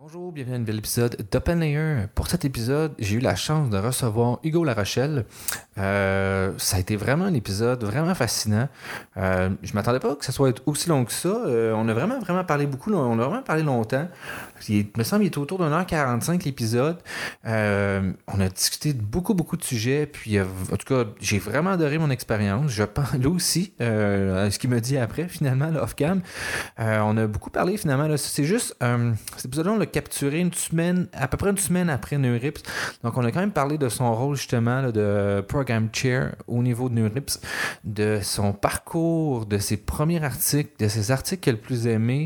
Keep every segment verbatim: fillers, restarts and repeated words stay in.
Bonjour, bienvenue à un nouvel épisode d'Open Layer. Pour cet épisode, j'ai eu la chance de recevoir Hugo Larochelle. Euh, ça a été vraiment un épisode vraiment fascinant. Euh, je ne m'attendais pas que ça soit aussi long que ça. Euh, on a vraiment, vraiment parlé beaucoup. On a vraiment parlé longtemps. Il me semble qu'il était autour d'une heure quarante-cinq l'épisode. Euh, on a discuté de beaucoup, beaucoup de sujets. Puis, euh, en tout cas, j'ai vraiment adoré mon expérience. Je pense, là aussi, euh, ce qu'il me dit après, finalement, là, off-cam. Euh, on a beaucoup parlé, finalement. Là, c'est juste, euh, cet épisode-là, on l'a capturé une semaine, à peu près une semaine après Neurips. Donc, on a quand même parlé de son rôle, justement, là, de Program Chair au niveau de Neurips, de son parcours, de ses premiers articles, de ses articles qu'elle a le plus aimés.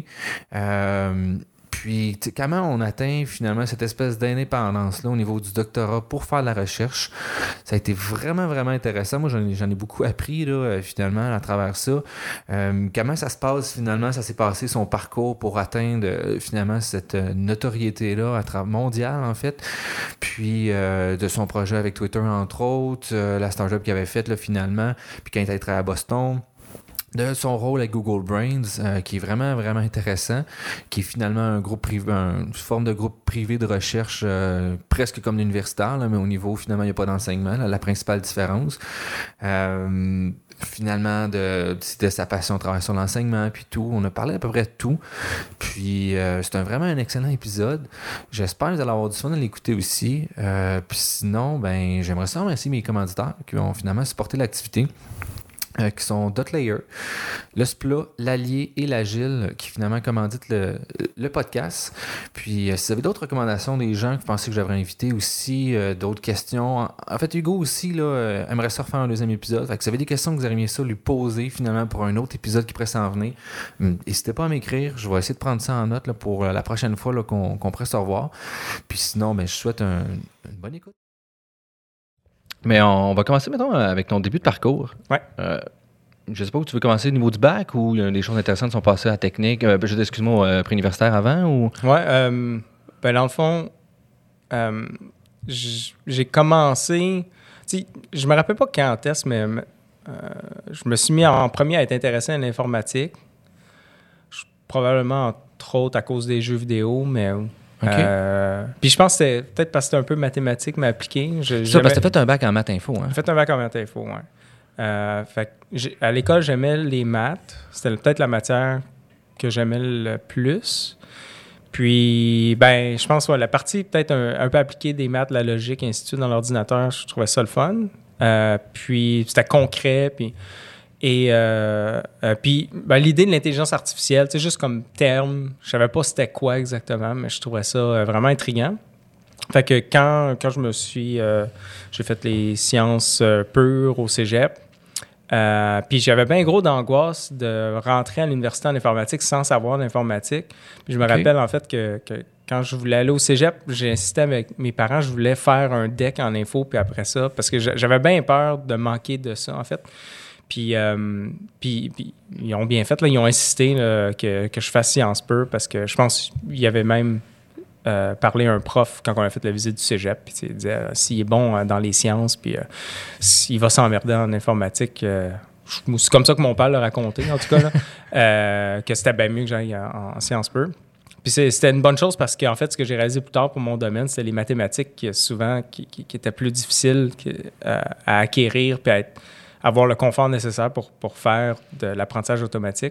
Euh, Puis, comment on atteint finalement cette espèce d'indépendance-là au niveau du doctorat pour faire de la recherche. Ça a été vraiment, vraiment intéressant. Moi, j'en ai, j'en ai beaucoup appris là, finalement à travers ça. Euh, comment ça se passe finalement, ça s'est passé, son parcours pour atteindre euh, finalement cette notoriété-là à travers mondiale en fait. Puis, euh, de son projet avec Twitter, entre autres, euh, la start-up qu'il avait faite là, finalement, puis quand il est allé à Boston. De son rôle à Google Brains, euh, qui est vraiment, vraiment intéressant, qui est finalement un groupe privé, une forme de groupe privé de recherche euh, presque comme l'universitaire, là, mais au niveau, finalement, il n'y a pas d'enseignement, là, la principale différence. Euh, finalement, de, de sa passion, travail sur l'enseignement, puis tout. On a parlé à peu près de tout. Puis, euh, c'est un, vraiment un excellent épisode. J'espère que vous allez avoir du fun à l'écouter aussi. Euh, puis sinon, ben, j'aimerais ça remercier mes commanditaires qui ont finalement supporté l'activité. Euh, qui sont Dotlayer, le Splat, l'Allier et l'Agile, qui finalement commanditent le, le podcast. Puis, euh, si vous avez d'autres recommandations des gens que vous pensez que je devrais inviter aussi, euh, d'autres questions. En, en fait, Hugo aussi là, euh, aimerait ça refaire un deuxième épisode. Fait que si vous avez des questions que vous aimeriez ça lui poser finalement pour un autre épisode qui pourrait s'en venir, n'hésitez pas à m'écrire. Je vais essayer de prendre ça en note là, pour la prochaine fois là, qu'on, qu'on pourrait se revoir. Puis sinon, ben, je souhaite un, une bonne écoute. Mais on va commencer, mettons, avec ton début de parcours. Ouais. Euh, je sais pas où tu veux commencer au niveau du bac ou il y a des choses intéressantes qui sont passées à la technique. Euh, je excuse-moi, euh, préuniversitaire avant ou... Ouais. Euh, ben dans le fond, euh, j'ai commencé... Je me rappelle pas quand est-ce, mais euh, je me suis mis en premier à être intéressé à l'informatique. Je, probablement, entre autres, à cause des jeux vidéo, mais... Okay. Euh, puis je pense que c'était peut-être parce que c'était un peu mathématique, mais appliqué. Je, ça, parce que tu as fait un bac en maths info, hein? J'ai fait un bac en maths info, oui. Euh, fait que à l'école, j'aimais les maths. C'était peut-être la matière que j'aimais le plus. Puis, ben, je pense, ouais, la partie peut-être un, un peu appliquée des maths, la logique, ainsi de suite, dans l'ordinateur, je trouvais ça le fun. Euh, puis, c'était concret, puis... Et euh, euh, puis, ben, l'idée de l'intelligence artificielle, tu sais, juste comme terme, je savais pas c'était quoi exactement, mais je trouvais ça euh, vraiment intriguant. Fait que quand, quand je me suis... Euh, j'ai fait les sciences euh, pures au cégep, euh, puis j'avais bien gros d'angoisse de rentrer à l'université en informatique sans savoir l'informatique. Puis je me okay. rappelle, en fait, que, que quand je voulais aller au cégep, j'ai insisté avec mes parents, je voulais faire un deck en info, puis après ça, parce que j'avais bien peur de manquer de ça, en fait. Puis, euh, puis, puis, ils ont bien fait, là, ils ont insisté là, que, que je fasse Sciences Pures parce que je pense qu'il y avait même euh, parlé à un prof quand on a fait la visite du cégep. Puis il disait euh, s'il est bon euh, dans les sciences, puis euh, s'il va s'emmerder en informatique. Euh, c'est comme ça que mon père l'a raconté, en tout cas, là, euh, que c'était bien mieux que j'aille en, en Sciences Pures. Puis c'était une bonne chose parce qu'en fait, ce que j'ai réalisé plus tard pour mon domaine, c'était les mathématiques qui, souvent qui, qui, qui étaient plus difficiles que, euh, à acquérir puis à être. Avoir le confort nécessaire pour, pour faire de l'apprentissage automatique.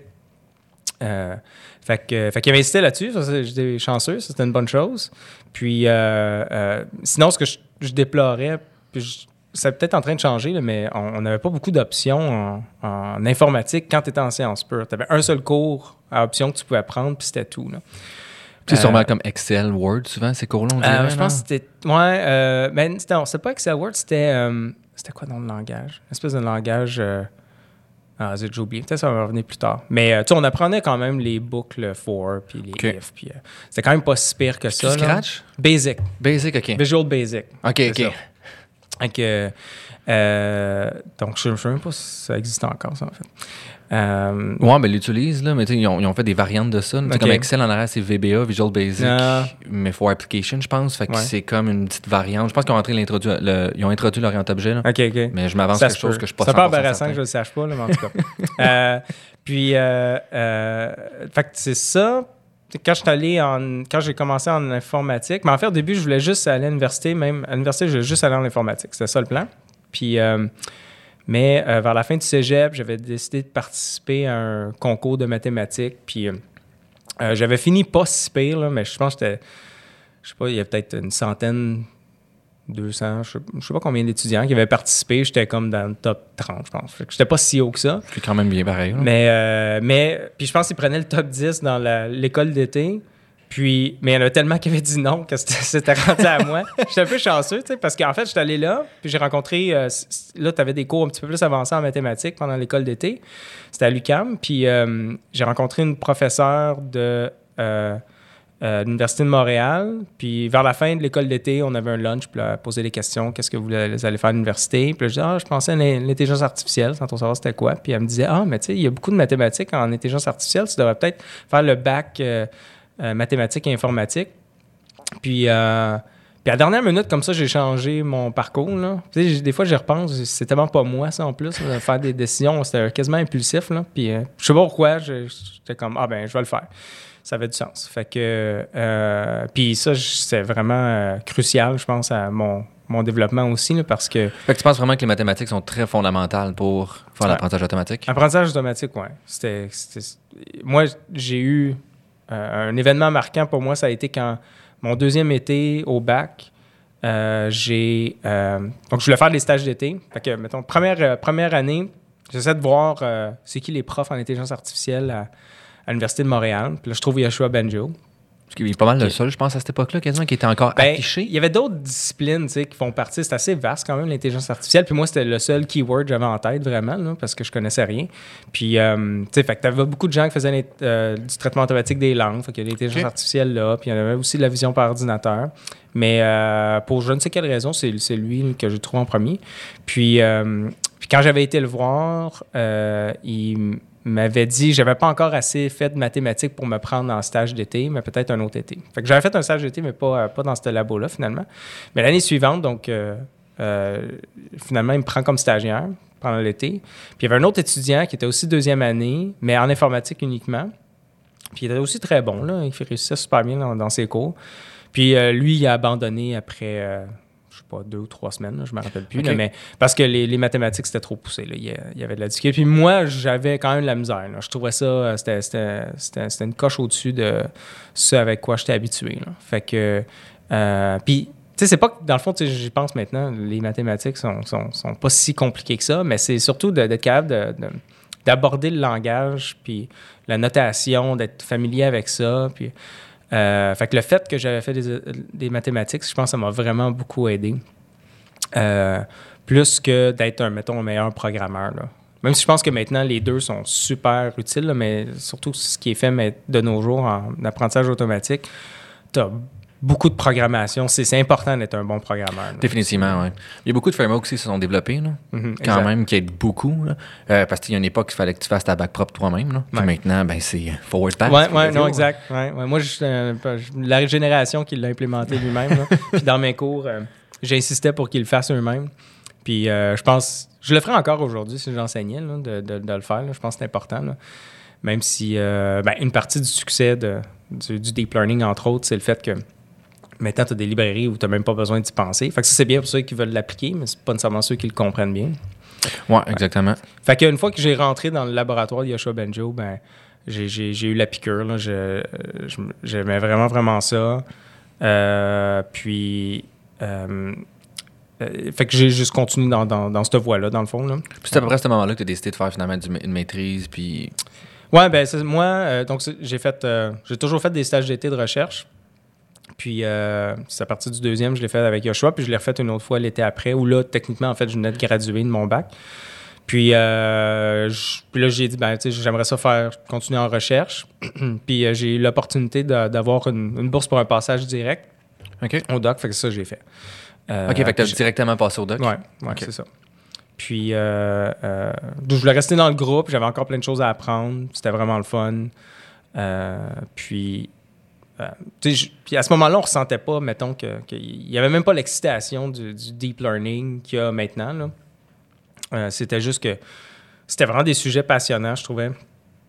Euh, fait que, fait qu'il avait insisté là-dessus, ça, j'étais chanceux, ça, c'était une bonne chose. Puis, euh, euh, sinon, ce que je, je déplorais, puis je, c'est peut-être en train de changer, là, mais on n'avait pas beaucoup d'options en, en informatique quand tu étais en sciences pures. Tu avais un seul cours à option que tu pouvais prendre, puis c'était tout, là. C'est sûrement euh, comme Excel, Word, souvent, ces cours-là, on dirait, euh, Je pense que c'était... Ouais, euh, mais c'était, non, c'était pas Excel, Word, c'était... Euh, C'était quoi dans le langage? Une espèce de langage... Euh... Ah, j'ai oublié. Peut-être que ça va revenir plus tard. Mais euh, tu sais, on apprenait quand même les boucles for puis les okay. if. Puis, euh, c'était quand même pas si pire que ça. Scratch? Là. Basic. Basic, OK. Visual Basic. OK, OK. Donc, euh, euh, donc je ne sais même pas si ça existe encore, ça, en fait. Euh, ouais, mais ils l'utilisent, là. Mais ils ont, ils ont fait des variantes de ça. Okay. Comme Excel en arrière, c'est V B A, Visual Basic, uh, mais for Application, je pense. Fait que ouais. c'est comme une petite variante. Je pense qu'ils ont, introduit, le, ils ont introduit l'orienté objet. Là. OK, OK. Mais je m'avance ça quelque chose que je ne suis pas C'est pas embarrassant que je ne le sache pas, là, mais en tout cas. euh, puis, euh, euh, fait que c'est ça. quand je suis allé en, quand j'ai commencé en informatique, mais en fait, au début, je voulais juste aller à l'université, même à l'université, je voulais juste aller en informatique. C'était ça le plan. Puis, euh, mais euh, vers la fin du cégep, j'avais décidé de participer à un concours de mathématiques. Puis, euh, euh, j'avais fini pas si pire, là, mais je pense que j'étais, je sais pas, il y a peut-être une centaine, deux cents, je sais, je sais pas combien d'étudiants qui avaient participé. J'étais comme dans le top trente, je pense. Fait que j'étais pas si haut que ça. C'est quand même bien pareil. Là. Mais, euh, mais puis je pense qu'ils prenaient le top dix dans la, l'école d'été. Puis, mais il y en a tellement qui avaient dit non que c'était, c'était rendu à moi. J'étais un peu chanceux, tu sais, parce qu'en fait, j'étais allé là, puis j'ai rencontré... Euh, là, tu avais des cours un petit peu plus avancés en mathématiques pendant l'école d'été. C'était à l'U Q A M. Puis euh, j'ai rencontré une professeure de... Euh, Euh, l'Université de Montréal. Puis vers la fin de l'école d'été, on avait un lunch, puis là, elle posait des questions. Qu'est-ce que vous allez faire à l'université? Puis là, je disais, ah, je pensais à l'intelligence artificielle, sans trop savoir c'était quoi. Puis elle me disait, ah, mais tu sais, il y a beaucoup de mathématiques en intelligence artificielle. Tu devrais peut-être faire le bac euh, euh, mathématiques et informatique. Puis, euh, puis à la dernière minute, comme ça, j'ai changé mon parcours. Là. Tu sais, des fois, j'y repense. C'est tellement pas moi, ça, en plus, de faire des décisions. C'était quasiment impulsif. Là. Puis euh, je sais pas pourquoi. J'étais comme, ah, ben, je vais le faire. Ça avait du sens. Fait que, euh, puis ça, c'est vraiment euh, crucial, je pense, à mon, mon développement aussi, là, parce que... Fait que tu penses vraiment que les mathématiques sont très fondamentales pour faire ouais. l'apprentissage automatique? Apprentissage automatique, oui. C'était, c'était, moi, j'ai eu euh, un événement marquant pour moi, ça a été quand mon deuxième été au bac, euh, j'ai... Euh, donc, je voulais faire des stages d'été. Fait que, mettons, première, euh, première année, j'essaie de voir euh, c'est qui les profs en intelligence artificielle à, à l'Université de Montréal. Puis là, je trouve Yoshua Bengio. Parce qu'il est pas mal le seul, je pense, à cette époque-là, quasiment, qui était encore ben, affiché. Il y avait d'autres disciplines, tu sais, qui font partie. C'est assez vaste, quand même, l'intelligence artificielle. Puis moi, c'était le seul keyword que j'avais en tête, vraiment, là, parce que je connaissais rien. Puis, euh, tu sais, fait que t'avais beaucoup de gens qui faisaient les, euh, du traitement automatique des langues. Fait qu'il y a l'intelligence okay. artificielle là. Puis il y en avait aussi de la vision par ordinateur. Mais euh, pour je ne sais quelle raison, c'est, c'est lui que j'ai trouvé en premier. Puis, euh, puis quand j'avais été le voir, euh, il m'avait dit, j'avais pas encore assez fait de mathématiques pour me prendre en stage d'été, mais peut-être un autre été. Fait que j'avais fait un stage d'été, mais pas, pas dans ce labo-là, finalement. Mais l'année suivante, donc, euh, euh, finalement, il me prend comme stagiaire pendant l'été. Puis il y avait un autre étudiant qui était aussi deuxième année, mais en informatique uniquement. Puis il était aussi très bon, là. Il réussissait super bien dans, dans ses cours. Puis euh, lui, il a abandonné après... Euh, je sais pas, deux ou trois semaines, là, je ne me rappelle plus, okay. là, mais parce que les, les mathématiques, c'était trop poussé. Là. Il, y a, il y avait de la difficulté. Puis moi, j'avais quand même de la misère. Là. Je trouvais ça, c'était, c'était, c'était, c'était une coche au-dessus de ce avec quoi j'étais habitué. Là. Fait que, euh, puis, tu sais, c'est pas que, dans le fond, j'y pense maintenant, les mathématiques sont, sont, sont pas si compliquées que ça, mais c'est surtout de, d'être capable de, de, d'aborder le langage, puis la notation, d'être familier avec ça, puis... Euh, fait que le fait que j'avais fait des, des mathématiques, je pense que ça m'a vraiment beaucoup aidé. Euh, plus que d'être, un, mettons, un meilleur programmeur. Là. Même si je pense que maintenant, les deux sont super utiles, là, mais surtout ce qui est fait mais, de nos jours en apprentissage automatique, tu as beaucoup de programmation. C'est, c'est important d'être un bon programmeur. Là. Définitivement, oui. Il y a beaucoup de frameworks qui se sont développés, là, mm-hmm, quand exact. Même, qui aident beaucoup. Là, euh, parce qu'il y a une époque, il fallait que tu fasses ta bac propre toi-même. Là. Puis ouais. maintenant, ben, c'est forward pass. Oui, ouais, non, exact. Ouais, ouais. Moi, je suis euh, la génération qui l'a implémenté lui-même. Là. Puis dans mes cours, euh, j'insistais pour qu'ils le fassent eux-mêmes. Puis euh, je pense... Je le ferais encore aujourd'hui si j'enseignais là, de, de, de le faire. Là. Je pense que c'est important. Là. Même si euh, ben, une partie du succès de, du, du deep learning, entre autres, c'est le fait que maintenant, tu as des librairies où tu n'as même pas besoin d'y penser. Fait que ça, c'est bien pour ceux qui veulent l'appliquer, mais c'est pas nécessairement ceux qui le comprennent bien. Oui, exactement. Ouais. Fait qu'une fois que j'ai rentré dans le laboratoire de Yoshua Bengio, ben, j'ai, j'ai, j'ai eu la piqûre. Là. Je, je, j'aimais vraiment, vraiment ça. Euh, puis... Euh, euh, fait que j'ai juste continué dans, dans, dans cette voie-là, dans le fond. Là. Puis c'est à peu près à ce moment-là que tu as décidé de faire finalement du, une maîtrise, puis... Oui, ben c'est, moi, euh, donc j'ai fait... Euh, j'ai toujours fait des stages d'été de recherche. Puis, euh, c'est à partir du deuxième, je l'ai fait avec Yoshua, puis je l'ai refait une autre fois l'été après, où là, techniquement, en fait, je venais de graduer de mon bac. Puis, euh, je, puis là, j'ai dit, ben, tu sais, j'aimerais ça faire, continuer en recherche. Puis, euh, j'ai eu l'opportunité de, d'avoir une, une bourse pour un passage direct okay. au doc, fait que ça, j'ai fait. Euh, OK, fait que tu as directement passé au doc? Oui, ouais, okay. c'est ça. Puis, euh, euh, je voulais rester dans le groupe, j'avais encore plein de choses à apprendre, c'était vraiment le fun. Euh, puis... Euh, je, puis à ce moment-là, on ne ressentait pas, mettons, qu'il n'y avait même pas l'excitation du, du deep learning qu'il y a maintenant. Là. Euh, c'était juste que c'était vraiment des sujets passionnants, je trouvais.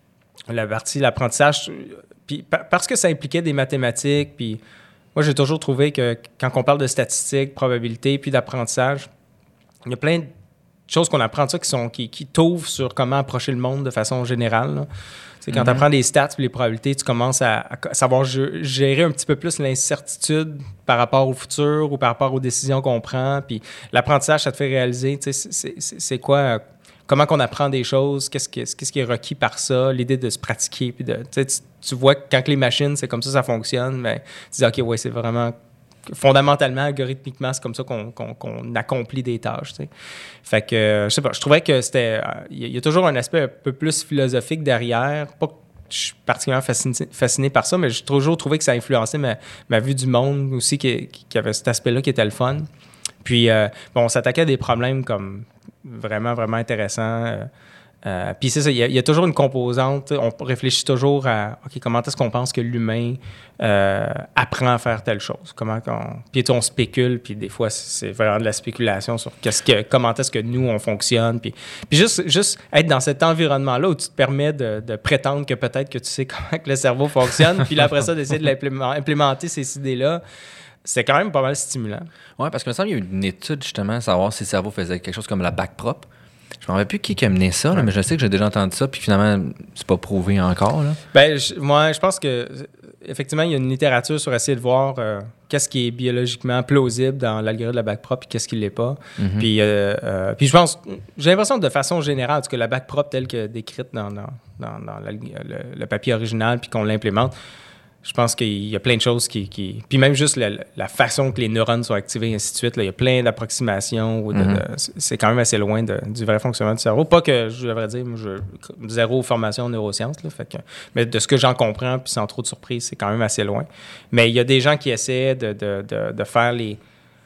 la partie, l'apprentissage, puis parce que ça impliquait des mathématiques, puis moi, j'ai toujours trouvé que quand on parle de statistiques, probabilités, puis d'apprentissage, il y a plein de choses qu'on apprend de ça qui, sont, qui, qui t'ouvrent sur comment approcher le monde de façon générale. Là. C'est quand mm-hmm. tu apprends les stats et les probabilités, tu commences à, à savoir g- gérer un petit peu plus l'incertitude par rapport au futur ou par rapport aux décisions qu'on prend. Puis l'apprentissage, ça te fait réaliser, tu sais, c'est, c'est, c'est quoi, comment qu'on apprend des choses, qu'est-ce qui, qu'est-ce qui est requis par ça, l'idée de se pratiquer. Puis de, tu sais, tu, tu vois que quand les machines, c'est comme ça, ça fonctionne, mais tu dis, OK, ouais, c'est vraiment... fondamentalement, algorithmiquement, c'est comme ça qu'on, qu'on, qu'on accomplit des tâches. Tu sais. Fait que, euh, je sais pas, je trouvais que c'était... Il euh, y, y a toujours un aspect un peu plus philosophique derrière. Pas que je suis particulièrement fasciné, fasciné par ça, mais j'ai toujours trouvé que ça a influencé ma, ma vue du monde aussi, qui, qui avait cet aspect-là qui était le fun. Puis, euh, bon, on s'attaquait à des problèmes comme vraiment, vraiment intéressants. Euh, Euh, puis c'est ça, il y, y a toujours une composante, on réfléchit toujours à OK, comment est-ce qu'on pense que l'humain euh, apprend à faire telle chose, comment qu'on... Puis on spécule, puis des fois c'est vraiment de la spéculation sur qu'est-ce que, comment est-ce que nous on fonctionne, puis, puis juste, juste être dans cet environnement-là où tu te permets de, de prétendre que peut-être que tu sais comment que le cerveau fonctionne, puis là, après ça d'essayer de l'implémenter ces idées-là. C'est quand même pas mal stimulant. Oui, parce que me semble qu'il y a eu une étude justement à savoir si le cerveau faisait quelque chose comme la bac propre. Je ne me rappelle plus qui, qui a mené ça, là, mais je sais que j'ai déjà entendu ça, puis finalement, c'est pas prouvé encore. Là. Ben, je, moi, je pense que effectivement, il y a une littérature sur essayer de voir euh, qu'est-ce qui est biologiquement plausible dans l'algorithme de la bac propre et qu'est-ce qui ne l'est pas. Mm-hmm. Puis, euh, euh, puis je pense, j'ai l'impression que de façon générale, en tout cas, la bac propre telle que décrite dans, dans, dans, dans la, le, le papier original puis qu'on l'implémente, je pense qu'il y a plein de choses qui... qui... Puis même juste la, la façon que les neurones sont activés, et ainsi de suite, là, il y a plein d'approximations. Ou de, mm-hmm. de, c'est quand même assez loin de, du vrai fonctionnement du cerveau. Pas que, je devrais dire, moi, je, zéro formation en neurosciences. Là, fait que, mais de ce que j'en comprends, puis sans trop de surprise, c'est quand même assez loin. Mais il y a des gens qui essaient de, de, de, de faire les...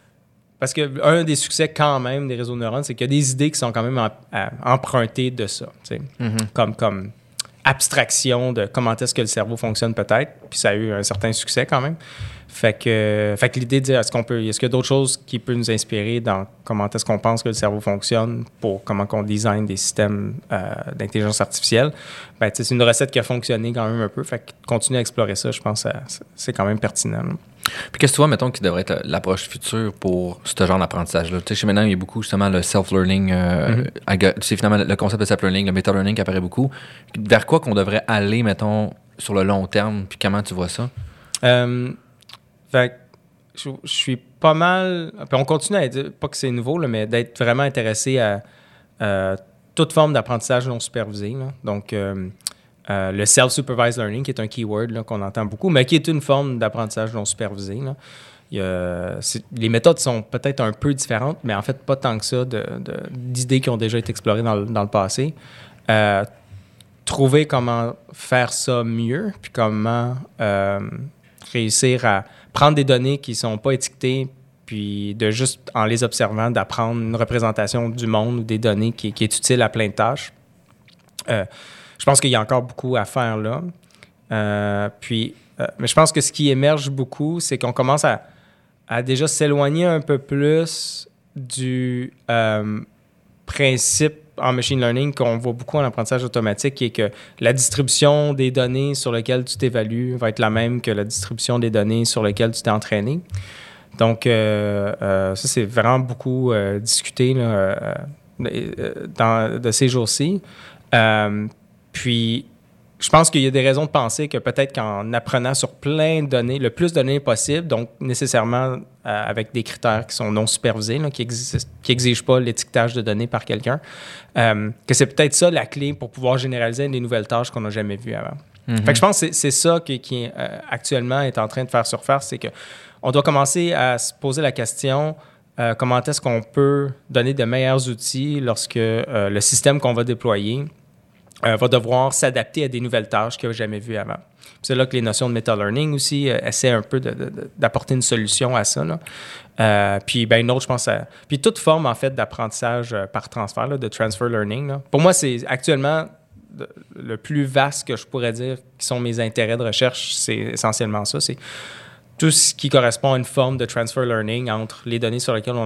Parce qu'un des succès quand même des réseaux de neurones, c'est qu'il y a des idées qui sont quand même en, à, empruntées de ça. Mm-hmm. Comme... comme abstraction de comment est-ce que le cerveau fonctionne peut-être, puis ça a eu un certain succès quand même. Fait que, fait que l'idée de dire, est-ce qu'on peut, est-ce qu'il y a d'autres choses qui peuvent nous inspirer dans comment est-ce qu'on pense que le cerveau fonctionne pour comment qu'on design des systèmes euh, d'intelligence artificielle, ben, c'est une recette qui a fonctionné quand même un peu. Fait que continuer à explorer ça, je pense que c'est quand même pertinent. Là. Puis qu'est-ce que tu vois, mettons, qui devrait être l'approche future pour ce genre d'apprentissage-là? Tu sais, maintenant, il y a beaucoup, justement, le self-learning, euh, mm-hmm. tu sais, finalement, le concept de self-learning, le meta-learning qui apparaît beaucoup. Vers quoi qu'on devrait aller, mettons, sur le long terme, puis comment tu vois ça? Euh, fait je, je suis pas mal... Puis on continue à dire, pas que c'est nouveau, là, mais d'être vraiment intéressé à euh, toute forme d'apprentissage non supervisé. Là. Donc... Euh, Euh, le self-supervised learning, qui est un keyword là, qu'on entend beaucoup, mais qui est une forme d'apprentissage non supervisé. Là. Il y a, les méthodes sont peut-être un peu différentes, mais en fait, pas tant que ça de, de, d'idées qui ont déjà été explorées dans le, dans le passé. Euh, trouver comment faire ça mieux, puis comment euh, réussir à prendre des données qui ne sont pas étiquetées, puis de juste, en les observant, d'apprendre une représentation du monde ou des données qui, qui est utile à plein de tâches. Euh, Je pense qu'il y a encore beaucoup à faire là. Euh, puis, euh, mais je pense que ce qui émerge beaucoup, c'est qu'on commence à, à déjà s'éloigner un peu plus du euh, principe en machine learning qu'on voit beaucoup en apprentissage automatique, qui est que la distribution des données sur lesquelles tu t'évalues va être la même que la distribution des données sur lesquelles tu t'es entraîné. Donc, euh, euh, ça, c'est vraiment beaucoup euh, discuté là, euh, dans, de ces jours-ci. Euh, Puis, je pense qu'il y a des raisons de penser que peut-être qu'en apprenant sur plein de données, le plus de données possible, donc nécessairement euh, avec des critères qui sont non supervisés, là, qui n'exigent pas l'étiquetage de données par quelqu'un, euh, que c'est peut-être ça la clé pour pouvoir généraliser des nouvelles tâches qu'on n'a jamais vues avant. Mm-hmm. Fait que je pense que c'est, c'est ça qui, qui euh, actuellement est en train de faire surface, c'est qu'on doit commencer à se poser la question euh, comment est-ce qu'on peut donner de meilleurs outils lorsque euh, le système qu'on va déployer Euh, va devoir s'adapter à des nouvelles tâches qu'il n'a jamais vues avant. Puis c'est là que les notions de meta-learning aussi euh, essaient un peu de, de, de, d'apporter une solution à ça. Là. Euh, puis ben, une autre, je pense à... Puis toute forme, en fait, d'apprentissage euh, par transfert, là, de transfer learning. Là. Pour moi, c'est actuellement de, le plus vaste que je pourrais dire qui sont mes intérêts de recherche, c'est essentiellement ça. C'est tout ce qui correspond à une forme de transfer learning entre les données sur lesquelles on, en,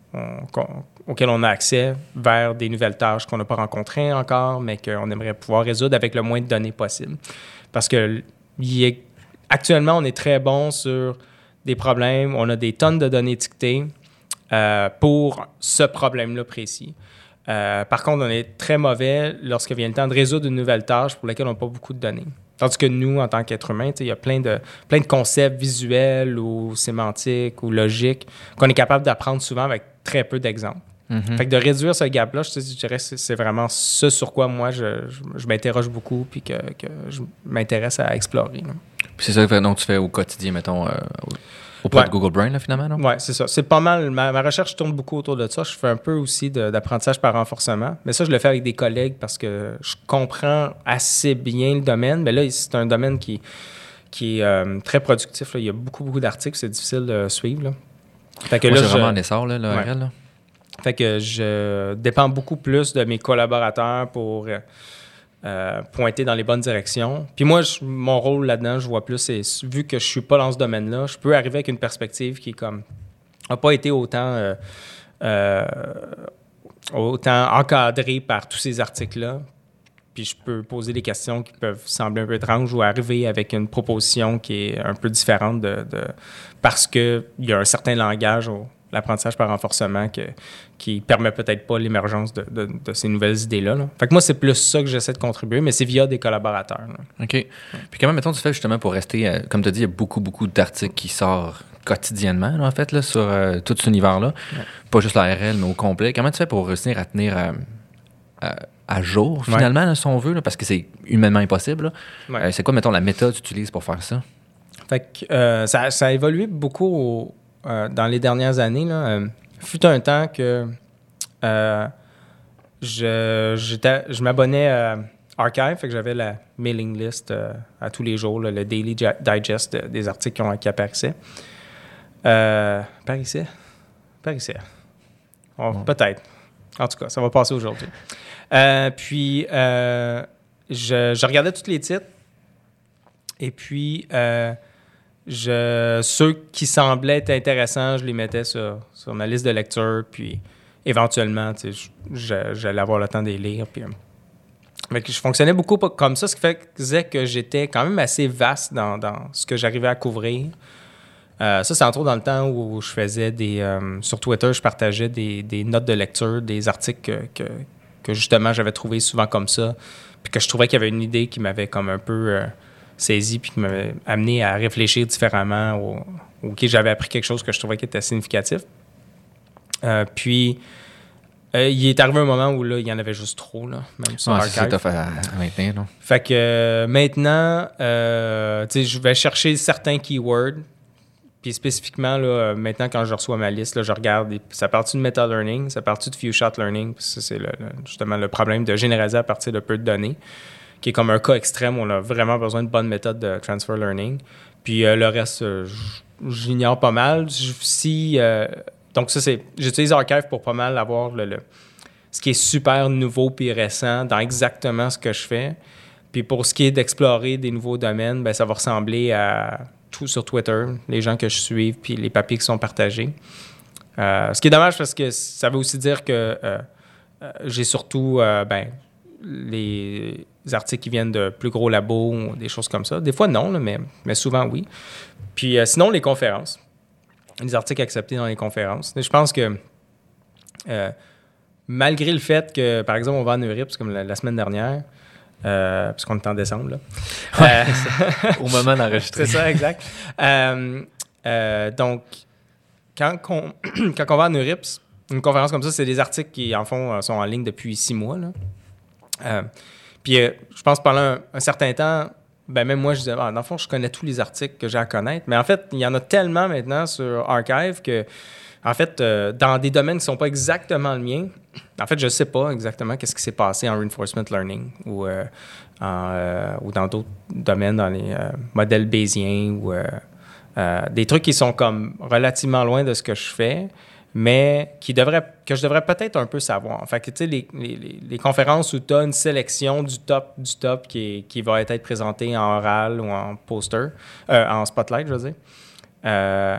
on, qu'on, auxquelles on a accès vers des nouvelles tâches qu'on n'a pas rencontrées encore, mais qu'on aimerait pouvoir résoudre avec le moins de données possible. Parce que il est, actuellement, on est très bon sur des problèmes. On a des tonnes de données étiquetées euh, pour ce problème-là précis. Euh, par contre, on est très mauvais lorsque vient le temps de résoudre une nouvelle tâche pour laquelle on n'a pas beaucoup de données. Tandis que nous, en tant qu'êtres humains, il y a plein de, plein de concepts visuels ou sémantiques ou logiques qu'on est capable d'apprendre souvent avec très peu d'exemples. Mm-hmm. Fait que de réduire ce gap-là, je, je dirais que c'est, c'est vraiment ce sur quoi moi, je, je, je m'interroge beaucoup puis que, que je m'intéresse à explorer. Là. Puis c'est ça que donc, tu fais au quotidien, mettons, euh, auprès ouais. de Google Brain, là, finalement, non? Oui, c'est ça. C'est pas mal. Ma, ma recherche tourne beaucoup autour de ça. Je fais un peu aussi de, d'apprentissage par renforcement. Mais ça, je le fais avec des collègues parce que je comprends assez bien le domaine. Mais là, c'est un domaine qui, qui est euh, très productif. Là. Il y a beaucoup, beaucoup d'articles. C'est difficile de suivre. Là. Fait que Moi, là, c'est je... vraiment en essor, là, l'O R L. Ouais. Là. Fait que je dépends beaucoup plus de mes collaborateurs pour euh, pointer dans les bonnes directions. Puis moi, je, mon rôle là-dedans, je vois plus, c'est vu que je suis pas dans ce domaine-là, je peux arriver avec une perspective qui est comme n'a pas été autant euh, euh, autant encadrée par tous ces articles-là. Puis je peux poser des questions qui peuvent sembler un peu étranges ou arriver avec une proposition qui est un peu différente de, de parce qu'il y a un certain langage au l'apprentissage par renforcement que, qui permet peut-être pas l'émergence de, de, de ces nouvelles idées-là. Là. Fait que moi, c'est plus ça que j'essaie de contribuer, mais c'est via des collaborateurs. Là. OK. Puis comment, mettons, tu fais justement pour rester... Euh, comme tu as dit, il y a beaucoup, beaucoup d'articles qui sortent quotidiennement, là, en fait, là, sur euh, tout cet univers-là. Ouais. Pas juste l'A R L, mais au complet. Comment tu fais pour réussir à tenir euh, à, à jour, finalement, ouais. là, si on veut, là, parce que c'est humainement impossible. Ouais. Euh, c'est quoi, mettons, la méthode que tu utilises pour faire ça? Fait que euh, ça, ça a évolué beaucoup au... Euh, dans les dernières années, là, euh, fut un temps que euh, je, j'étais, je m'abonnais à Archive, fait que j'avais la mailing list euh, à tous les jours, là, le daily digest de, des articles qui, ont, qui apparaissaient. Euh, par ici? Par ici. Oh, bon. Peut-être. En tout cas, ça va passer aujourd'hui. Euh, puis, euh, je, je regardais tous les titres et puis... Euh, Je, ceux qui semblaient être intéressants, je les mettais sur, sur ma liste de lecture, puis éventuellement, tu sais, je, j'allais avoir le temps de les lire. Puis, euh, je fonctionnais beaucoup comme ça, ce qui faisait que j'étais quand même assez vaste dans, dans ce que j'arrivais à couvrir. Euh, ça, c'est entre autres dans le temps où je faisais des... Euh, sur Twitter, je partageais des, des notes de lecture, des articles que, que, que justement j'avais trouvés souvent comme ça, puis que je trouvais qu'il y avait une idée qui m'avait comme un peu... Euh, saisi puis qui m'avait amené à réfléchir différemment ou, ou que j'avais appris quelque chose que je trouvais qui était significatif. Euh, puis, euh, il est arrivé un moment où là, il y en avait juste trop, là, même sur ouais, Archive. C'est ça, à, à maintenir, non? Fait que euh, maintenant, euh, tu sais, je vais chercher certains keywords. Puis spécifiquement, là, maintenant, quand je reçois ma liste, là, je regarde, et ça part-tu de meta-learning, ça part-tu de few-shot learning, puis ça, c'est le, le, justement le problème de généraliser à partir de peu de données, qui est comme un cas extrême où on a vraiment besoin de bonnes méthodes de transfer learning. Puis euh, le reste, euh, j'ignore pas mal. Si, euh, donc ça, c'est... J'utilise Archive pour pas mal avoir le, le, ce qui est super nouveau puis récent dans exactement ce que je fais. Puis pour ce qui est d'explorer des nouveaux domaines, ben ça va ressembler à tout sur Twitter, les gens que je suis puis les papiers qui sont partagés. Euh, ce qui est dommage parce que ça veut aussi dire que euh, euh, j'ai surtout... Euh, ben, les articles qui viennent de plus gros labos ou des choses comme ça. Des fois, non, là, mais, mais souvent, oui. Puis euh, sinon, les conférences. Les articles acceptés dans les conférences. Je pense que euh, malgré le fait que, par exemple, on va en Eurips comme la, la semaine dernière, euh, parce qu'on est en décembre, là. Ouais, euh, au moment d'enregistrer. C'est ça, exact. Euh, euh, donc, quand on, quand on va en Eurips, une conférence comme ça, c'est des articles qui, en fond, sont en ligne depuis six mois, là. Euh, puis, euh, je pense que pendant un, un certain temps, ben même moi, je disais, ah, dans le fond, je connais tous les articles que j'ai à connaître. Mais en fait, il y en a tellement maintenant sur Archive que, en fait, euh, dans des domaines qui ne sont pas exactement le mien, en fait, je ne sais pas exactement qu'est-ce qui s'est passé en reinforcement learning ou, euh, en, euh, ou dans d'autres domaines, dans les euh, modèles bayésiens ou euh, euh, des trucs qui sont comme relativement loin de ce que je fais, mais qui devrait, que je devrais peut-être un peu savoir. Fait que, tu sais, les, les, les conférences où tu as une sélection du top du top qui, est, qui va être présentée en oral ou en poster, euh, en spotlight, je veux dire, euh,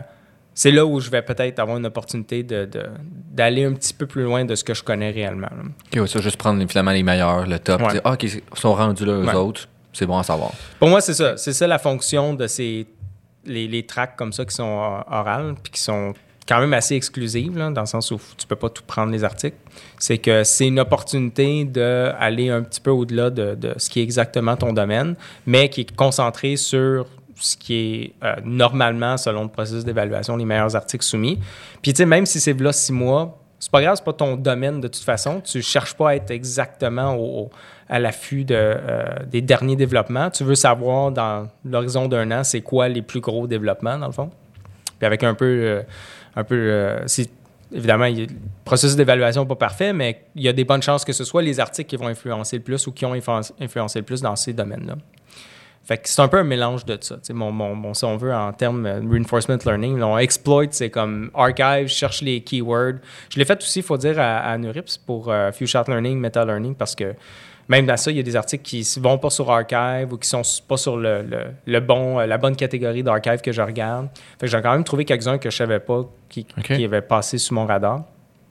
c'est là où je vais peut-être avoir une opportunité de, de, d'aller un petit peu plus loin de ce que je connais réellement. Là. OK, ouais, ça, juste prendre finalement les meilleurs, le top. Ouais. Dire, ah, OK, ils sont rendus là, eux Ouais. autres. C'est bon à savoir. Pour moi, c'est ça. C'est ça la fonction de ces les, les tracks comme ça qui sont euh, orales puis qui sont quand même assez exclusives, là, dans le sens où tu peux pas tout prendre les articles. C'est que c'est une opportunité d'aller un petit peu au-delà de, de ce qui est exactement ton domaine, mais qui est concentré sur ce qui est euh, normalement, selon le processus d'évaluation, les meilleurs articles soumis. Puis, tu sais, même si c'est là six mois, c'est pas grave, c'est pas ton domaine de toute façon. Tu cherches pas à être exactement au, au, à l'affût de, euh, des derniers développements. Tu veux savoir, dans l'horizon d'un an, c'est quoi les plus gros développements, dans le fond. Puis avec un peu... Euh, un peu euh, si, évidemment, il y a, le processus d'évaluation n'est pas parfait, mais il y a des bonnes chances que ce soit les articles qui vont influencer le plus ou qui ont influ- influencé le plus dans ces domaines-là. Fait que c'est un peu un mélange de ça. Mon, mon, mon, si on veut, en termes de reinforcement learning, là, on exploit, c'est comme archive, je cherche les keywords. Je l'ai fait aussi, il faut dire, à, à NeurIPS pour euh, Few Shot Learning, Meta Learning, parce que même dans ça, il y a des articles qui ne vont pas sur archive ou qui ne sont pas sur le, le, le bon, la bonne catégorie d'archive que je regarde. Fait que j'ai quand même trouvé quelques-uns que je ne savais pas qui, okay. qui avaient passé sous mon radar,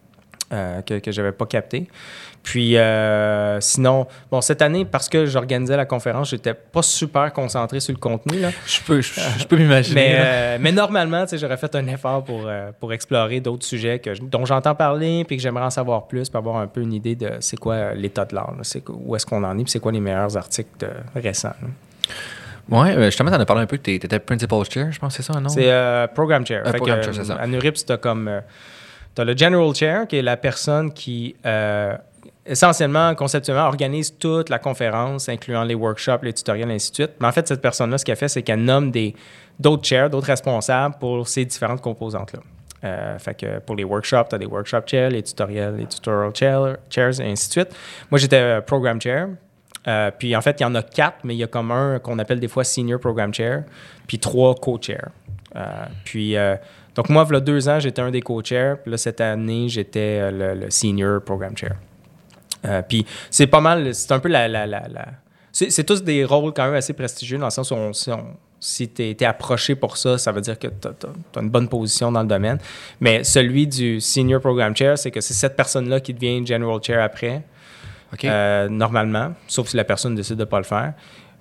euh, que, que je n'avais pas capté. Puis euh, sinon, bon, cette année, parce que j'organisais la conférence, j'étais pas super concentré sur le contenu. Là. Je peux, je, je peux m'imaginer. Mais, euh, mais normalement, j'aurais fait un effort pour, euh, pour explorer d'autres sujets que, dont j'entends parler puis que j'aimerais en savoir plus pour avoir un peu une idée de c'est quoi euh, l'état de l'art, là, c'est, où est-ce qu'on en est puis c'est quoi les meilleurs articles de, récents. Oui, euh, justement, tu en as parlé un peu. Tu étais Principal Chair, je pense, c'est ça, non? C'est euh, Program Chair. Euh, fait program que, chair, c'est ça. À NeurIPS, tu as comme... Euh, tu as le General Chair, qui est la personne qui... Euh, essentiellement, conceptuellement, organise toute la conférence, incluant les workshops, les tutoriels, et ainsi de suite. Mais en fait, cette personne-là, ce qu'elle fait, c'est qu'elle nomme des, d'autres chairs, d'autres responsables pour ces différentes composantes-là. Euh, fait que pour les workshops, tu as des workshop chairs, les tutoriels, les tutorial chair, chairs, et ainsi de suite. Moi, j'étais euh, program chair. Euh, puis en fait, il y en a quatre, mais il y a comme un qu'on appelle des fois senior program chair, puis trois co-chairs. Euh, puis, euh, donc moi, il y a deux ans, j'étais un des co-chairs. Puis là, cette année, j'étais le, le senior program chair. Euh, puis c'est pas mal, c'est un peu la... la, la, la c'est, c'est tous des rôles quand même assez prestigieux dans le sens où on, si, on, si tu es approché pour ça, ça veut dire que tu as une bonne position dans le domaine. Mais celui du Senior Program Chair, c'est que c'est cette personne-là qui devient General Chair après, okay. euh, normalement, sauf si la personne décide de ne pas le faire.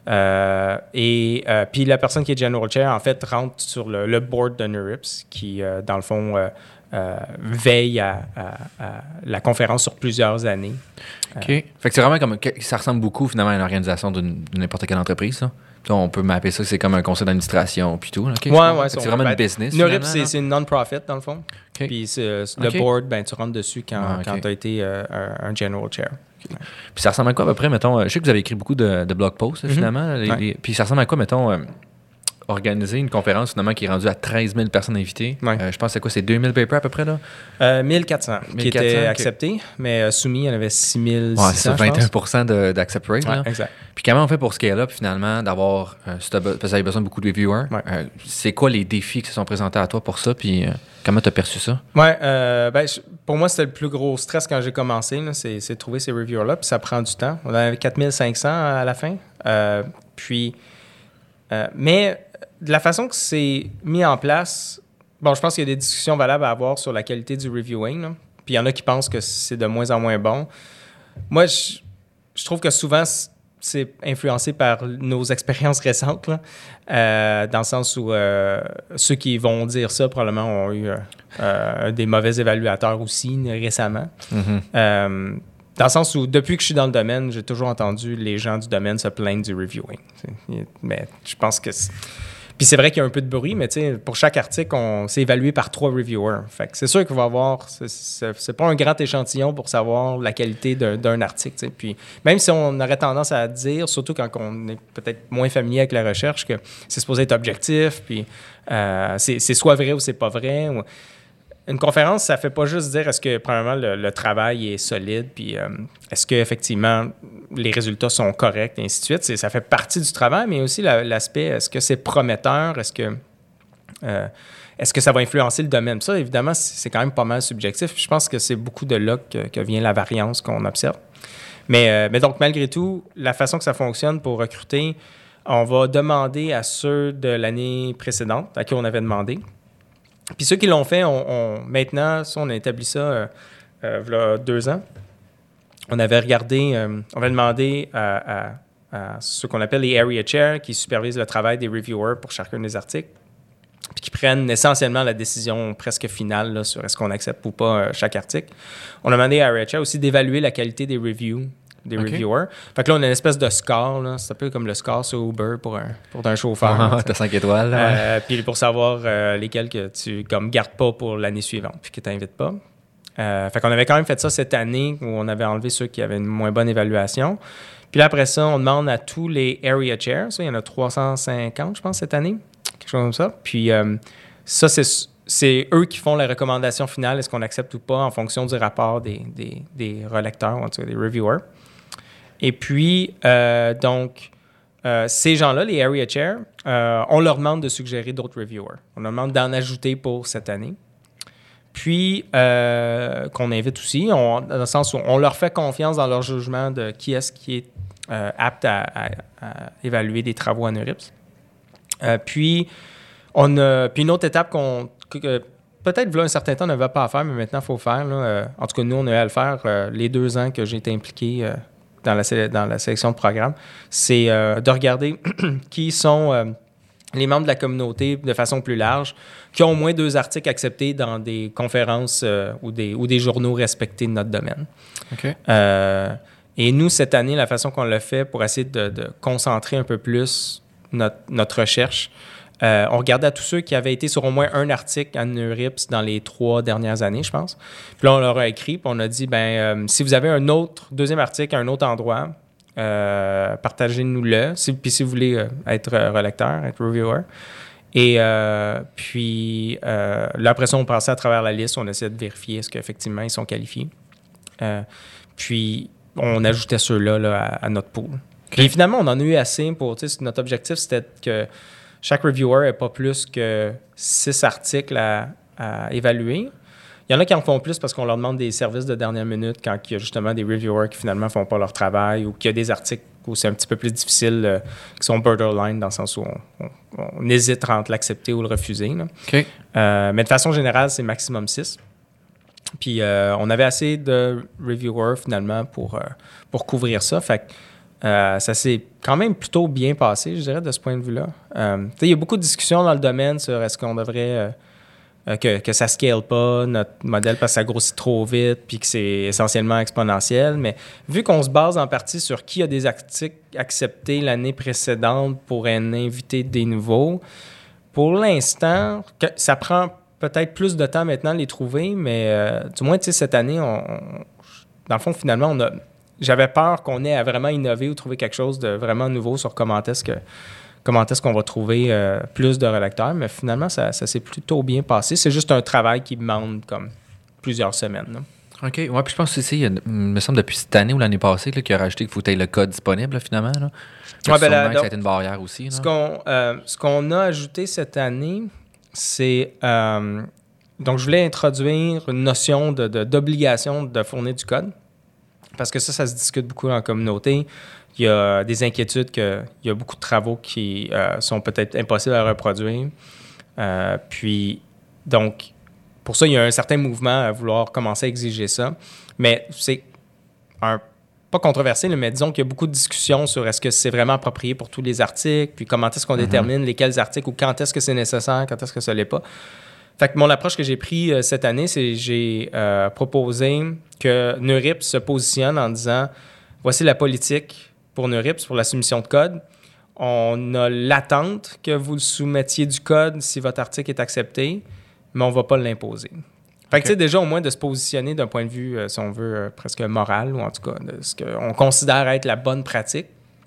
Euh, et euh, puis la personne qui est General Chair, en fait, rentre sur le, le board de NeurIPS qui, euh, dans le fond... Euh, Euh, veille à, à, à la conférence sur plusieurs années. OK. Euh, fait que c'est vraiment comme... Ça ressemble beaucoup, finalement, à une organisation d'une, de n'importe quelle entreprise, ça. Puis on peut mapper ça, c'est comme un conseil d'administration, puis tout. Okay, ouais, ouais. C'est, c'est vraiment ben, une business, NeurIPS, c'est, c'est une non-profit, dans le fond. Okay. Puis c'est, le okay. board, ben, tu rentres dessus quand, ah, okay. quand tu as été euh, un, un general chair. Okay. Puis ça ressemble à quoi, à peu près, mettons... Je sais que vous avez écrit beaucoup de, de blog posts, là, finalement. Mm-hmm. Les, ouais. les, puis ça ressemble à quoi, mettons... Euh, organiser une conférence finalement qui est rendue à treize mille personnes invitées. Ouais. Euh, je pense que c'est quoi, c'est deux mille papers à peu près là? Euh, mille quatre cents qui étaient okay. acceptés, mais euh, soumis, il y en avait six mille six cents. Ouais, c'est vingt et un pour cent de, d'accept rate. Ouais, là. Exact. Puis comment on fait pour scale up finalement, d'avoir, euh, parce que ça a besoin de beaucoup de reviewers, ouais. euh, c'est quoi les défis qui se sont présentés à toi pour ça, puis euh, comment tu as perçu ça? Oui, euh, ben, pour moi, c'était le plus gros stress quand j'ai commencé, là, c'est, c'est de trouver ces reviewers-là, puis ça prend du temps. On en avait quatre mille cinq cents à la fin. Euh, puis, euh, mais... de la façon que c'est mis en place, bon, je pense qu'il y a des discussions valables à avoir sur la qualité du reviewing. Là. Puis il y en a qui pensent que c'est de moins en moins bon. Moi, je, je trouve que souvent, c'est influencé par nos expériences récentes, là, euh, dans le sens où euh, ceux qui vont dire ça probablement ont eu euh, des mauvais évaluateurs aussi récemment. Mm-hmm. Euh, Dans le sens où, depuis que je suis dans le domaine, j'ai toujours entendu les gens du domaine se plaindre du reviewing. Mais je pense que... C'est... Puis c'est vrai qu'il y a un peu de bruit, mais pour chaque article, on s'est évalué par trois reviewers. Fait que c'est sûr qu'il va y avoir... C'est, c'est, c'est pas un grand échantillon pour savoir la qualité d'un, d'un article. T'sais. Puis même si on aurait tendance à dire, surtout quand on est peut-être moins familier avec la recherche, que c'est supposé être objectif, puis euh, c'est, c'est soit vrai ou c'est pas vrai... Ou, une conférence, ça ne fait pas juste dire est-ce que, premièrement, le, le travail est solide, puis euh, est-ce qu'effectivement, les résultats sont corrects, et ainsi de suite. C'est, ça fait partie du travail, mais aussi la, l'aspect, est-ce que c'est prometteur? Est-ce que, euh, est-ce que ça va influencer le domaine? Ça, évidemment, c'est quand même pas mal subjectif. Je pense que c'est beaucoup de là que, que vient la variance qu'on observe. Mais, euh, mais donc, malgré tout, la façon que ça fonctionne pour recruter, on va demander à ceux de l'année précédente, à qui on avait demandé, Puis ceux qui l'ont fait, on, on, maintenant, ça, on a établi ça euh, euh, il y a deux ans. On avait regardé, euh, on avait demandé à, à, à ceux qu'on appelle les area chairs qui supervisent le travail des reviewers pour chacun des articles, puis qui prennent essentiellement la décision presque finale là, sur est-ce qu'on accepte ou pas euh, chaque article. On a demandé à area chair aussi d'évaluer la qualité des reviews des okay. reviewers. Fait que là, on a une espèce de score, là. C'est un peu comme le score sur Uber pour un, pour un chauffeur. Ah, t'as cinq étoiles. Euh, ouais. Puis pour savoir euh, lesquels que tu comme, gardes pas pour l'année suivante, puis que tu n'invites pas. Euh, fait qu'on avait quand même fait ça cette année, où on avait enlevé ceux qui avaient une moins bonne évaluation. Puis là, après ça, on demande à tous les area chairs, ça, il y en a trois cent cinquante, je pense, cette année, quelque chose comme ça. Puis euh, ça, c'est... C'est eux qui font la recommandation finale, est-ce qu'on accepte ou pas, en fonction du rapport des, des, des relecteurs, ou en tout cas des reviewers. Et puis, euh, donc, euh, ces gens-là, les area chairs, euh, on leur demande de suggérer d'autres reviewers. On leur demande d'en ajouter pour cette année. Puis, euh, qu'on invite aussi, on, dans le sens où on leur fait confiance dans leur jugement de qui est-ce qui est euh, apte à, à, à évaluer des travaux à NeurIPS. Euh, puis, on a, puis une autre étape qu'on... Que, peut-être, là, un certain temps, on n'avait pas à faire, mais maintenant, il faut faire. Là. Euh, en tout cas, nous, on a eu à le faire euh, les deux ans que j'ai été impliqué euh, dans, la sé- dans la sélection de programme. C'est euh, de regarder qui sont euh, les membres de la communauté de façon plus large, qui ont au moins deux articles acceptés dans des conférences euh, ou, des, ou des journaux respectés de notre domaine. OK. Euh, et nous, cette année, la façon qu'on l'a fait pour essayer de, de concentrer un peu plus notre, notre recherche, Euh, on regardait à tous ceux qui avaient été sur au moins un article à NeurIPS dans les trois dernières années, je pense. Puis là, on leur a écrit, puis on a dit, ben euh, si vous avez un autre, deuxième article à un autre endroit, euh, partagez-nous-le. Si, puis si vous voulez euh, être relecteur, être reviewer. Et euh, puis, euh, là, après ça, on passait à travers la liste, on essayait de vérifier est-ce qu'effectivement, ils sont qualifiés. Euh, puis, on ajoutait ceux-là là, à, à notre pool. Okay. Puis finalement, on en a eu assez pour, tu sais, notre objectif, c'était que chaque reviewer n'ait pas plus que six articles à, à évaluer. Il y en a qui en font plus parce qu'on leur demande des services de dernière minute quand il y a justement des reviewers qui finalement ne font pas leur travail ou qu'il y a des articles où c'est un petit peu plus difficile, euh, qui sont borderline dans le sens où on, on, on hésite entre l'accepter ou le refuser. Là. Okay. Euh, mais de façon générale, c'est maximum six. Puis euh, on avait assez de reviewers finalement pour, euh, pour couvrir ça. Fait que Euh, ça s'est quand même plutôt bien passé, je dirais, de ce point de vue-là. Euh, il y a beaucoup de discussions dans le domaine sur est-ce qu'on devrait... Euh, euh, que, que ça ne scale pas, notre modèle, parce que ça grossit trop vite puis que c'est essentiellement exponentiel. Mais vu qu'on se base en partie sur qui a des articles acceptés l'année précédente pour en inviter des nouveaux, pour l'instant, ça prend peut-être plus de temps maintenant de les trouver, mais euh, du moins, cette année, on, on, dans le fond, finalement, on a... J'avais peur qu'on ait à vraiment innover ou trouver quelque chose de vraiment nouveau sur comment est-ce que comment est-ce qu'on va trouver euh, plus de relecteurs, mais finalement, ça, ça s'est plutôt bien passé. C'est juste un travail qui demande comme plusieurs semaines. Là. OK. Ouais, puis je pense aussi, il me semble depuis cette année ou l'année passée, là, qu'il a rajouté qu'il faut que tu aies le code disponible, là, finalement. Là. Ouais, ben là, donc, ça a été une barrière aussi. Là. Ce, qu'on, euh, ce qu'on a ajouté cette année, c'est... Euh, donc, je voulais introduire une notion de, de, d'obligation de fournir du code. Parce que ça, ça se discute beaucoup dans la communauté. Il y a des inquiétudes qu'il y a beaucoup de travaux qui euh, sont peut-être impossibles à reproduire. Euh, puis, donc, pour ça, il y a un certain mouvement à vouloir commencer à exiger ça. Mais c'est un, pas controversé, mais disons qu'il y a beaucoup de discussions sur est-ce que c'est vraiment approprié pour tous les articles, puis comment est-ce qu'on mm-hmm. détermine lesquels articles ou quand est-ce que c'est nécessaire, quand est-ce que ça ne l'est pas. Fait que mon approche que j'ai prise euh, cette année, c'est que j'ai euh, proposé que NeurIPS se positionne en disant voici la politique pour NeurIPS, pour la soumission de code. On a l'attente que vous soumettiez du code si votre article est accepté, mais on ne va pas l'imposer. Fait que, okay. tu sais, déjà, au moins, de se positionner d'un point de vue, euh, si on veut, euh, presque moral, ou en tout cas, de ce qu'on considère être la bonne pratique.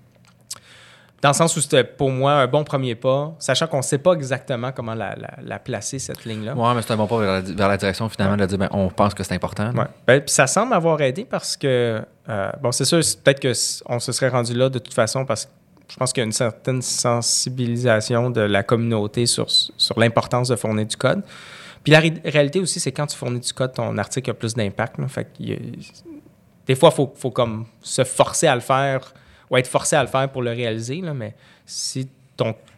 Dans le sens où c'était pour moi un bon premier pas, sachant qu'on ne sait pas exactement comment la, la, la placer, cette ligne-là. Oui, mais c'est un bon pas vers la, vers la direction, finalement, ouais. de dire ben, on pense que c'est important. Ouais. Ben, puis ça semble avoir aidé parce que, euh, bon, c'est sûr, c'est peut-être qu'on se serait rendu là de toute façon parce que je pense qu'il y a une certaine sensibilisation de la communauté sur, sur l'importance de fournir du code. Puis la ré- réalité aussi, c'est quand tu fournis du code, ton article a plus d'impact. Là. Fait qu'il y a, des fois, il faut, faut comme se forcer à le faire ou être forcé à le faire pour le réaliser, là, mais si ton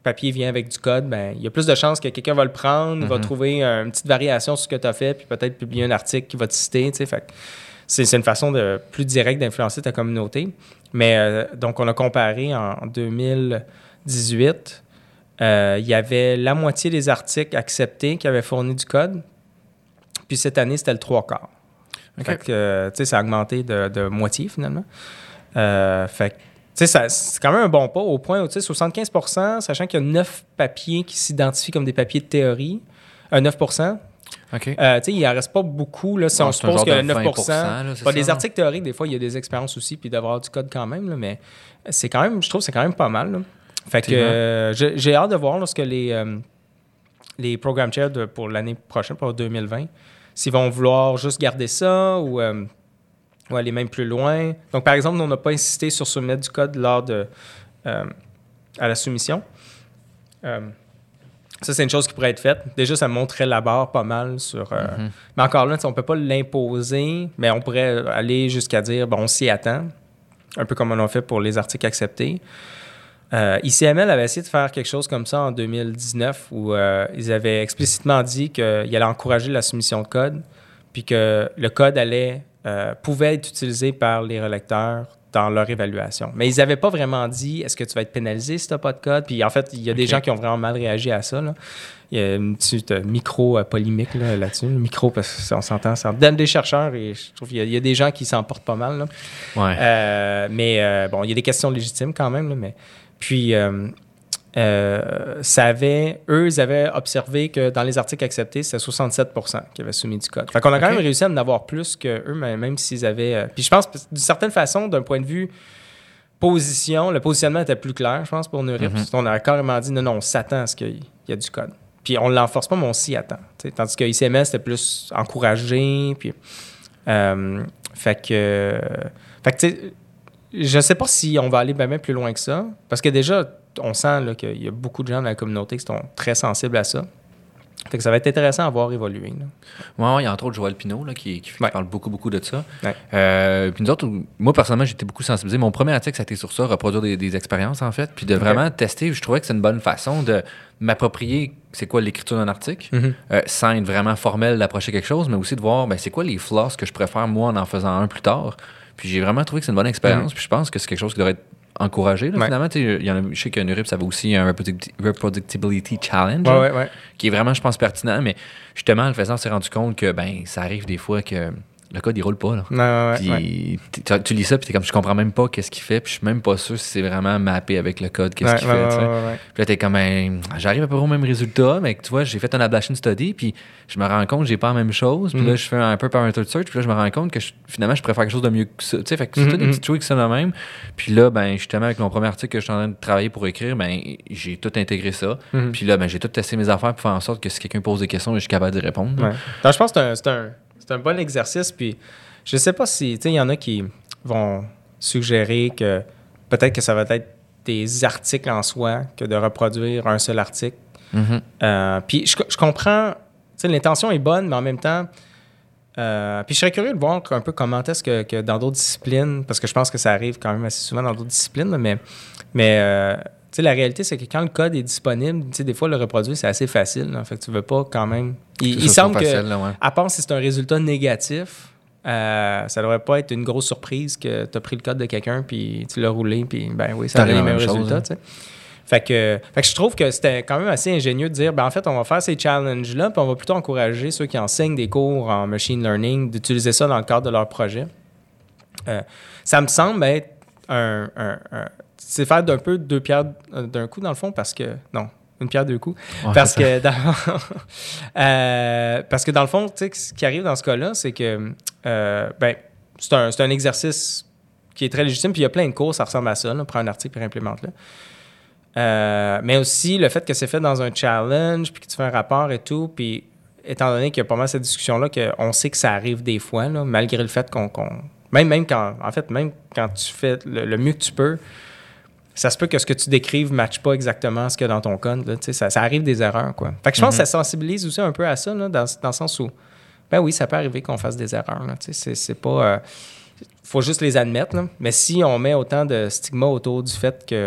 papier vient avec du code, ben, il y a plus de chances que quelqu'un va le prendre, mm-hmm. va trouver une petite variation sur ce que tu as fait, puis peut-être publier un article qui va te citer. Fait que c'est, c'est une façon de, plus directe d'influencer ta communauté. Mais euh, donc, on a comparé en, en deux mille dix-huit, euh, il y avait la moitié des articles acceptés qui avaient fourni du code. Puis cette année, c'était le trois quarts. Okay. Fait que, euh, tu sais, ça a augmenté de, de moitié, finalement. Euh, fait que, tu sais, ça, c'est quand même un bon pas au point où, tu sais, soixante-quinze pour cent, sachant qu'il y a neuf papiers qui s'identifient comme des papiers de théorie, euh, neuf pour cent. Okay. Euh, tu sais, il en reste pas beaucoup, là, si bon, on suppose que neuf pour cent... là, bon, les articles théoriques, des fois, il y a des expériences aussi, puis d'avoir du code quand même, là, mais c'est quand même, je trouve que c'est quand même pas mal, là. Fait que euh, j'ai, j'ai hâte de voir lorsque les, euh, les Program Chairs de, pour l'année prochaine, pour deux mille vingt, s'ils vont vouloir juste garder ça ou, euh, ou aller même plus loin. Donc, par exemple, nous, on n'a pas insisté sur soumettre du code lors de euh, à la soumission. Euh, ça, c'est une chose qui pourrait être faite. Déjà, ça montrerait la barre pas mal sur... Euh, mm-hmm. Mais encore là, on ne peut pas l'imposer, mais on pourrait aller jusqu'à dire, bon, on s'y attend, un peu comme on a fait pour les articles acceptés. Euh, I C M L avait essayé de faire quelque chose comme ça en deux mille dix-neuf où euh, ils avaient explicitement dit qu'ils allaient encourager la soumission de code puis que le code allait, euh, pouvait être utilisé par les relecteurs dans leur évaluation. Mais ils n'avaient pas vraiment dit « Est-ce que tu vas être pénalisé si tu n'as pas de code? » Puis en fait, il y a des okay. gens qui ont vraiment mal réagi à ça, là. Il y a une petite micro-polémique là, là-dessus. Le micro, parce qu'on s'entend, ça donne des chercheurs et je trouve qu'il y a, il y a des gens qui s'en portent pas mal. Là. Ouais. Euh, mais euh, bon, il y a des questions légitimes quand même, là, mais... Puis, euh, euh, ça avait, eux, ils avaient observé que dans les articles acceptés, c'était soixante-sept pour cent qui avaient soumis du code. Fait qu'on a okay. quand même réussi à en avoir plus qu'eux, même s'ils avaient... Euh, puis je pense, d'une certaine façon, d'un point de vue position, le positionnement était plus clair, je pense, pour NeurIPS. Mm-hmm. On a carrément dit, non, non, on s'attend à ce qu'il y ait du code. Puis on ne l'enforce pas, mais on s'y attend. T'sais. Tandis que I C M S, c'était plus encouragé. Puis, euh, fait que... Fait que, tu sais... Je ne sais pas si on va aller bien, bien plus loin que ça, parce que déjà, on sent là, qu'il y a beaucoup de gens dans la communauté qui sont très sensibles à ça. Fait que ça va être intéressant à voir évoluer. Oui, ouais, il y a entre autres Joël Pinault là, qui, qui ouais. parle beaucoup, beaucoup de ça. Ouais. Euh, puis nous autres, moi, personnellement, j'étais beaucoup sensibilisé. Mon premier article, ça a été sur ça, reproduire des, des expériences, en fait, puis de okay. vraiment tester. Je trouvais que c'est une bonne façon de m'approprier c'est quoi l'écriture d'un article, mm-hmm. euh, sans être vraiment formel d'approcher quelque chose, mais aussi de voir ben, c'est quoi les floss que je préfère, moi, en en faisant un plus tard. Puis j'ai vraiment trouvé que c'est une bonne expérience. Mm-hmm. Puis je pense que c'est quelque chose qui devrait être encouragé. Là, ouais. Finalement, y en a, je sais que NeurIPS avait aussi un Reproductibility Challenge, ouais, ouais, ouais. qui est vraiment, je pense, pertinent. Mais justement, en le faisant, on s'est rendu compte que ben ça arrive des fois que le code, il roule pas. Là. Ouais, ouais, puis, ouais. Tu, tu lis ça, puis t'es comme, je comprends même pas qu'est-ce qu'il fait, puis je suis même pas sûr si c'est vraiment mappé avec le code, qu'est-ce ouais, qu'il ouais, fait. Ouais, ouais, ouais. Puis là, t'es comme, ben, j'arrive à peu près au même résultat, mais tu vois, j'ai fait un ablation study, puis je me rends compte que j'ai pas la même chose, puis mm-hmm. là, je fais un peu parental search, puis là, je me rends compte que je, finalement, je préfère quelque chose de mieux que ça. Tu sais, fait que c'est mm-hmm. tout des petits trucs ça de même. Puis là, ben, justement, avec mon premier article que je suis en train de travailler pour écrire, ben, j'ai tout intégré ça. Mm-hmm. Puis là, ben, j'ai tout testé mes affaires pour faire en sorte que si quelqu'un pose des questions, je suis capable de répondre. Ouais. Donc, je pense que c'est un, c'est un, c'est un bon exercice, puis je sais pas si, tu sais, il y en a qui vont suggérer que peut-être que ça va être des articles en soi que de reproduire un seul article. Mm-hmm. Euh, puis je, je comprends, tu sais, l'intention est bonne, mais en même temps, euh, puis je serais curieux de voir un peu comment est-ce que, que dans d'autres disciplines, parce que je pense que ça arrive quand même assez souvent dans d'autres disciplines, là, mais, mais euh, tu sais, la réalité, c'est que quand le code est disponible, tu sais, des fois, le reproduire, c'est assez facile. Là, fait que tu veux pas quand même... Il, il semble que, facile, là, ouais. à part si c'est un résultat négatif, Euh, ça devrait pas être une grosse surprise que tu as pris le code de quelqu'un puis tu l'as roulé puis ben oui, ça a les mêmes résultats. Hein. Fait que, fait que je trouve que c'était quand même assez ingénieux de dire ben en fait, on va faire ces challenges-là puis on va plutôt encourager ceux qui enseignent des cours en machine learning d'utiliser ça dans le cadre de leur projet. Euh, ça me semble être un... un, un c'est faire d'un peu deux pierres d'un coup dans le fond parce que... Non. Une pierre deux coups. Ouais, parce, que dans, euh, parce que dans le fond, tu sais, ce qui arrive dans ce cas-là, c'est que euh, ben, c'est un, c'est un exercice qui est très légitime, puis il y a plein de cours, ça ressemble à ça, là, prends un article et implémente-le. Euh, mais aussi, le fait que c'est fait dans un challenge, puis que tu fais un rapport et tout, puis étant donné qu'il y a pas mal cette discussion-là, qu'on sait que ça arrive des fois, là, malgré le fait qu'on... qu'on même, même quand... En fait, même quand tu fais le, le mieux que tu peux, ça se peut que ce que tu décrives ne matche pas exactement ce qu'il y a dans ton code. Là, ça, ça arrive des erreurs, quoi. Fait que je pense mm-hmm. que ça sensibilise aussi un peu à ça, là, dans, dans le sens où, ben oui, ça peut arriver qu'on fasse des erreurs. Là, c'est, c'est pas... Euh, faut juste les admettre. Là. Mais si on met autant de stigma autour du fait que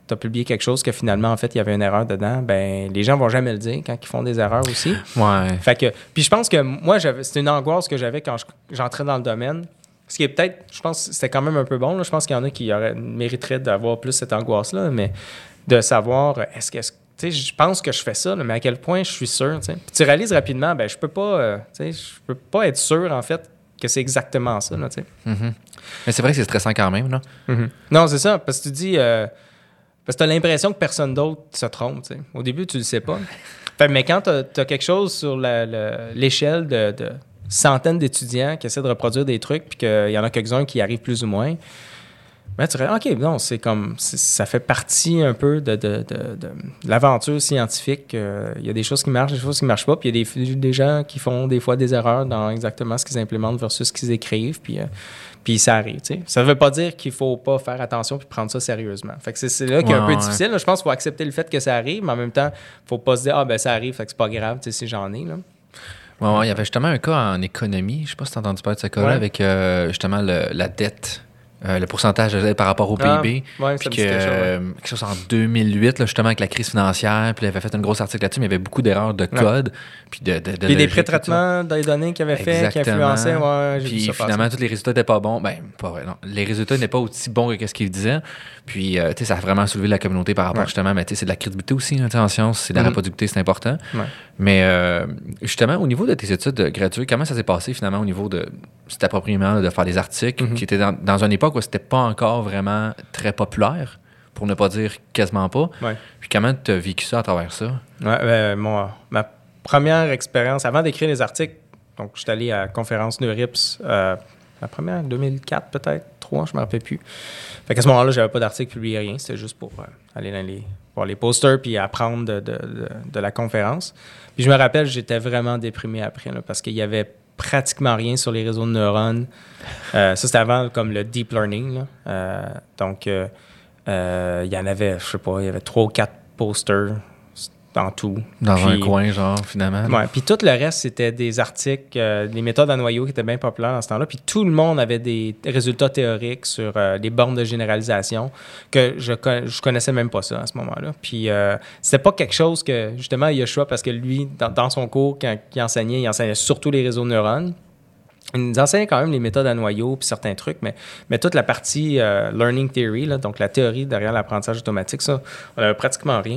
tu as publié quelque chose que finalement, en fait, il y avait une erreur dedans, ben les gens vont jamais le dire quand ils font des erreurs aussi. Ouais. Fait que, puis je pense que moi, j'avais, c'était une angoisse que j'avais quand je, j'entrais dans le domaine. Ce qui est peut-être, je pense que c'était quand même un peu bon. Là. Je pense qu'il y en a qui auraient, mériteraient d'avoir plus cette angoisse-là, mais de savoir, est-ce que, est-ce, tu sais, je pense que je fais ça, là, mais à quel point je suis sûr, tu sais. Puis tu réalises rapidement, ben je peux pas, euh, tu sais, je peux pas être sûr, en fait, que c'est exactement ça, là, tu sais. Mm-hmm. Mais c'est vrai que c'est stressant quand même, là. Mm-hmm. Non, c'est ça, parce que tu dis, euh, parce que tu as l'impression que personne d'autre se trompe, tu sais. Au début, tu le sais pas. Fait, mais quand tu as quelque chose sur la, la, l'échelle de, de centaines d'étudiants qui essaient de reproduire des trucs, puis qu'il y en a quelques-uns qui arrivent plus ou moins, ben, tu dirais, OK, non, c'est comme, c'est, ça fait partie un peu de, de, de, de l'aventure scientifique. Euh, il y a des choses qui marchent, des choses qui ne marchent pas, puis il y a des, des gens qui font des fois des erreurs dans exactement ce qu'ils implémentent versus ce qu'ils écrivent, puis, euh, puis ça arrive, tu sais. Ça ne veut pas dire qu'il ne faut pas faire attention puis prendre ça sérieusement. Fait que c'est, c'est là qui est ouais, un peu ouais. difficile. Là. Je pense qu'il faut accepter le fait que ça arrive, mais en même temps, il ne faut pas se dire, ah, ben ça arrive, fait que c'est pas grave, tu sais, si j'en ai, là. Ouais, ouais, il y avait justement un cas en économie, je ne sais pas si tu as entendu parler de ce cas-là, ouais. avec euh, justement le, la dette. Euh, le pourcentage de dette par rapport au P I B. Ah, ouais, puis que, quelque, chose, ouais. euh, quelque chose en deux mille huit, là, justement, avec la crise financière. Puis il avait fait un gros article là-dessus, mais il y avait beaucoup d'erreurs de code. Ouais. Puis de, de, de puis des pré-traitements des données qu'il avait fait, qui influençaient. Ouais, j'ai puis vu ça finalement, tous les résultats n'étaient pas bons. Ben, pas vrai, non. Les résultats n'étaient pas aussi bons que ce qu'il disait. Puis, euh, tu sais, ça a vraiment soulevé la communauté par rapport ouais. justement, mais tu sais, c'est de la crédibilité aussi, hein, en sciences, c'est de la mm-hmm. reproductivité, c'est important. Ouais. Mais euh, justement, au niveau de tes études graduées, comment ça s'est passé finalement au niveau de cet appropriement de faire des articles mm-hmm. qui étaient dans, dans une époque où c'était pas encore vraiment très populaire, pour ne pas dire quasiment pas. Ouais. Puis comment tu as vécu ça à travers ça? Ouais, ben, moi, ma première expérience, avant d'écrire les articles, donc je suis allé à la conférence NeurIPS, euh, la première, deux mille quatre peut-être, trois, je ne me rappelle plus. Fait qu'à ce moment-là, je n'avais pas d'article publié, rien. C'était juste pour euh, aller dans les, voir les posters puis apprendre de, de, de, de la conférence. Puis je me rappelle, j'étais vraiment déprimé après, là, parce qu'il y avait pratiquement rien sur les réseaux de neurones. Euh, ça, c'était avant comme le deep learning. Là. Euh, donc, euh, euh, il y en avait, je sais pas, il y avait trois ou quatre posters en tout. Dans puis, un coin, genre, finalement. Ouais. Puis tout le reste, c'était des articles, euh, des méthodes à noyau qui étaient bien populaires dans ce temps-là. Puis tout le monde avait des résultats théoriques sur euh, les bornes de généralisation que je, je connaissais même pas ça à ce moment-là. Puis euh, c'était pas quelque chose que, justement, Yoshua, parce que lui, dans, dans son cours, quand il enseignait, il enseignait surtout les réseaux de neurones. Il nous enseignait quand même les méthodes à noyau puis certains trucs, mais, mais toute la partie euh, learning theory, là, donc la théorie derrière l'apprentissage automatique, ça, on n'avait pratiquement rien.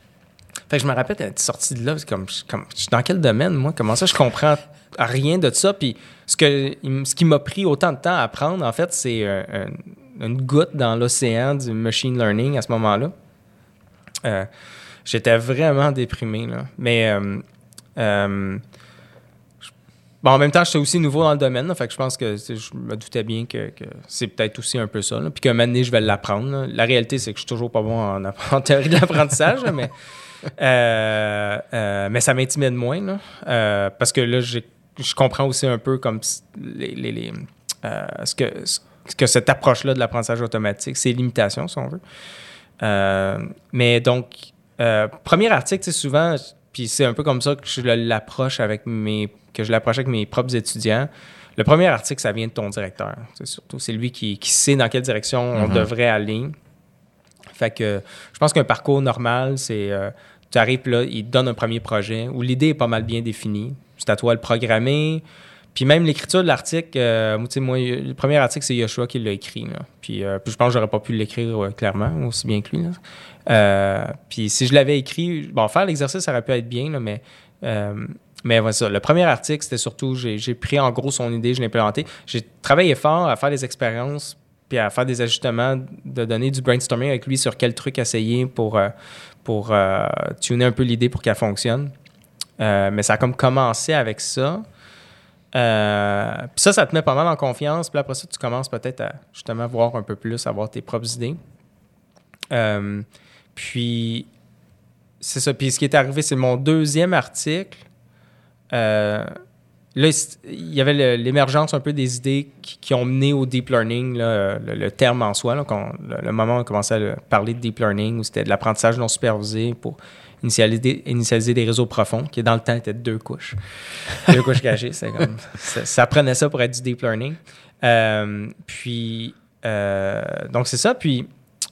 Fait que je me rappelle d'être sorti de là, c'est comme, comme, je suis dans quel domaine, moi? Comment ça, je comprends rien de ça? Puis ce, que, ce qui m'a pris autant de temps à apprendre, en fait, c'est un, un, une goutte dans l'océan du machine learning à ce moment-là. Euh, j'étais vraiment déprimé, là. Mais euh, euh, bon, en même temps, j'étais aussi nouveau dans le domaine, là, fait que je pense que je me doutais bien que, que c'est peut-être aussi un peu ça. Là, puis qu'un moment donné, je vais l'apprendre. Là. La réalité, c'est que je suis toujours pas bon en, en théorie de l'apprentissage, là, mais, euh, euh, mais ça m'intimide moins. Là, euh, parce que là, j'ai, je comprends aussi un peu comme les, les, les, euh, ce, que, ce que cette approche-là de l'apprentissage automatique, ses limitations, si on veut. Euh, mais donc, euh, premier article, tu sais, souvent, puis c'est un peu comme ça que je l'approche avec mes que je l'approche avec mes propres étudiants. Le premier article, ça vient de ton directeur. C'est surtout, c'est lui qui, qui sait dans quelle direction on mm-hmm. devrait aller. Fait que je pense qu'un parcours normal, c'est euh, tu arrives là, il te donne un premier projet où l'idée est pas mal bien définie. C'est à toi de le programmer. Puis même l'écriture de l'article, euh, moi, le premier article, c'est Yoshua qui l'a écrit. Là. Puis, euh, puis je pense que j'aurais pas pu l'écrire euh, clairement, aussi bien que lui. Là. Euh, puis si je l'avais écrit, bon, faire l'exercice, ça aurait pu être bien, là, mais... Euh, Mais voilà ça. Le premier article, c'était surtout, j'ai, j'ai pris en gros son idée, je l'ai implémenté. J'ai travaillé fort à faire des expériences puis à faire des ajustements de données, du brainstorming avec lui sur quel truc essayer pour, euh, pour euh, tuner un peu l'idée pour qu'elle fonctionne. Euh, mais ça a comme commencé avec ça. Euh, puis ça, ça te met pas mal en confiance. Puis après ça, tu commences peut-être à justement voir un peu plus, avoir tes propres idées. Euh, puis, c'est ça. Puis ce qui est arrivé, c'est mon deuxième article. Euh, là, il y avait le, l'émergence un peu des idées qui, qui ont mené au deep learning, là, le, le terme en soi, là, le, le moment où on commençait à parler de deep learning, où c'était de l'apprentissage non supervisé pour initialiser, initialiser des réseaux profonds, qui dans le temps étaient deux couches. Deux couches cachées, c'est comme, ça, ça prenait ça pour être du deep learning. Euh, puis, euh, donc c'est ça. Puis,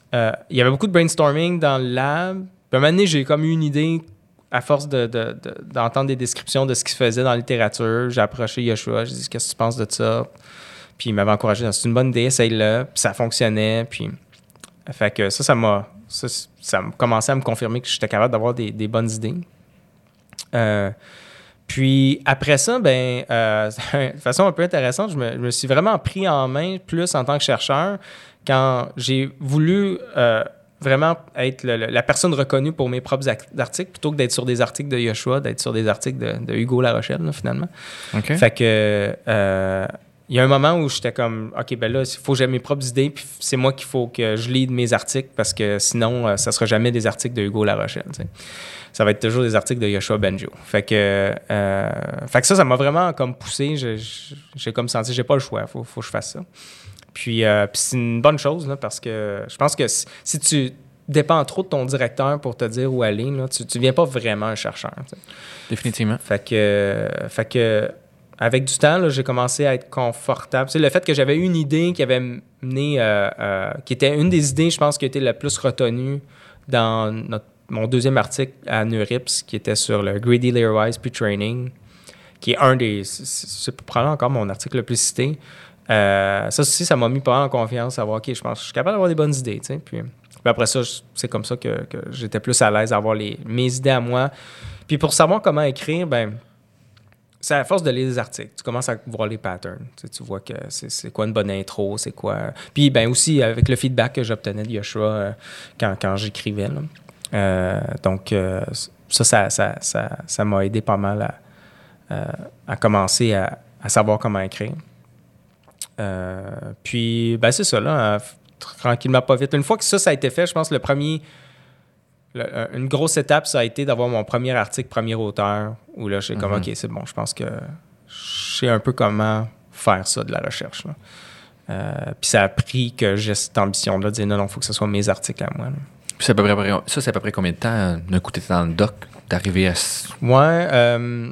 euh, il y avait beaucoup de brainstorming dans le lab. Puis à un moment donné, j'ai comme eu une idée à force de, de, de, d'entendre des descriptions de ce qui se faisait dans la littérature. J'ai approché Yoshua, j'ai dit « Qu'est-ce que tu penses de ça? » Puis il m'avait encouragé, c'est une bonne idée, essaye-le. Puis ça fonctionnait. Puis fait que ça, ça m'a, ça, ça m'a commencé à me confirmer que j'étais capable d'avoir des, des bonnes idées. Euh, puis après ça, ben, euh, de façon un peu intéressante, je me, je me suis vraiment pris en main plus en tant que chercheur quand j'ai voulu euh, vraiment être le, le, la personne reconnue pour mes propres articles plutôt que d'être sur des articles de Yoshua, d'être sur des articles de, de Hugo Larochelle, là, finalement. Okay. Fait que... Euh, il y a un moment où j'étais comme, OK, ben là, il faut que j'aie mes propres idées, puis c'est moi qu'il faut que je lise mes articles, parce que sinon, euh, ça ne sera jamais des articles de Hugo Larochelle. T'sais. Ça va être toujours des articles de Yoshua Bengio. Fait que, euh, fait que ça, ça m'a vraiment comme poussé. J'ai, j'ai comme senti, j'ai pas le choix, il faut, faut que je fasse ça. Puis, euh, puis c'est une bonne chose, là, parce que je pense que si, si tu dépends trop de ton directeur pour te dire où aller, là, tu ne deviens pas vraiment un chercheur. T'sais. Définitivement. Fait que... Euh, fait que avec du temps, là, j'ai commencé à être confortable. Tu sais, le fait que j'avais une idée qui avait mené, euh, euh, qui était une des idées, je pense, qui a été la plus retenue dans notre, mon deuxième article à Neurips, qui était sur le Greedy Layer-wise Pre-Training, qui est un des... C'est, c'est probablement encore mon article le plus cité. Euh, ça aussi, ça m'a mis pas mal en confiance, savoir, OK, je pense que je suis capable d'avoir des bonnes idées, tu sais. Puis, puis après ça, c'est comme ça que, que j'étais plus à l'aise d'avoir les, mes idées à moi. Puis pour savoir comment écrire, ben c'est à force de lire les articles. Tu commences à voir les patterns. Tu, sais, tu vois que c'est, c'est quoi une bonne intro, c'est quoi... Puis ben aussi, avec le feedback que j'obtenais de Yoshua euh, quand, quand j'écrivais. Là. Euh, donc, euh, ça, ça, ça, ça, ça m'a aidé pas mal à, euh, à commencer à, à savoir comment écrire. Euh, puis, ben c'est ça, là, euh, tranquillement, pas vite. Une fois que ça, ça a été fait, je pense que le premier... Le, une grosse étape, ça a été d'avoir mon premier article, premier auteur, où là, j'ai mm-hmm. comme, OK, c'est bon, je pense que je sais un peu comment faire ça, de la recherche. Là. Euh, puis ça a pris que j'ai cette ambition-là de dire non, non, il faut que ce soit mes articles à moi. Là. Puis c'est à peu près, ça, c'est à peu près combien de temps, d'un coup, tu étais dans le doc, d'arriver à... Ouais, euh,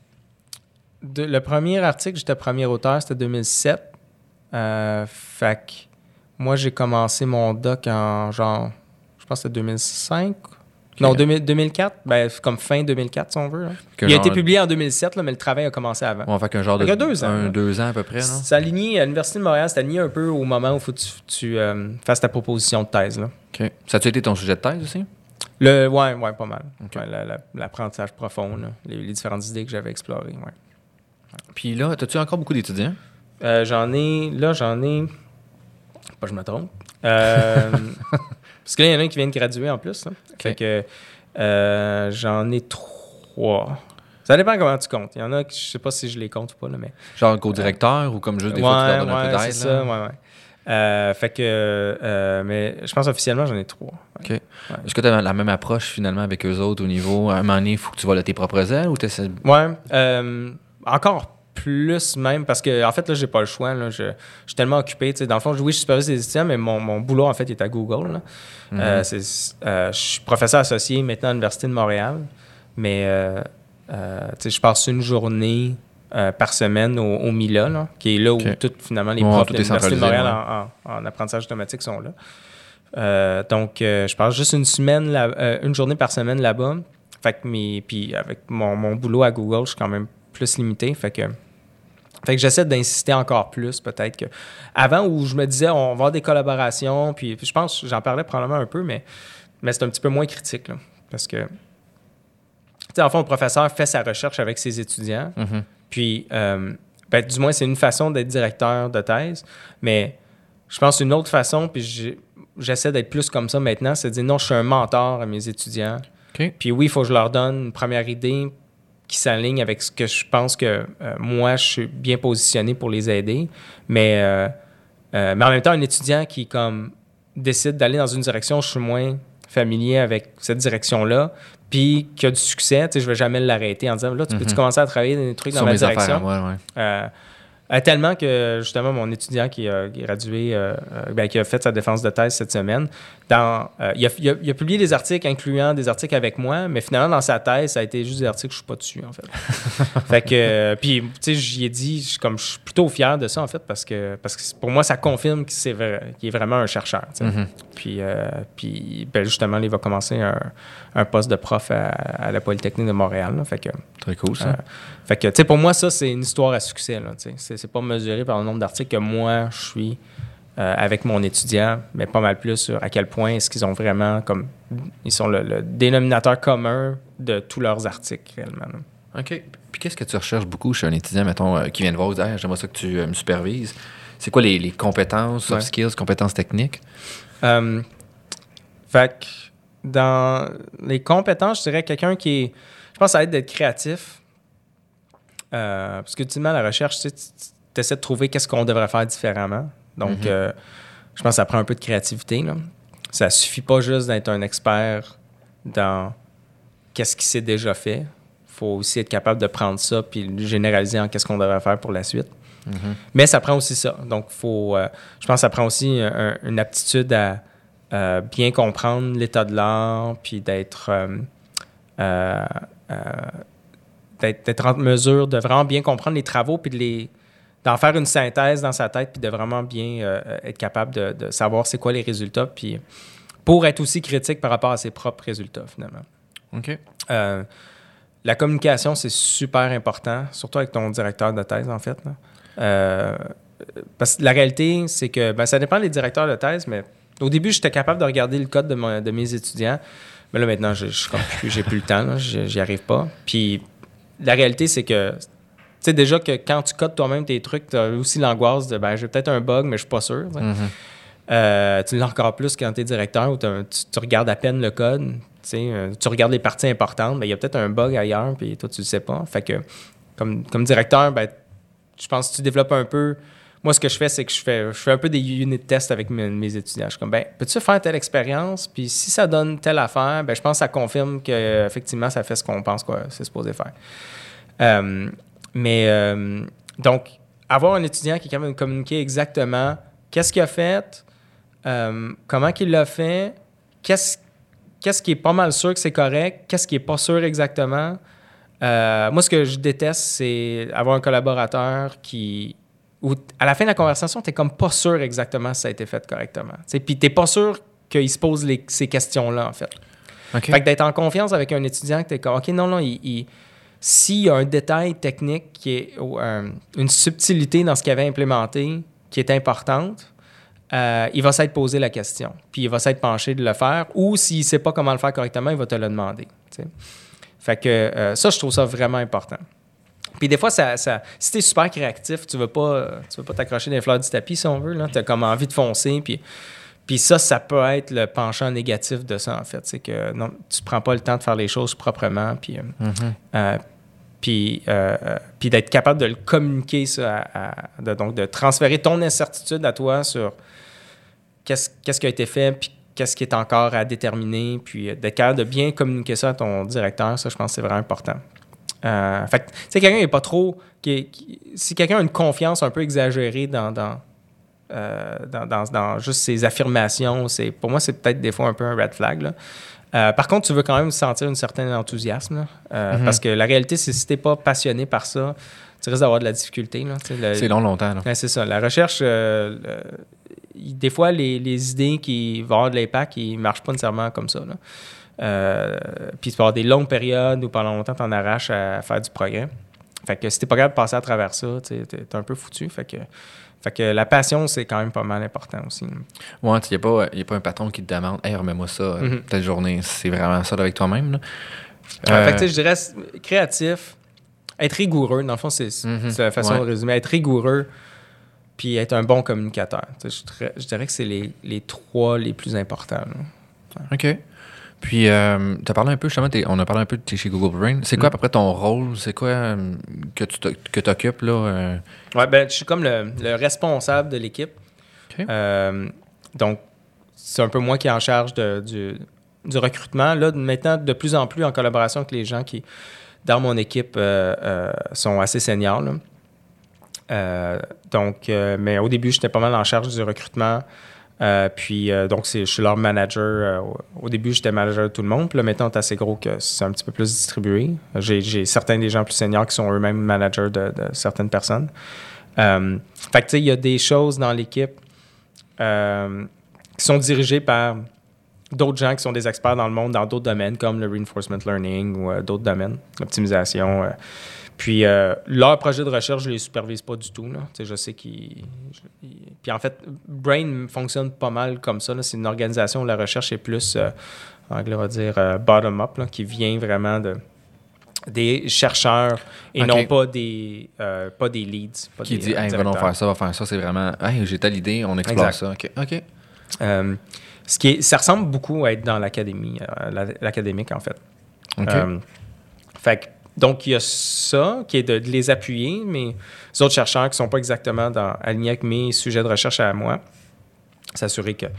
de, le premier article, j'étais premier auteur, c'était deux mille sept. Euh, fait que moi, j'ai commencé mon doc en genre... Je pense que c'était deux mille cinq. Okay. Non, deux mille, deux mille quatre. Ben, comme fin deux mille quatre, si on veut. Là. Il genre... a été publié en deux mille sept, là, mais le travail a commencé avant. On va faire qu'un genre de... Il y a deux ans. Un, deux ans à peu près, non? C'est aligné, à l'Université de Montréal, c'est aligné un peu au moment où il faut que tu, tu euh, fasses ta proposition de thèse. Là. OK. Ça a-tu été ton sujet de thèse aussi? Le, ouais, ouais, pas mal. Okay. Ouais, la, la, l'apprentissage profond, là, les, les différentes idées que j'avais explorées, ouais. Puis là, as-tu encore beaucoup d'étudiants? Euh, j'en ai... Là, j'en ai... Pas je me trompe. Euh... Parce que là, il y en a un qui vient de graduer en plus. Là. Okay. Fait que euh, j'en ai trois. Ça dépend comment tu comptes. Il y en a que je sais pas si je les compte ou pas. Là, mais... Genre co-directeur euh, ou comme juste des ouais, fois tu leur donnes ouais, un peu d'aide? C'est ça, ouais, ouais. Euh, fait que, euh, mais je pense officiellement, j'en ai trois. OK. Ouais. Est-ce que tu as la même approche finalement avec eux autres au niveau, à un moment donné, il faut que tu voles de tes propres ailes ou tu essaies... Ouais. Euh, encore plus même, parce que en fait, là, j'ai pas le choix. Là, je, je suis tellement occupé. Dans le fond, oui, je suis superviseur des étudiants, mais mon, mon boulot, en fait, il est à Google. Là. Mm-hmm. Euh, c'est, euh, je suis professeur associé maintenant à l'Université de Montréal, mais euh, euh, je passe une journée euh, par semaine au, au Mila, là, qui est là où okay. tout, finalement, les bon, profs de l'Université de Montréal ouais. en, en, en apprentissage automatique sont là. Euh, donc, euh, je passe juste une semaine, là, euh, une journée par semaine là-bas. Fait que mes, puis avec mon, mon boulot à Google, je suis quand même plus limité. Fait que, fait que j'essaie d'insister encore plus, peut-être que. Avant, où je me disais, on va avoir des collaborations, puis, puis je pense, j'en parlais probablement un peu, mais, mais c'est un petit peu moins critique, là, parce que, tu sais, en fond, le professeur fait sa recherche avec ses étudiants, mm-hmm. puis, euh, ben, du moins, c'est une façon d'être directeur de thèse, mais je pense une autre façon, puis j'ai, j'essaie d'être plus comme ça maintenant, c'est de dire, non, je suis un mentor à mes étudiants. Okay. Puis oui, il faut que je leur donne une première idée qui s'aligne avec ce que je pense que euh, moi, je suis bien positionné pour les aider. Mais, euh, euh, mais en même temps, un étudiant qui comme, décide d'aller dans une direction, je suis moins familier avec cette direction-là, puis qui a du succès, tu sais, je ne vais jamais l'arrêter en disant, là, tu peux-tu mm-hmm. commencer à travailler des trucs dans Sur ma mes direction? Affaires, ouais, ouais. Euh, Euh, tellement que, justement, mon étudiant qui a qui est gradué, euh, euh, ben, qui a fait sa défense de thèse cette semaine, dans, euh, il, a, il, a, il a publié des articles incluant des articles avec moi, mais finalement, dans sa thèse, ça a été juste des articles que je suis pas dessus, en fait. Fait que, euh, puis, tu sais, j'y ai dit, je, comme, je suis plutôt fier de ça, en fait, parce que, parce que pour moi, ça confirme qu'il, c'est vrai, qu'il est vraiment un chercheur, tu sais. Mm-hmm. Puis, euh, puis ben, justement, il va commencer un, un poste de prof à, à la Polytechnique de Montréal, là. Fait que, très cool, ça. Euh, fait que, tu sais, pour moi, ça, c'est une histoire à succès, là, tu sais. C'est, c'est pas mesuré par le nombre d'articles que moi, je suis euh, avec mon étudiant, mais pas mal plus sur à quel point est-ce qu'ils ont vraiment, comme, ils sont le, le dénominateur commun de tous leurs articles, réellement, là. OK. Puis qu'est-ce que tu recherches beaucoup chez un étudiant, mettons, euh, qui vient de voir, hey, j'aimerais ça que tu euh, me supervises. C'est quoi les, les compétences, soft ouais. skills, compétences techniques? Um, fait que dans les compétences, je dirais quelqu'un qui est, je pense, ça va être d'être créatif. Euh, parce que ultimement, la recherche, tu tu essaies de trouver qu'est-ce qu'on devrait faire différemment. Donc, mm-hmm. euh, je pense que ça prend un peu de créativité, là. Ça ne suffit pas juste d'être un expert dans qu'est-ce qui s'est déjà fait. Il faut aussi être capable de prendre ça puis le généraliser en qu'est-ce qu'on devrait faire pour la suite. Mm-hmm. Mais ça prend aussi ça. Donc, faut, euh, je pense que ça prend aussi un, une aptitude à euh, bien comprendre l'état de l'art puis d'être... Euh, euh, euh, D'être, d'être en mesure de vraiment bien comprendre les travaux puis de les, d'en faire une synthèse dans sa tête puis de vraiment bien euh, être capable de, de savoir c'est quoi les résultats puis pour être aussi critique par rapport à ses propres résultats, finalement. OK. Euh, la communication, c'est super important, surtout avec ton directeur de thèse, en fait, là. Euh, parce que la réalité, c'est que ben, ça dépend des directeurs de thèse, mais au début, j'étais capable de regarder le code de, mon, de mes étudiants, mais là, maintenant, je, je, je, j'ai plus le temps, là, j'y arrive pas. Puis la réalité, c'est que, tu sais, déjà que quand tu codes toi-même tes trucs, tu as aussi l'angoisse de, ben, j'ai peut-être un bug, mais je suis pas sûr. Mm-hmm. Euh, tu l'as encore plus quand tu es directeur où tu, tu regardes à peine le code, tu sais, euh, tu regardes les parties importantes, mais il y a peut-être un bug ailleurs, puis toi, tu le sais pas. Fait que, comme, comme directeur, ben, je pense que tu développes un peu. Moi, ce que je fais, c'est que je fais, je fais un peu des unit tests avec mes, mes étudiants. Je suis comme, ben, peux-tu faire telle expérience? Puis si ça donne telle affaire, ben, je pense que ça confirme qu'effectivement, ça fait ce qu'on pense que c'est supposé faire. Euh, mais, euh, donc, avoir un étudiant qui est capable de communiquer exactement qu'est-ce qu'il a fait, euh, comment qu'il l'a fait, qu'est-ce, qu'est-ce qui est pas mal sûr que c'est correct, qu'est-ce qui est pas sûr exactement. Euh, moi, ce que je déteste, c'est avoir un collaborateur qui... où à la fin de la conversation, tu n'es comme pas sûr exactement si ça a été fait correctement. Puis tu n'es pas sûr qu'il se pose les, ces questions-là, en fait. Okay. Fait que d'être en confiance avec un étudiant, que tu es comme, OK, non, non, il, il, s'il y a un détail technique, qui est euh, une subtilité dans ce qu'il avait implémenté qui est importante, euh, il va s'être posé la question. Puis il va s'être penché de le faire. Ou s'il ne sait pas comment le faire correctement, il va te le demander. T'sais. Fait que euh, ça, je trouve ça vraiment important. Puis des fois, ça, ça, si tu es super créatif, tu ne veux pas, tu veux pas t'accrocher des fleurs du tapis, si on veut. Tu as comme envie de foncer. Puis, puis ça, ça peut être le penchant négatif de ça, en fait. C'est que non, tu ne prends pas le temps de faire les choses proprement. Puis, mm-hmm. euh, puis, euh, puis d'être capable de le communiquer, ça, à, à, de, donc de transférer ton incertitude à toi sur qu'est-ce, qu'est-ce qui a été fait, puis qu'est-ce qui est encore à déterminer. Puis d'être capable de bien communiquer ça à ton directeur, ça, je pense que c'est vraiment important. Euh, fait que, tu sais, quelqu'un n'est pas trop... Qui, qui, si quelqu'un a une confiance un peu exagérée dans, dans, euh, dans, dans, dans juste ses affirmations, c'est, pour moi, c'est peut-être des fois un peu un red flag, là. Euh, par contre, tu veux quand même sentir un certain enthousiasme, là, euh, mm-hmm. parce que la réalité, c'est que si tu n'es pas passionné par ça, tu risques d'avoir de la difficulté. Là, le, c'est long, longtemps. Là. Ouais, c'est ça. La recherche, euh, le, des fois, les, les idées qui vont avoir de l'impact, ils ne marchent pas nécessairement comme ça, là. Euh, puis tu peux avoir des longues périodes où pendant longtemps, tu en arraches à faire du progrès. Fait que si tu n'es pas capable de passer à travers ça, tu es un peu foutu. Fait que, fait que la passion, c'est quand même pas mal important aussi. Ouais, il n'y a, a pas un patron qui te demande « Hey, remets-moi ça mm-hmm. telle journée. » C'est vraiment ça avec toi-même. Là. Euh... Ouais, fait que je dirais créatif, être rigoureux. Dans le fond, c'est, mm-hmm. c'est la façon ouais. de résumer. Être rigoureux puis être un bon communicateur. Je, je dirais que c'est les, les trois les plus importants. Là. OK. Puis, euh, tu as parlé un peu, justement, on a parlé un peu de t'es chez Google Brain. C'est quoi, mm. à peu près, ton rôle? C'est quoi euh, que tu t'occupes, là? Euh? Oui, ben je suis comme le, le responsable de l'équipe. Okay. Euh, donc, c'est un peu moi qui est en charge de, du, du recrutement. Là, maintenant, de plus en plus, en collaboration avec les gens qui, dans mon équipe, euh, euh, sont assez seniors, là. Euh, donc, euh, mais au début, j'étais pas mal en charge du recrutement. Euh, puis, euh, donc, c'est, je suis leur manager. Euh, au, au début, j'étais manager de tout le monde. Puis là, maintenant, c'est assez gros que c'est un petit peu plus distribué. J'ai, j'ai certains des gens plus seniors qui sont eux-mêmes managers de, de certaines personnes. Euh, fait que, tu sais, il y a des choses dans l'équipe euh, qui sont dirigées par d'autres gens qui sont des experts dans le monde, dans d'autres domaines, comme le reinforcement learning ou euh, d'autres domaines, l'optimisation. Euh. Puis, euh, leur projet de recherche, je ne les supervise pas du tout. Là. Je sais qu'ils... Je, puis, en fait, Brain fonctionne pas mal comme ça. Là. C'est une organisation où la recherche est plus, euh, en anglais, on va dire, euh, bottom-up, là, qui vient vraiment de, des chercheurs et okay. non pas des, euh, pas des leads. Pas qui des, dit, hey, va faire ça, va faire ça. C'est vraiment, hey, j'ai telle idée, on explore exact. Ça. OK. OK. Euh, ce qui est, ça ressemble beaucoup à être dans l'académie, euh, l'académique, en fait. OK. Euh, fait que, donc, il y a ça, qui est de, de les appuyer, mais les autres chercheurs qui ne sont pas exactement dans, alignés avec mes sujets de recherche à moi, s'assurer que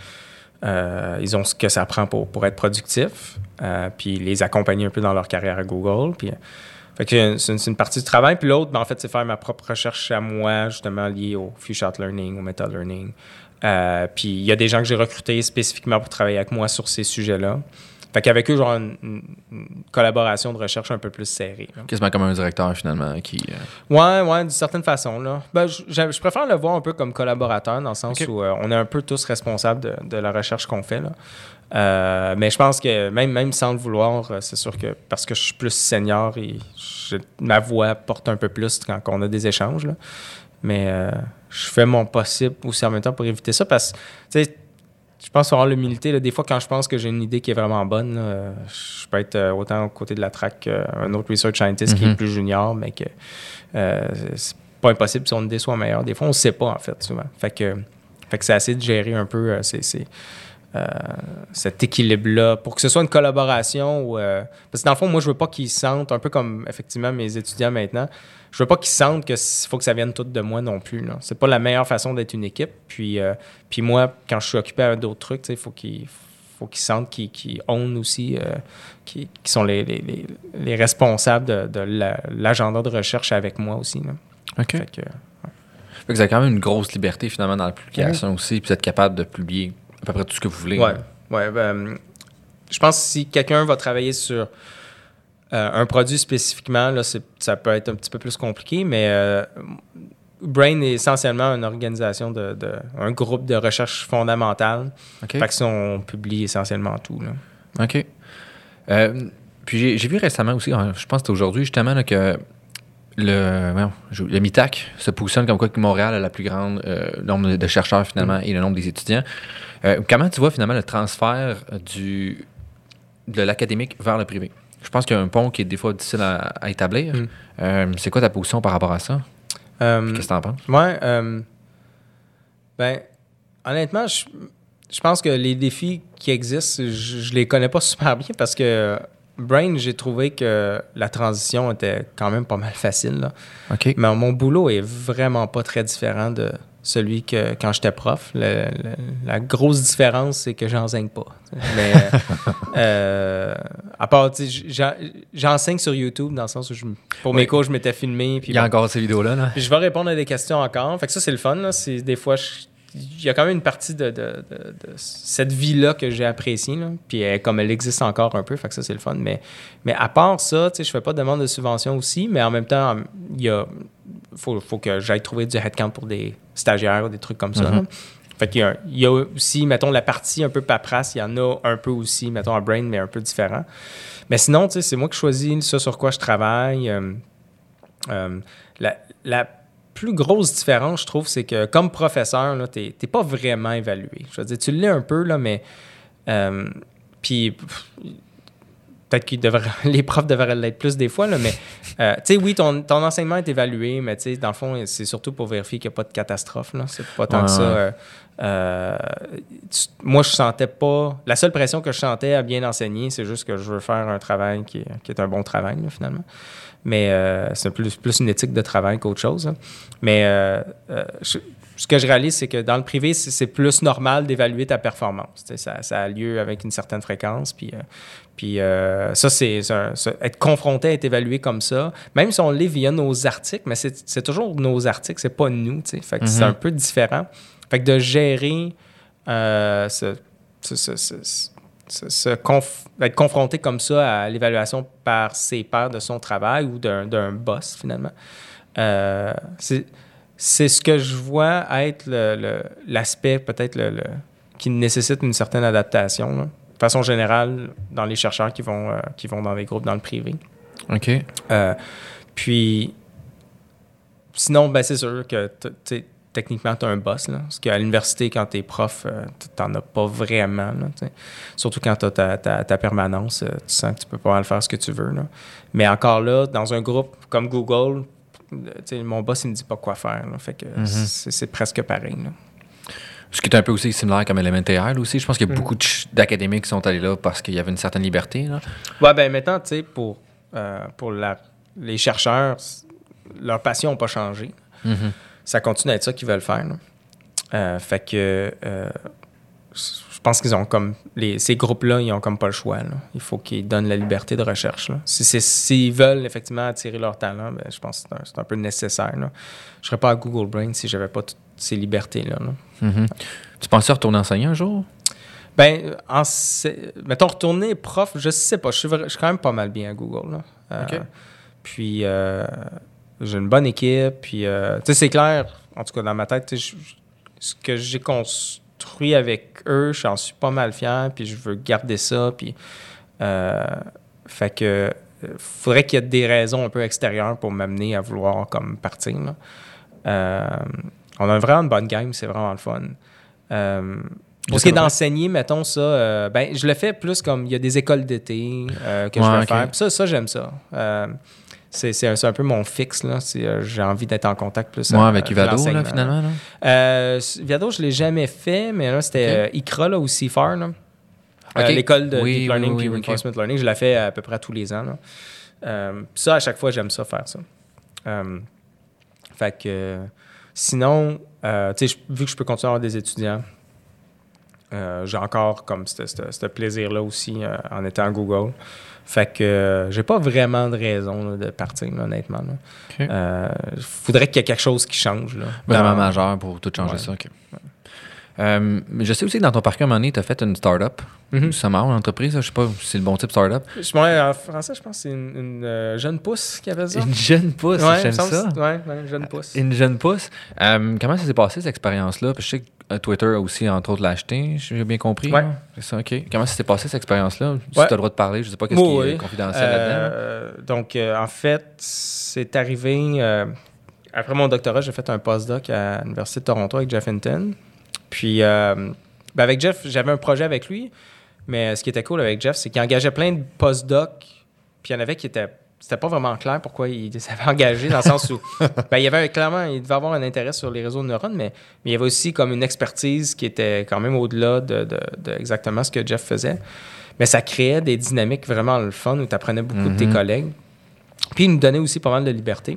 euh, ils ont ce que ça prend pour, pour être productifs, euh, puis les accompagner un peu dans leur carrière à Google. Puis, fait que c'est, une, c'est une partie du travail. Puis l'autre, ben, en fait, c'est faire ma propre recherche à moi, justement, liée au few-shot learning, au meta-learning. Euh, puis il y a des gens que j'ai recrutés spécifiquement pour travailler avec moi sur ces sujets-là. Fait qu'avec eux, genre une, une collaboration de recherche un peu plus serrée. Là. Quasiment comme un directeur, finalement, qui... Euh... Ouais, ouais, d'une certaine façon, là. Ben, je, je préfère le voir un peu comme collaborateur, dans le sens okay. où euh, on est un peu tous responsables de, de la recherche qu'on fait, là. Euh, mais je pense que même, même sans le vouloir, c'est sûr que parce que je suis plus senior, et je, ma voix porte un peu plus quand on a des échanges, là. Mais euh, je fais mon possible aussi en même temps pour éviter ça, parce que, tu sais, je pense avoir l'humilité. Là, des fois, quand je pense que j'ai une idée qui est vraiment bonne, là, je peux être euh, autant aux côtés de la track qu'un autre research scientist mm-hmm. qui est plus junior, mais que euh, c'est pas impossible si son idée soit meilleure. Des fois, on ne sait pas, en fait, souvent. Fait que, fait que c'est assez de gérer un peu euh, c'est, c'est, euh, cet équilibre-là pour que ce soit une collaboration. Où, euh, parce que dans le fond, moi, je veux pas qu'ils sentent, un peu comme effectivement mes étudiants maintenant, je veux pas qu'ils sentent qu'il faut que ça vienne tout de moi non plus. Là. C'est pas la meilleure façon d'être une équipe. Puis, euh, puis moi, quand je suis occupé avec d'autres trucs, il faut qu'ils, faut qu'ils sentent qu'ils, qu'ils own aussi, euh, qu'ils, qu'ils sont les, les, les, les responsables de, de la, l'agenda de recherche avec moi aussi. Là. OK. Fait que, ouais. Fait que vous avez quand même une grosse liberté finalement dans la publication mmh. aussi, puis vous êtes capable de publier à peu près tout ce que vous voulez. Oui. Ouais, ben, je pense que si quelqu'un va travailler sur Euh, un produit spécifiquement, là, c'est, ça peut être un petit peu plus compliqué, mais euh, Brain est essentiellement une organisation, de, de un groupe de recherche fondamentale. Okay. Fait que ça, on publie essentiellement tout. Là. OK. Euh, puis j'ai, j'ai vu récemment aussi, je pense que c'était aujourd'hui justement, là, que le, well, le MITAC se positionne comme quoi que Montréal a la plus grande euh, nombre de chercheurs finalement mm. et le nombre des étudiants. Euh, comment tu vois finalement le transfert du, de l'académique vers le privé? Je pense qu'il y a un pont qui est des fois difficile à, à établir. Mm. Euh, c'est quoi ta position par rapport à ça? Euh, Qu'est-ce que tu en penses? Oui. Euh, ben, honnêtement, je, je pense que les défis qui existent, je, je les connais pas super bien parce que Brain, j'ai trouvé que la transition était quand même pas mal facile. Là. OK. Mais mon boulot est vraiment pas très différent de celui que quand j'étais prof. Le, le, la grosse différence, c'est que j'enseigne pas. Mais euh, à part, j'en, j'enseigne sur YouTube dans le sens où je, pour mes oui. cours, je m'étais filmé. Puis il y a bon, encore ces vidéos-là. Là. Puis je vais répondre à des questions encore. Fait que ça, c'est le fun. Là. C'est, des fois, je, il y a quand même une partie de, de, de, de cette vie-là que j'ai appréciée. Là. Puis elle, comme elle existe encore un peu, fait que ça, c'est le fun. Mais, mais à part ça, je fais pas de demande de subvention aussi, mais en même temps, il y a faut, faut que j'aille trouver du headcount pour des stagiaires ou des trucs comme ça. Mm-hmm. Fait qu'il y a, il y a aussi, mettons, la partie un peu paperasse, il y en a un peu aussi, mettons, à Brain, mais un peu différent. Mais sinon, tu sais, c'est moi qui choisis ça sur quoi je travaille. Euh, euh, la, la plus grosse différence, je trouve, c'est que comme professeur, tu n'es pas vraiment évalué. Je veux dire, tu l'es un peu, là, mais... Euh, puis... Peut-être que les profs devraient l'être plus des fois, là, mais euh, tu sais, oui, ton, ton enseignement est évalué, mais tu sais, dans le fond, c'est surtout pour vérifier qu'il n'y a pas de catastrophe. Là. C'est pas tant ouais, que ça. Euh, euh, tu, moi, je sentais pas... La seule pression que je sentais à bien enseigner, c'est juste que je veux faire un travail qui est, qui est un bon travail, là, finalement. Mais euh, c'est plus, plus une éthique de travail qu'autre chose. Hein. Mais euh, euh, je, ce que je réalise, c'est que dans le privé, c'est, c'est plus normal d'évaluer ta performance. Ça, ça a lieu avec une certaine fréquence. Puis, euh, puis euh, ça, c'est, c'est, un, c'est être confronté à être évalué comme ça. Même si on l'est via nos articles, mais c'est, c'est toujours nos articles, c'est pas nous. Fait que mm-hmm. c'est un peu différent. Fait que de gérer euh, ce, ce, ce, ce, ce, ce conf, être confronté comme ça à l'évaluation par ses pairs de son travail ou d'un, d'un boss, finalement, euh, c'est... C'est ce que je vois être le, le, l'aspect peut-être le, le, qui nécessite une certaine adaptation. Là. De façon générale, dans les chercheurs qui vont, euh, qui vont dans des groupes dans le privé. OK. Euh, puis, sinon, ben, c'est sûr que t- techniquement, tu as un boss. Là, parce qu'à l'université, quand tu es prof, euh, tu n'en as pas vraiment. Là, surtout quand tu as ta, ta, ta permanence, euh, tu sens que tu peux pas mal faire ce que tu veux. Là. Mais encore là, dans un groupe comme Google, t'sais, mon boss, il me dit pas quoi faire. Là, fait que mm-hmm. c'est, c'est presque pareil. Là. Ce qui est un peu aussi similaire comme Elementary aussi. Je pense qu'il y a mm. beaucoup de ch- d'académiques qui sont allés là parce qu'il y avait une certaine liberté. Là. Ouais, ben maintenant, tu sais, pour, euh, pour la, les chercheurs, leur passion n'a pas changé. Mm-hmm. Ça continue à être ça qu'ils veulent faire. Là. Euh, fait que euh, je pense qu'ils ont comme... Les, ces groupes-là, ils ont comme pas le choix. Là. Il faut qu'ils donnent la liberté de recherche. Là. Si c'est, s'ils veulent effectivement attirer leur talent, ben, je pense que c'est un, c'est un peu nécessaire. Là. Je serais pas à Google Brain si j'avais pas toutes ces libertés-là. Là. Mm-hmm. Tu pensais retourner enseigner un jour? Ben, en, mettons, retourner prof, je sais pas. Je suis, je suis quand même pas mal bien à Google. Là. Euh, okay. Puis, euh, j'ai une bonne équipe. Puis, euh, tu sais, c'est clair, en tout cas dans ma tête, je, ce que j'ai construit avec eux, j'en suis pas mal fier, puis je veux garder ça, puis euh, fait que faudrait qu'il y ait des raisons un peu extérieures pour m'amener à vouloir comme partir. Là. Euh, on a vraiment une bonne game, c'est vraiment le fun. Euh, pour ce qui est d'enseigner, mettons ça, euh, ben je le fais plus comme il y a des écoles d'été euh, que ouais, je vais okay. faire. Puis ça, ça j'aime ça. Euh, C'est, c'est, un, c'est un peu mon fixe, là. C'est, euh, j'ai envie d'être en contact plus. Moi, euh, avec Ivado, là, finalement. Là. Euh, Ivado, je ne l'ai jamais fait, mais là, c'était okay. euh, I C R A, là, ou C F A R, là. Okay. Euh, l'école de oui, Deep Learning et oui, oui, Reinforcement okay. Learning. Je la fais à peu près tous les ans. Là. Euh, ça, à chaque fois, j'aime ça, faire ça. Euh, fait que, euh, sinon, euh, tu sais, vu que je peux continuer à avoir des étudiants, euh, j'ai encore comme ce plaisir-là aussi euh, en étant à Google. Fait que euh, j'ai pas vraiment de raison là, de partir, là, honnêtement. Il okay. euh, faudrait qu'il y ait quelque chose qui change. Là, vraiment dans... majeur pour tout changer ouais. ça. Okay. Ouais. Euh, mais je sais aussi que dans ton parcours, à un moment donné, tu as fait une start-up. Mm-hmm. Ça marche, une entreprise. Je sais pas si c'est le bon type start-up. Ouais, en français, je pense que c'est une, une euh, jeune pousse qui avait ça. Une jeune pousse, ouais, j'aime ça. Oui, ouais, une jeune pousse. Une jeune pousse. Euh, comment ça s'est passé, cette expérience-là? Je sais que Twitter a aussi, entre autres, l'a acheté, j'ai bien compris. Ouais. C'est ça, OK. Comment ça s'est passé, cette expérience-là? Si ouais. tu as le droit de parler, je ne sais pas qu'est-ce oui, qui est oui. confidentiel euh, là-dedans. Donc, euh, en fait, c'est arrivé... Euh, après mon doctorat, j'ai fait un postdoc à l'Université de Toronto avec Jeff Hinton. Puis, euh, ben avec Jeff, j'avais un projet avec lui, mais ce qui était cool avec Jeff, c'est qu'il engageait plein de postdocs, puis il y en avait qui étaient... C'était pas vraiment clair pourquoi il s'avait engagé, dans le sens où... ben, il y avait clairement... Il devait avoir un intérêt sur les réseaux de neurones, mais, mais il y avait aussi comme une expertise qui était quand même au-delà de, de, de exactement ce que Jeff faisait. Mais ça créait des dynamiques vraiment le fun, où tu apprenais beaucoup mm-hmm. de tes collègues. Puis, il nous donnait aussi pas mal de liberté.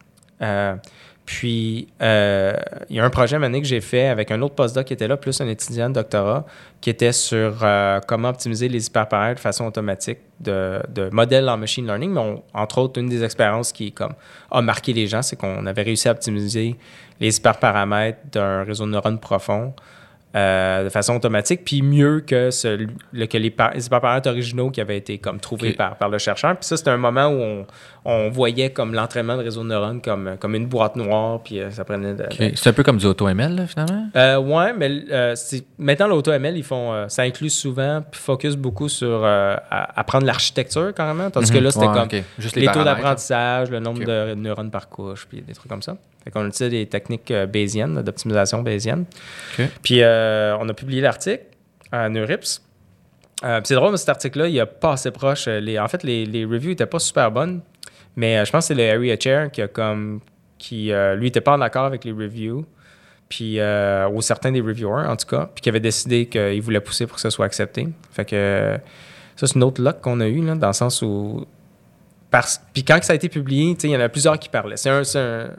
Euh, Puis, euh, il y a un projet mané que j'ai fait avec un autre postdoc qui était là, plus un étudiant de doctorat, qui était sur euh, comment optimiser les hyperparamètres de façon automatique de, de modèles en machine learning. Mais on, entre autres, une des expériences qui comme, a marqué les gens, c'est qu'on avait réussi à optimiser les hyperparamètres d'un réseau de neurones profond euh, de façon automatique, puis mieux que, ce, le, que les, par, les hyperparamètres originaux qui avaient été comme, trouvés okay. par, par le chercheur. Puis ça, c'était un moment où on, on voyait comme l'entraînement de réseau de neurones comme, comme une boîte noire, puis euh, ça prenait... De, okay. de... C'est un peu comme du AutoML, là, finalement? Euh, oui, mais euh, c'est, maintenant, l'AutoML, ils font, euh, ça inclut souvent, puis focus beaucoup sur euh, à, apprendre l'architecture, carrément, tandis mm-hmm. que là, c'était ouais, comme okay. Juste les, les taux d'apprentissage, le nombre okay. de neurones par couche, puis des trucs comme ça. Fait qu'on utilise des techniques euh, bayésiennes, d'optimisation bayésienne. Okay. Puis euh, on a publié l'article à Neurips. Euh, puis c'est drôle, mais cet article-là, il n'est pas assez proche. Les, en fait, les, les reviews n'étaient pas super bonnes, mais euh, je pense que c'est le Harry Hatcher qui a comme... qui, euh, lui, n'était pas en accord avec les reviews, puis, euh, ou certains des reviewers, en tout cas, puis qui avait décidé qu'il voulait pousser pour que ça soit accepté. Fait que euh, ça, c'est une autre luck qu'on a eue, là, dans le sens où... Parce, puis quand ça a été publié, il y en a plusieurs qui parlaient. C'est un, c'est un,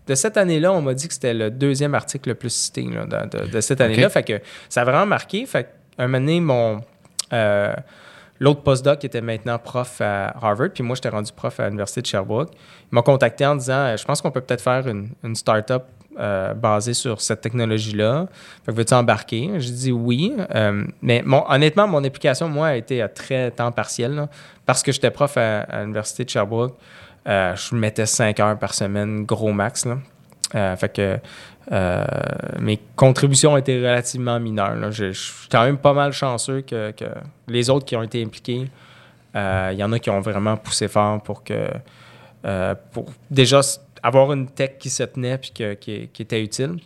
de cette année-là, on m'a dit que c'était le deuxième article le plus cité là, de, de, de cette année-là. Okay. Fait que ça a vraiment marqué. Fait qu'un moment donné, mon... Euh, l'autre postdoc qui était maintenant prof à Harvard, puis moi, j'étais rendu prof à l'Université de Sherbrooke. Il m'a contacté en disant « Je pense qu'on peut peut-être faire une, une start-up euh, basée sur cette technologie-là. Fait que veux-tu embarquer? » J'ai dit « Oui. Euh, » Mais mon, honnêtement, mon application, moi, a été à très temps partiel. Là, parce que j'étais prof à, à l'Université de Sherbrooke, euh, je mettais cinq heures par semaine, gros max. Là. Euh, fait que euh, mes contributions étaient relativement mineures. Là. Je, je suis quand même pas mal chanceux que, que les autres qui ont été impliqués, il euh, y en a qui ont vraiment poussé fort pour que euh, pour déjà avoir une tech qui se tenait et que, qui, qui était utile.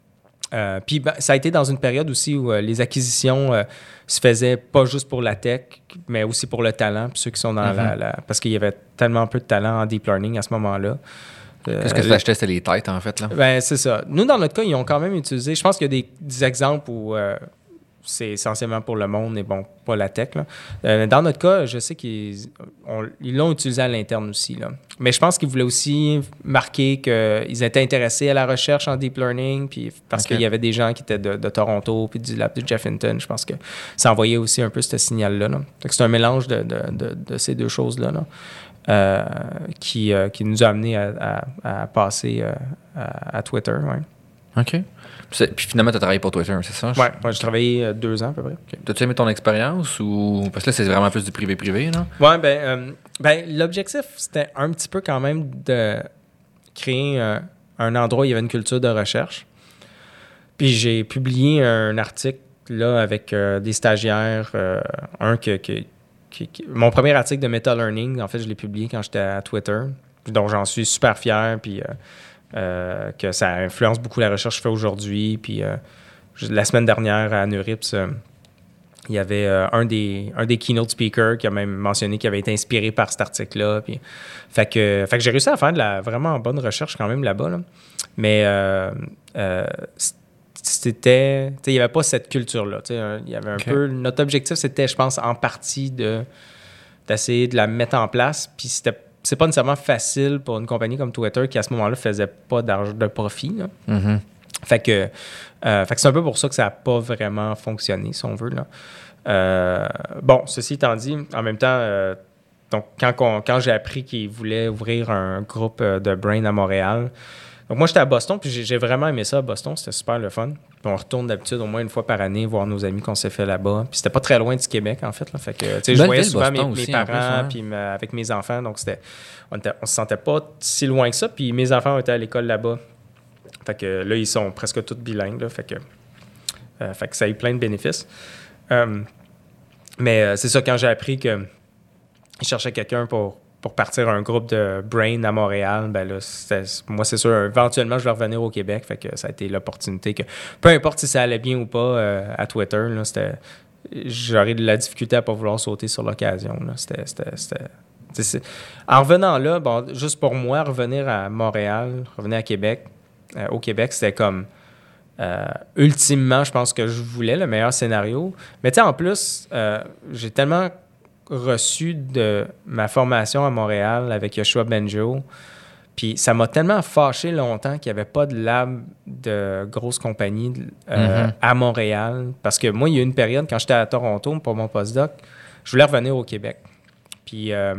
Euh, puis ben, ça a été dans une période aussi où euh, les acquisitions euh, se faisaient pas juste pour la tech, mais aussi pour le talent, puis ceux qui sont dans mm-hmm. la, la... Parce qu'il y avait tellement peu de talent en deep learning à ce moment-là. Qu'est-ce que tu achetais? C'était les têtes, en fait, là? Ben, c'est ça. Nous, dans notre cas, ils ont quand même utilisé... Je pense qu'il y a des, des exemples où euh, c'est essentiellement pour le monde et bon, pas la tech, là. Euh, dans notre cas, je sais qu'ils on, ils l'ont utilisé à l'interne aussi, là. Mais je pense qu'ils voulaient aussi marquer qu'ils étaient intéressés à la recherche en deep learning, puis parce okay. qu'il y avait des gens qui étaient de, de Toronto, puis du lab de Jefferson. Je pense que ça envoyait aussi un peu ce signal-là, là. Fait que c'est un mélange de, de, de, de ces deux choses-là, là. Euh, qui, euh, qui nous a amené à, à, à passer euh, à, à Twitter. Ouais. OK. Puis, puis finalement, tu as travaillé pour Twitter, c'est ça? Oui, ouais, j'ai travaillé euh, deux ans à peu près. Okay. T'as-tu aimé ton expérience ou. Parce que là, c'est vraiment plus du privé-privé, non? Oui, ben, euh, ben l'objectif, c'était un petit peu quand même de créer un, un endroit où il y avait une culture de recherche. Puis j'ai publié un article là avec euh, des stagiaires, euh, un que. que Qui, qui, mon premier article de meta-learning, en fait, je l'ai publié quand j'étais à Twitter, donc j'en suis super fier, puis euh, euh, que ça influence beaucoup la recherche que je fais aujourd'hui. Puis euh, la semaine dernière, à NeurIPS, euh, il y avait euh, un, des, un des keynote speakers qui a même mentionné qu'il avait été inspiré par cet article-là. Puis, fait que, fait que j'ai réussi à faire de la vraiment bonne recherche quand même là-bas. Là. Mais euh, euh, c'était... Il n'y avait pas cette culture-là. Il y avait un okay. peu... Notre objectif, c'était, je pense, en partie de, d'essayer de la mettre en place. Puis c'était, c'est pas nécessairement facile pour une compagnie comme Twitter qui, à ce moment-là, faisait pas d'argent, de profit. Là. Mm-hmm. Fait que, euh, fait que c'est un peu pour ça que ça n'a pas vraiment fonctionné, si on veut. Là. Euh, bon, ceci étant dit, en même temps... Euh, donc, quand, on, quand j'ai appris qu'ils voulaient ouvrir un groupe de Brain à Montréal... Donc, moi, j'étais à Boston, puis j'ai, j'ai vraiment aimé ça à Boston. C'était super le fun. Puis on retourne d'habitude au moins une fois par année voir nos amis qu'on s'est fait là-bas. Puis c'était pas très loin du Québec, en fait. Là. Fait que, tu sais, je voyais souvent mes, mes parents, puis ma, avec mes enfants. Donc, c'était, on, était, on se sentait pas si loin que ça. Puis mes enfants étaient à l'école là-bas. Fait que là, ils sont presque tous bilingues. Là. Fait que, euh, fait que ça a eu plein de bénéfices. Euh, mais euh, c'est ça, quand j'ai appris qu'ils cherchaient quelqu'un pour... pour partir un groupe de Brain à Montréal, ben là, c'était, moi, c'est sûr, éventuellement, je vais revenir au Québec. Fait que ça a été l'opportunité que, peu importe si ça allait bien ou pas euh, à Twitter, là, c'était, j'aurais de la difficulté à ne pas vouloir sauter sur l'occasion. Là. C'était, c'était, c'était, c'est, en revenant là, bon, juste pour moi, revenir à Montréal, revenir à Québec, euh, au Québec, c'était comme, euh, ultimement, je pense que je voulais le meilleur scénario. Mais tu sais, en plus, euh, j'ai tellement... reçu de ma formation à Montréal avec Yoshua Bengio. Puis ça m'a tellement fâché longtemps qu'il n'y avait pas de lab de grosses compagnies euh, mm-hmm. à Montréal. Parce que moi, il y a eu une période, quand j'étais à Toronto pour mon postdoc, je voulais revenir au Québec. Puis, euh,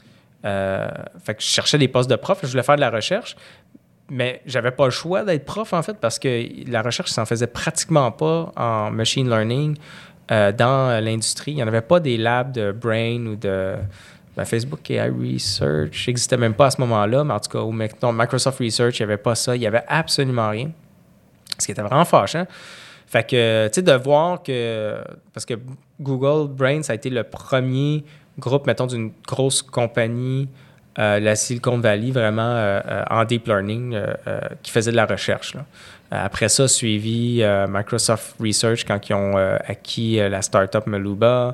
euh, fait que je cherchais des postes de prof, je voulais faire de la recherche. Mais j'avais pas le choix d'être prof, en fait, parce que la recherche, ça n'en faisait pratiquement pas en machine learning. Euh, dans l'industrie. Il n'y en avait pas des labs de Brain ou de ben, Facebook A I Research. n'existait même pas à ce moment-là, mais en tout cas, au non, Microsoft Research, il n'y avait pas ça. Il n'y avait absolument rien. Ce qui était vraiment fâchant. Fait que, tu sais, de voir que... Parce que Google Brain, ça a été le premier groupe, mettons, d'une grosse compagnie, euh, la Silicon Valley, vraiment euh, euh, en deep learning, euh, euh, qui faisait de la recherche, là. Après ça, suivi euh, Microsoft Research quand ils ont euh, acquis euh, la startup Meluba.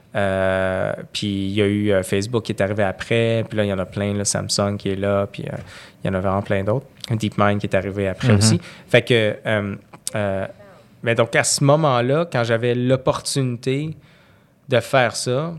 Euh, puis il y a eu euh, Facebook qui est arrivé après. Puis là, il y en a plein, là, Samsung qui est là. Puis euh, il y en a vraiment plein d'autres. DeepMind qui est arrivé après mm-hmm. aussi. Fait que, euh, euh, mais donc à ce moment-là, quand j'avais l'opportunité de faire ça,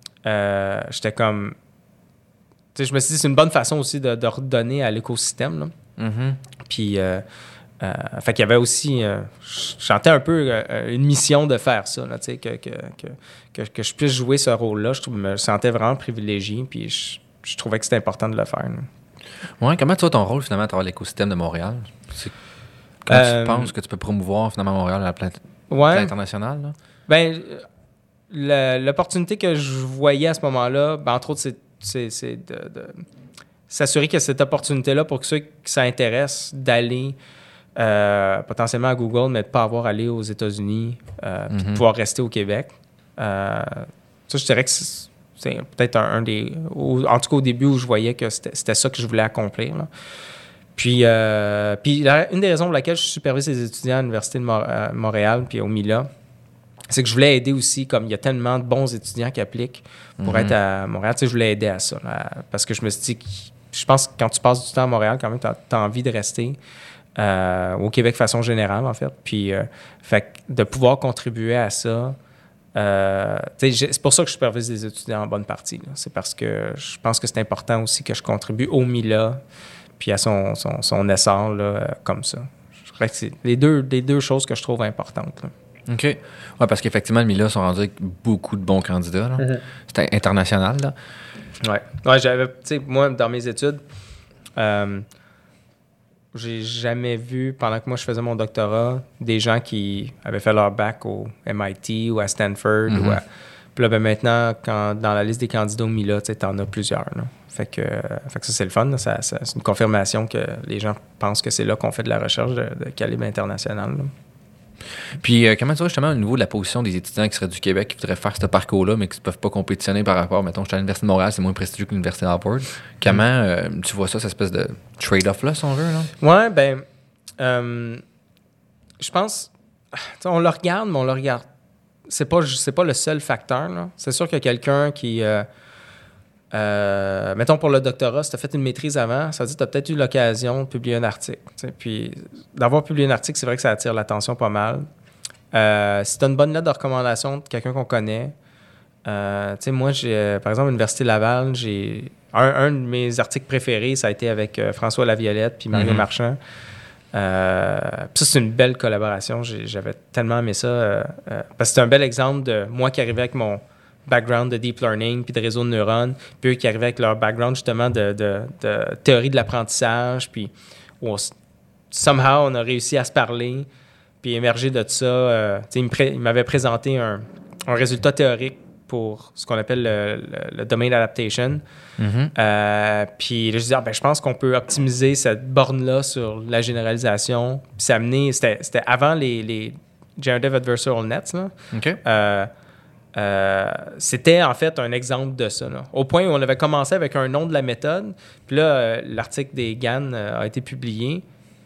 euh, j'étais comme... Tu sais, je me suis dit, c'est une bonne façon aussi de, de redonner à l'écosystème, là. Mm-hmm. Puis, euh, euh, fait qu'il y avait aussi... Euh, je sentais un peu euh, une mission de faire ça, là, tu sais, que, que, que, que, que je puisse jouer ce rôle-là. Je, trouve, je me sentais vraiment privilégié, puis je, je trouvais que c'était important de le faire. Oui, comment tu vois ton rôle, finalement, à travers l'écosystème de Montréal? C'est... Comment euh, tu penses que tu peux promouvoir, finalement, Montréal à la plan ouais. internationale? Là? Bien, l'opportunité que je voyais à ce moment-là, ben, entre autres, c'est, c'est, c'est de, de s'assurer qu'il y a cette opportunité-là pour que ceux qui s'intéressent d'aller euh, potentiellement à Google, mais de ne pas avoir à aller aux États-Unis, euh, mm-hmm. puis de pouvoir rester au Québec. Euh, ça, je dirais que c'est, c'est peut-être un, un des... Au, en tout cas, au début, où je voyais que c'était, c'était ça que je voulais accomplir. Là. Puis, euh, puis la, une des raisons pour laquelle je supervise les étudiants à l'Université de Mo- à Montréal puis au Mila, c'est que je voulais aider aussi, comme il y a tellement de bons étudiants qui appliquent pour mm-hmm. être à Montréal, tu sais, je voulais aider à ça. Là, parce que je me suis dit, que, je pense que quand tu passes du temps à Montréal, quand même, tu as envie de rester euh, au Québec de façon générale, en fait. Puis, euh, fait de pouvoir contribuer à ça, euh, c'est pour ça que je supervise les étudiants en bonne partie. Là. C'est parce que je pense que c'est important aussi que je contribue au Mila puis à son, son, son essor là, comme ça. Je crois que c'est les deux, les deux choses que je trouve importantes. Là. OK. Oui, parce qu'effectivement, le Mila sont rendus avec beaucoup de bons candidats. Là. Mm-hmm. C'était international. Là. Ouais. Ouais, j'avais, tu sais, moi, dans mes études, euh, j'ai jamais vu, pendant que moi je faisais mon doctorat, des gens qui avaient fait leur bac au M I T ou à Stanford. Mm-hmm. Ou à... Puis là, ben, maintenant, quand, dans la liste des candidats au Mila, tu en as plusieurs. Là. Fait que, fait que ça, c'est le fun. Ça, ça, c'est une confirmation que les gens pensent que c'est là qu'on fait de la recherche de, de calibre international. Là. Puis, euh, comment tu vois justement au niveau de la position des étudiants qui seraient du Québec, qui voudraient faire ce parcours-là, mais qui ne peuvent pas compétitionner par rapport, mettons, je suis à l'Université de Montréal, c'est moins prestigieux que l'Université d'Harvard. Comment euh, tu vois ça, cette espèce de trade-off-là, si on veut? Là? Ouais, ben, euh, je pense, on le regarde, mais on le regarde. C'est pas, c'est pas le seul facteur. Là. C'est sûr qu'il y a quelqu'un qui. Euh, euh, mettons pour le doctorat, si tu as fait une maîtrise avant, ça veut dire que tu as peut-être eu l'occasion de publier un article. T'sais. Puis d'avoir publié un article, c'est vrai que ça attire l'attention pas mal. Euh, si tu as une bonne lettre de recommandation de quelqu'un qu'on connaît, euh, tu sais, moi, j'ai, par exemple, à l'Université Laval, j'ai un, un de mes articles préférés, ça a été avec euh, François Laviolette puis Mario mm-hmm. Marchand. Euh, puis ça, c'est une belle collaboration. J'ai, j'avais tellement aimé ça. Euh, euh, parce que c'est un bel exemple de moi qui arrivais avec mon background de deep learning puis de réseau de neurones, puis eux qui arrivaient avec leur background justement de, de, de théorie de l'apprentissage, puis on, somehow on a réussi à se parler, puis émerger de ça. Euh, il, me pré- il m'avait présenté un, un résultat théorique pour ce qu'on appelle le, le, le domain adaptation. Mm-hmm. Euh, puis je disais, ah, ben, je pense qu'on peut optimiser cette borne-là sur la généralisation. Puis ça amenait, c'était, c'était avant les, les Generative Adversarial Nets. Là. OK. Euh, Euh, c'était en fait un exemple de ça. Là. Au point où on avait commencé avec un nom de la méthode, puis là, euh, l'article des G A N euh, a été publié.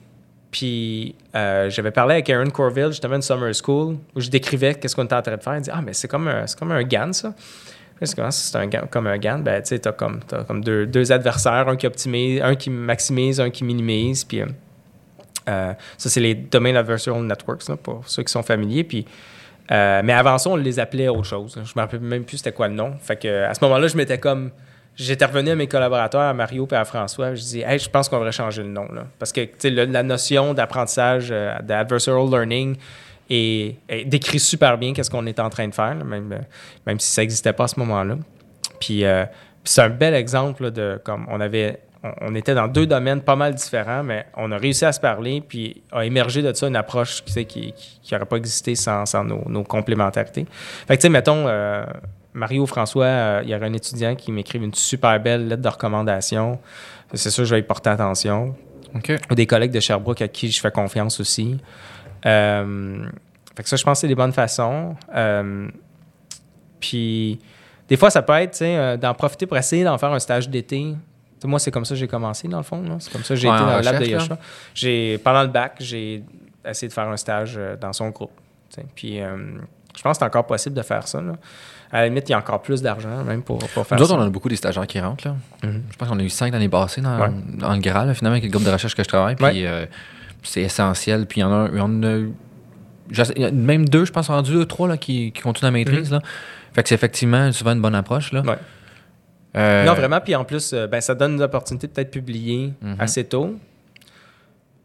Puis euh, j'avais parlé avec Aaron Corville, justement, de Summer School, où je décrivais qu'est-ce qu'on était en train de faire. Il dit « Ah, mais c'est comme un, c'est comme un G A N, ça. » C'est comment c'est un, comme un G A N? Ben, tu sais, t'as comme, t'as comme deux, deux adversaires, un qui optimise, un qui maximise, un qui minimise. Puis euh, ça, c'est les Domain Adversarial Networks, là, pour ceux qui sont familiers. Puis Euh, mais avant ça, on les appelait autre chose. Je me rappelle même plus c'était quoi le nom. Fait que, à ce moment-là, je m'étais comme... J'étais revenu à mes collaborateurs, à Mario et à François. Je disais, hey, je pense qu'on devrait changer le nom. Là. Parce que le, la notion d'apprentissage, euh, d'adversarial learning, est, est décrit super bien qu'est-ce qu'on était en train de faire, là, même, même si ça n'existait pas à ce moment-là. Puis, euh, puis c'est un bel exemple là, de comme on avait... On était dans deux domaines pas mal différents, mais on a réussi à se parler, puis a émergé de ça une approche qui qui n'aurait pas existé sans, sans nos, nos complémentarités. Fait que, tu sais, mettons, euh, Mario, François, euh, il y aurait un étudiant qui m'écrive une super belle lettre de recommandation. C'est sûr que je vais y porter attention. Okay. Ou des collègues de Sherbrooke à qui je fais confiance aussi. Euh, fait que ça, je pense que c'est des bonnes façons. Euh, puis, des fois, ça peut être, tu sais, euh, d'en profiter pour essayer d'en faire un stage d'été. Moi, c'est comme ça que j'ai commencé, dans le fond. Là. C'est comme ça que j'ai ouais, été dans le lab de Yoshua. J'ai, pendant le bac, j'ai essayé de faire un stage dans son groupe. T'sais. Puis, euh, je pense que c'est encore possible de faire ça. Là. À la limite, il y a encore plus d'argent même pour, pour faire Nous ça. autres, on a beaucoup des stagiaires qui rentrent. Là. Mm-hmm. Je pense qu'on a eu cinq l'année passée dans, ouais. dans le Graal, finalement, avec le groupe de recherche que je travaille. Puis, ouais. euh, c'est essentiel. Puis, il y en a, il y en a même deux, je pense, rendus deux, trois là, qui, qui continuent la maîtrise. Mm-hmm. Là. Fait que c'est effectivement souvent une bonne approche. Là. Ouais. Euh... Non, vraiment. Puis en plus, euh, ben, ça donne une opportunité de peut-être publier mm-hmm. assez tôt.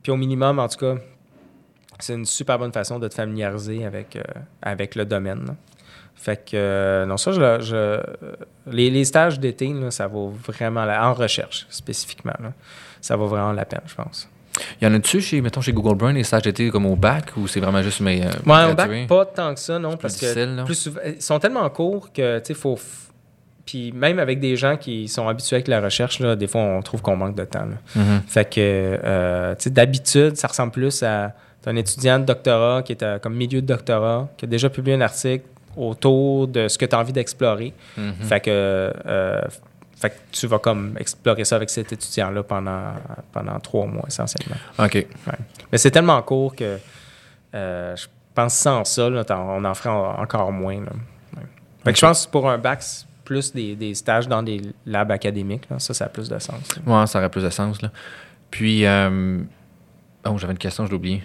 Puis au minimum, en tout cas, c'est une super bonne façon de te familiariser avec, euh, avec le domaine. Là. Fait que, euh, non, ça, je, je, les, les stages d'été, là, ça vaut vraiment, la, en recherche spécifiquement, là, ça vaut vraiment la peine, je pense. Il y en a-tu chez, mettons, chez Google Brain, les stages d'été comme au bac, ou c'est vraiment juste mes. Euh, ouais, au bac, pas tant que ça, non, c'est parce plus difficile, que là. plus souvent, ils sont tellement courts que, tu sais, faut. Puis même avec des gens qui sont habitués avec la recherche, là, des fois, on trouve qu'on manque de temps. Là. Mm-hmm. Fait que, euh, tu sais, d'habitude, ça ressemble plus à un étudiant de doctorat qui est à, comme milieu de doctorat, qui a déjà publié un article autour de ce que tu as envie d'explorer. Mm-hmm. Fait que, euh, fait que tu vas comme explorer ça avec cet étudiant-là pendant, pendant trois mois, essentiellement. OK. Ouais. Mais c'est tellement court que euh, je pense sans ça, là, on en ferait encore moins. Là. Ouais. Fait que Okay. je pense que pour un bac, plus des, des stages dans des labs académiques, là, ça, ça a plus de sens. Ouais, ça aurait plus de sens. Là. Puis, euh... oh, j'avais une question, je l'ai oublié.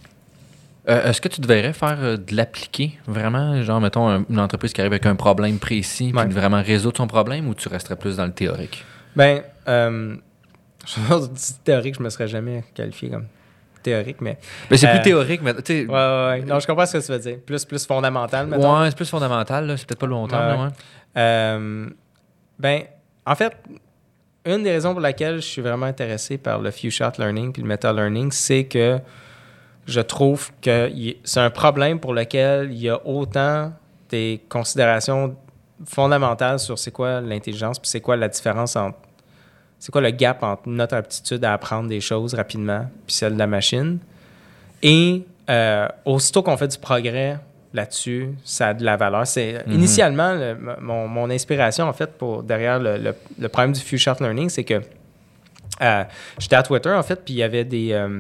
Euh, est-ce que tu devrais faire euh, de l'appliquer, vraiment? Genre, mettons, un, une entreprise qui arrive avec un problème précis, puis ouais. de vraiment résoudre son problème, ou tu resterais plus dans le théorique? Ben, euh, je pense que théorique, je me serais jamais qualifié comme théorique, mais... Mais c'est euh, plus théorique, mais tu sais... Ouais, ouais, ouais. Non, je comprends ce que tu veux dire. Plus, plus fondamental, mettons. Ouais, c'est plus fondamental, là. C'est peut-être pas le long terme, ouais. là, ouais. Euh, ben, en fait, une des raisons pour laquelle je suis vraiment intéressé par le few-shot learning puis le meta-learning, c'est que je trouve que y- c'est un problème pour lequel il y a autant des considérations fondamentales sur c'est quoi l'intelligence puis c'est quoi la différence entre... C'est quoi le gap entre notre aptitude à apprendre des choses rapidement puis celle de la machine. Et euh, aussitôt qu'on fait du progrès là-dessus, ça a de la valeur. C'est, mm-hmm. Initialement, le, mon, mon inspiration, en fait, pour, derrière le, le, le problème du few-shot learning, c'est que euh, j'étais à Twitter, en fait, puis il y avait des... Euh,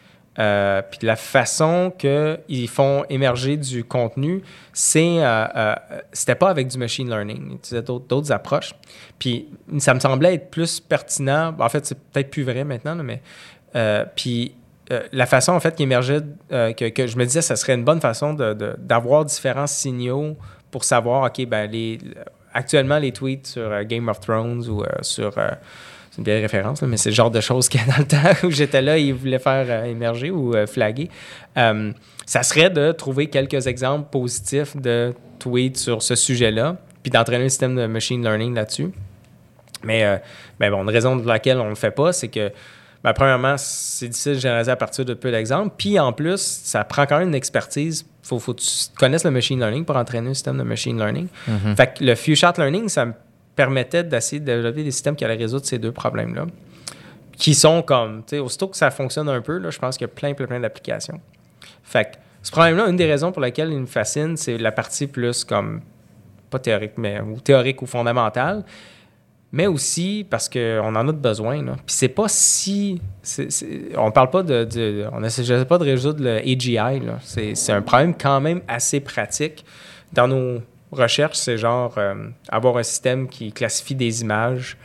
euh, puis la façon qu'ils font émerger du contenu, c'est... Euh, euh, c'était pas avec du machine learning. Ils utilisaient d'autres, d'autres approches. Puis ça me semblait être plus pertinent. En fait, c'est peut-être plus vrai maintenant, là, mais... Euh, puis... Euh, la façon, en fait, qui émergeait, euh, que, que je me disais, ça serait une bonne façon de, de, d'avoir différents signaux pour savoir, OK, ben les, actuellement, les tweets sur euh, Game of Thrones ou euh, sur... Euh, c'est une vieille référence, là, mais c'est le genre de choses qu'il y a dans le temps où j'étais là et ils voulaient faire euh, émerger ou euh, flaguer. Euh, ça serait de trouver quelques exemples positifs de tweets sur ce sujet-là, puis d'entraîner un système de machine learning là-dessus. Mais, euh, ben bon, une raison pour laquelle on ne le fait pas, c'est que ben, premièrement, c'est difficile de généraliser à partir de peu d'exemples. Puis en plus, ça prend quand même une expertise. Il faut, faut que tu connaisses le machine learning pour entraîner un système de machine learning. Mm-hmm. Fait que le few-shot learning, ça me permettait d'essayer de développer des systèmes qui allaient résoudre ces deux problèmes-là. Qui sont comme, tu sais, aussitôt que ça fonctionne un peu, là, je pense qu'il y a plein, plein, plein d'applications. Fait que ce problème-là, une des raisons pour lesquelles il me fascine, c'est la partie plus comme, pas théorique, mais ou théorique ou fondamentale. Mais aussi parce qu'on en a besoin. Là. Puis c'est pas si... C'est, c'est, on parle pas de... de on n'essaie pas de résoudre le A G I. Là. C'est, c'est un problème quand même assez pratique. Dans nos recherches, c'est genre euh, avoir un système qui classifie des images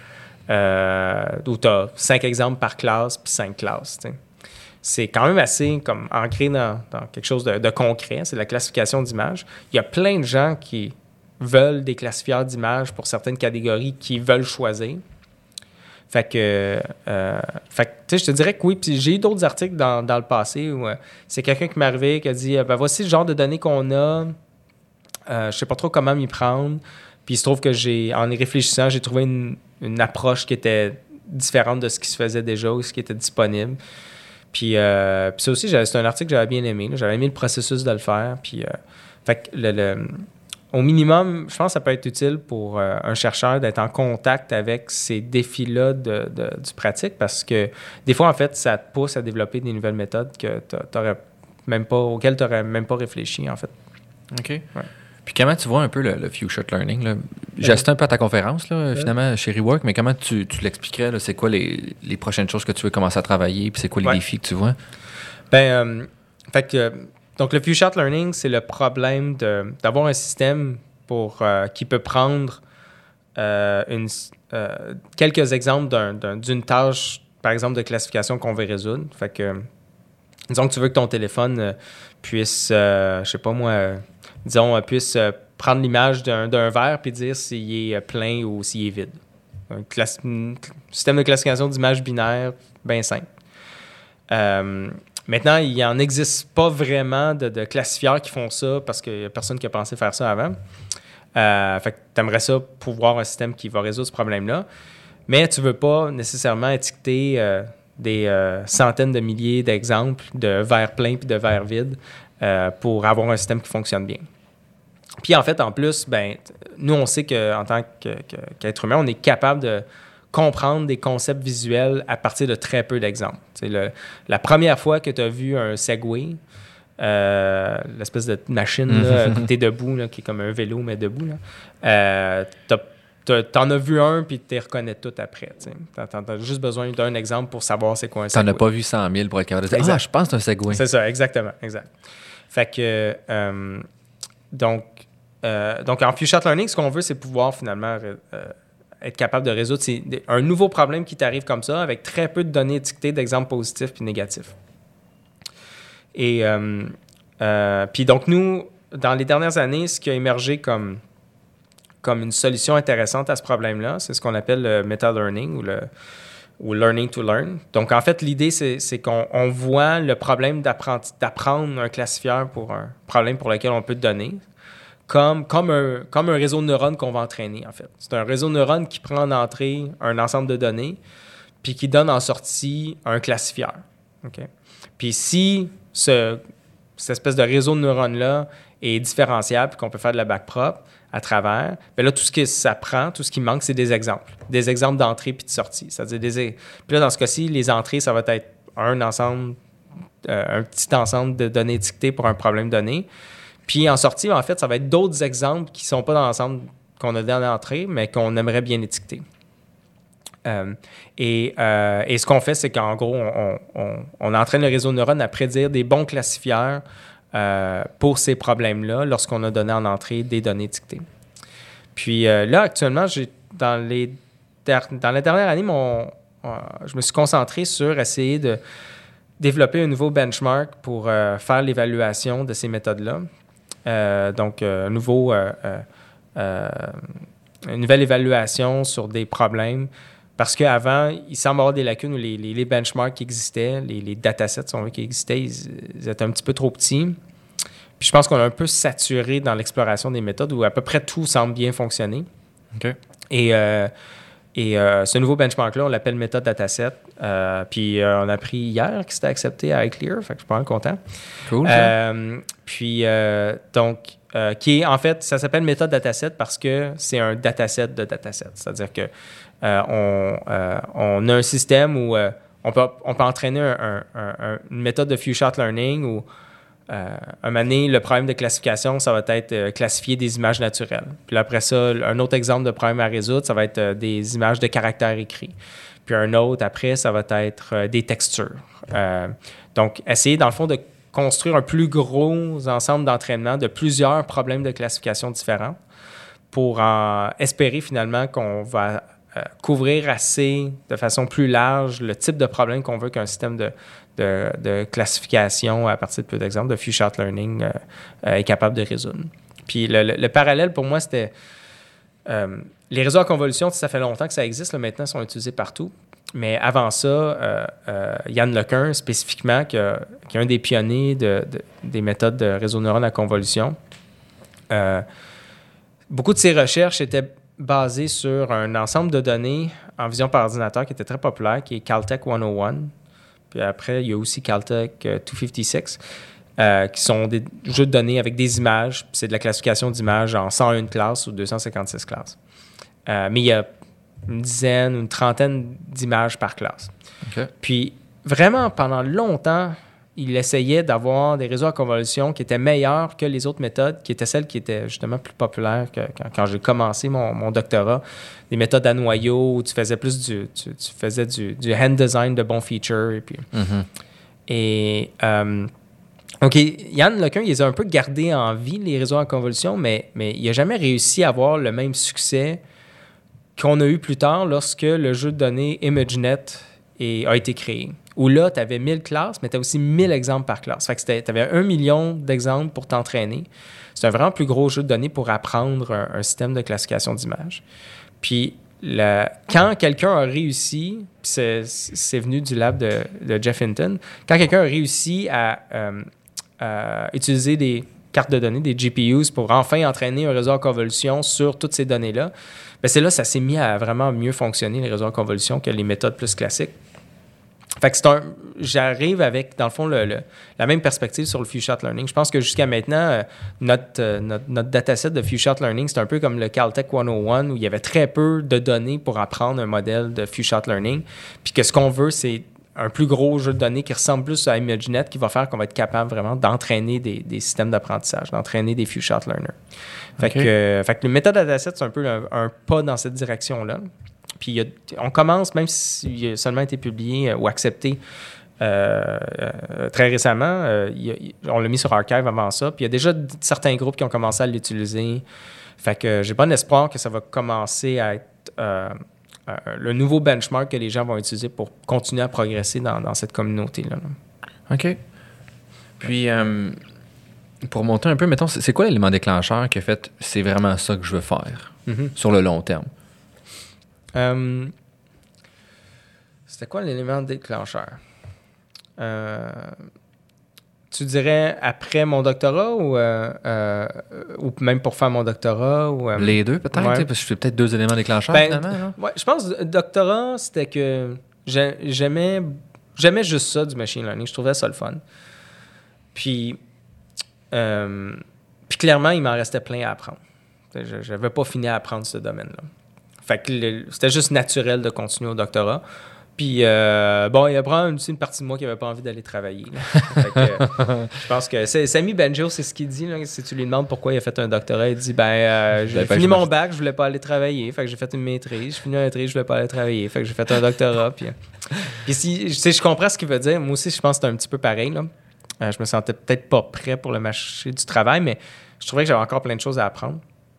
euh, où tu as cinq exemples par classe puis cinq classes. T'sais. C'est quand même assez comme ancré dans, dans quelque chose de, de concret. C'est la classification d'images. Il y a plein de gens qui... veulent des classifieurs d'images pour certaines catégories qu'ils veulent choisir. Fait que, euh, fait que tu sais, je te dirais que oui. Puis j'ai eu d'autres articles dans, dans le passé où euh, c'est quelqu'un qui m'est arrivé qui a dit ben voici le genre de données qu'on a. Euh, je sais pas trop comment m'y prendre. Puis il se trouve que j'ai, en y réfléchissant, j'ai trouvé une, une approche qui était différente de ce qui se faisait déjà ou ce qui était disponible. Puis, euh, puis ça aussi, c'est un article que j'avais bien aimé. Là. J'avais aimé le processus de le faire. Puis, euh, fait que le, le au minimum, je pense que ça peut être utile pour euh, un chercheur d'être en contact avec ces défis-là de, de, du pratique parce que des fois, en fait, ça te pousse à développer des nouvelles méthodes que t'aurais même pas, auxquelles tu n'aurais même pas réfléchi, en fait. OK. Ouais. Puis comment tu vois un peu le, le few-shot learning? Là? J'ai assisté un peu à ta conférence, là, finalement, chez Rework, mais comment tu, tu l'expliquerais? Là? C'est quoi les, les prochaines choses que tu veux commencer à travailler? Puis c'est quoi les ouais. défis que tu vois? Ben, euh, fait que... Donc, le few-shot learning, c'est le problème de, d'avoir un système pour, euh, qui peut prendre euh, une, euh, quelques exemples d'un, d'un, d'une tâche, par exemple, de classification qu'on veut résoudre. Fait que, disons que tu veux que ton téléphone euh, puisse, euh, je sais pas moi, euh, disons, euh, puisse euh, prendre l'image d'un, d'un verre puis dire s'il est plein ou s'il est vide. Un, class- un système de classification d'images binaires bien simple. Euh, maintenant, il n'en existe pas vraiment de, de classifieurs qui font ça parce qu'il n'y a personne qui a pensé faire ça avant. Euh, fait que tu aimerais ça pouvoir un système qui va résoudre ce problème-là. Mais tu ne veux pas nécessairement étiqueter euh, des euh, centaines de milliers d'exemples de verres pleins puis de verres vides euh, pour avoir un système qui fonctionne bien. Puis en fait, en plus, ben, nous, on sait qu'en tant que, que, qu'être humain, on est capable de comprendre des concepts visuels à partir de très peu d'exemples. Le, la première fois que tu as vu un Segway, euh, l'espèce de machine là, mm-hmm. tu es debout, là, qui est comme un vélo, mais debout, euh, tu en as vu un, puis tu les reconnais tout après. Tu as juste besoin d'un exemple pour savoir c'est quoi un Segway. Tu n'en as pas vu cent mille pour être capable de dire « Ah, je pense que c'est un Segway ». C'est ça, exactement. Exact. Fait que, euh, donc, euh, donc, en few-shot learning, ce qu'on veut, c'est pouvoir finalement euh, être capable de résoudre c'est un nouveau problème qui t'arrive comme ça, avec très peu de données étiquetées d'exemples positifs puis négatifs. Et euh, euh, puis donc, nous, dans les dernières années, ce qui a émergé comme, comme une solution intéressante à ce problème-là, c'est ce qu'on appelle le meta-learning ou le ou learning to learn. Donc, en fait, l'idée, c'est, c'est qu'on on voit le problème d'apprendre un classifieur pour un problème pour lequel on peut donner comme, comme, un, comme un réseau de neurones qu'on va entraîner, en fait. C'est un réseau de neurones qui prend en entrée un ensemble de données puis qui donne en sortie un classifieur. Okay? Puis si ce, cette espèce de réseau de neurones-là est différenciable puis qu'on peut faire de la back prop à travers, bien là, tout ce que ça prend, tout ce qui manque, c'est des exemples. Des exemples d'entrée puis de sortie. C'est-à-dire des... Puis là, dans ce cas-ci, les entrées, ça va être un ensemble, euh, un petit ensemble de données étiquetées pour un problème donné. Puis en sortie, en fait, ça va être d'autres exemples qui ne sont pas dans l'ensemble qu'on a dans l'entrée, mais qu'on aimerait bien étiqueter. Euh, et, euh, et ce qu'on fait, c'est qu'en gros, on, on, on entraîne le réseau de neurones à prédire des bons classifieurs Euh, pour ces problèmes-là lorsqu'on a donné en entrée des données étiquetées. Puis euh, là, actuellement, j'ai, dans, les der- dans la dernière année, mon, euh, je me suis concentré sur essayer de développer un nouveau benchmark pour euh, faire l'évaluation de ces méthodes-là. Euh, donc, euh, un nouveau, euh, euh, une nouvelle évaluation sur des problèmes. Parce qu'avant, il semble y avoir des lacunes où les, les, les benchmarks qui existaient, les, les datasets si on veut, qui existaient, ils, ils étaient un petit peu trop petits. Puis je pense qu'on a un peu saturé dans l'exploration des méthodes où à peu près tout semble bien fonctionner. OK. Et, euh, et euh, ce nouveau benchmark-là, on l'appelle méthode dataset. Euh, puis euh, on a appris hier que c'était accepté à iClear, fait que je suis pas mal content. Cool. Euh, puis euh, donc, euh, qui est en fait, ça s'appelle méthode dataset parce que c'est un dataset de dataset. C'est-à-dire que Euh, on, euh, on a un système où euh, on, peut, on peut entraîner un, un, un, une méthode de few-shot learning où, euh, un moment donné, le problème de classification, ça va être euh, classifier des images naturelles. Puis après ça, un autre exemple de problème à résoudre, ça va être euh, des images de caractères écrits. Puis un autre, après, ça va être euh, des textures. Euh, donc, essayer, dans le fond, de construire un plus gros ensemble d'entraînement de plusieurs problèmes de classification différents pour en espérer finalement qu'on va Euh, couvrir assez, de façon plus large, le type de problème qu'on veut qu'un système de, de, de classification à partir de peu d'exemples, de few-shot learning, euh, euh, est capable de résoudre. Puis le, le, le parallèle pour moi, c'était euh, les réseaux à convolution, ça fait longtemps que ça existe, là, maintenant, ils sont utilisés partout. Mais avant ça, euh, euh, Yann LeCun, spécifiquement, qui, a, qui est un des pionniers de, de, des méthodes de réseau de neurones à convolution, euh, beaucoup de ses recherches étaient basé sur un ensemble de données en vision par ordinateur qui était très populaire, qui est Caltech cent un. Puis après, il y a aussi Caltech deux cent cinquante-six, euh, qui sont des jeux de données avec des images. Puis c'est de la classification d'images en cent un classes ou deux cent cinquante-six classes. Euh, mais il y a une dizaine, une trentaine d'images par classe. Okay. Puis vraiment, pendant longtemps, il essayait d'avoir des réseaux à convolution qui étaient meilleurs que les autres méthodes, qui étaient celles qui étaient justement plus populaires que quand, quand j'ai commencé mon, mon doctorat. Des méthodes à noyau où tu faisais plus du, tu, tu faisais du, du hand design de bons features. Et puis, mm-hmm. et, euh, OK, Yann LeCun, il les a un peu gardés en vie, les réseaux à convolution, mais, mais il n'a jamais réussi à avoir le même succès qu'on a eu plus tard lorsque le jeu de données ImageNet est, a été créé. Où là, tu avais mille classes, mais tu as aussi mille exemples par classe. Fait que tu avais un million d'exemples pour t'entraîner. C'est un vraiment plus gros jeu de données pour apprendre un, un système de classification d'images. Puis, la, quand quelqu'un a réussi, puis c'est, c'est venu du lab de, de Jeff Hinton, quand quelqu'un a réussi à, euh, à utiliser des cartes de données, des G P Us, pour enfin entraîner un réseau en convolution sur toutes ces données-là, bien, c'est là que ça s'est mis à vraiment mieux fonctionner, les réseaux en convolution, que les méthodes plus classiques. Fait que c'est un, j'arrive avec, dans le fond, le, le, la même perspective sur le few-shot learning. Je pense que jusqu'à maintenant, euh, notre, euh, notre, notre dataset de few-shot learning, c'est un peu comme le Caltech cent un, où il y avait très peu de données pour apprendre un modèle de few-shot learning. Puis que ce qu'on veut, c'est un plus gros jeu de données qui ressemble plus à ImageNet, qui va faire qu'on va être capable vraiment d'entraîner des, des systèmes d'apprentissage, d'entraîner des few-shot learners. Fait, okay. que, euh, fait que le méthode dataset, c'est un peu un, un pas dans cette direction-là. Puis il y a, on commence, même s'il a seulement été publié euh, ou accepté euh, euh, très récemment, euh, il a, il, on l'a mis sur Archive avant ça, puis il y a déjà d- certains groupes qui ont commencé à l'utiliser. Fait que j'ai bon espoir que ça va commencer à être euh, euh, le nouveau benchmark que les gens vont utiliser pour continuer à progresser dans, dans cette communauté-là. Là. OK. Puis, euh, pour monter un peu, mettons, c'est, c'est quoi l'élément déclencheur qui a fait « c'est vraiment ça que je veux faire mm-hmm. » sur le long terme? Euh, c'était quoi l'élément déclencheur? Euh, tu dirais après mon doctorat ou, euh, euh, ou même pour faire mon doctorat? Ou, euh, Les deux, peut-être? Ouais. Parce que je fais peut-être deux éléments déclencheurs, ben, finalement. Là. Ouais, je pense que le doctorat, c'était que j'aimais, j'aimais juste ça du machine learning. Je trouvais ça le fun. Puis, euh, puis clairement, il m'en restait plein à apprendre. Je n'avais pas fini à apprendre ce domaine-là. Fait que le, c'était juste naturel de continuer au doctorat. Puis, euh, bon, il y a probablement aussi une partie de moi qui n'avait pas envie d'aller travailler. Fait que, euh, je pense que c'est, Samy Benjo, c'est ce qu'il dit. Là, si tu lui demandes pourquoi il a fait un doctorat, il dit, ben, euh, j'ai fini mon bac, je voulais pas aller travailler. Fait que j'ai fait une maîtrise. J'ai fini une maîtrise, je voulais pas aller travailler. Fait que j'ai fait un doctorat. Puis, puis si, tu sais, je comprends ce qu'il veut dire. Moi aussi, je pense que c'est un petit peu pareil. Là. Euh, je me sentais peut-être pas prêt pour le marché du travail, mais je trouvais que j'avais encore plein de choses à apprendre.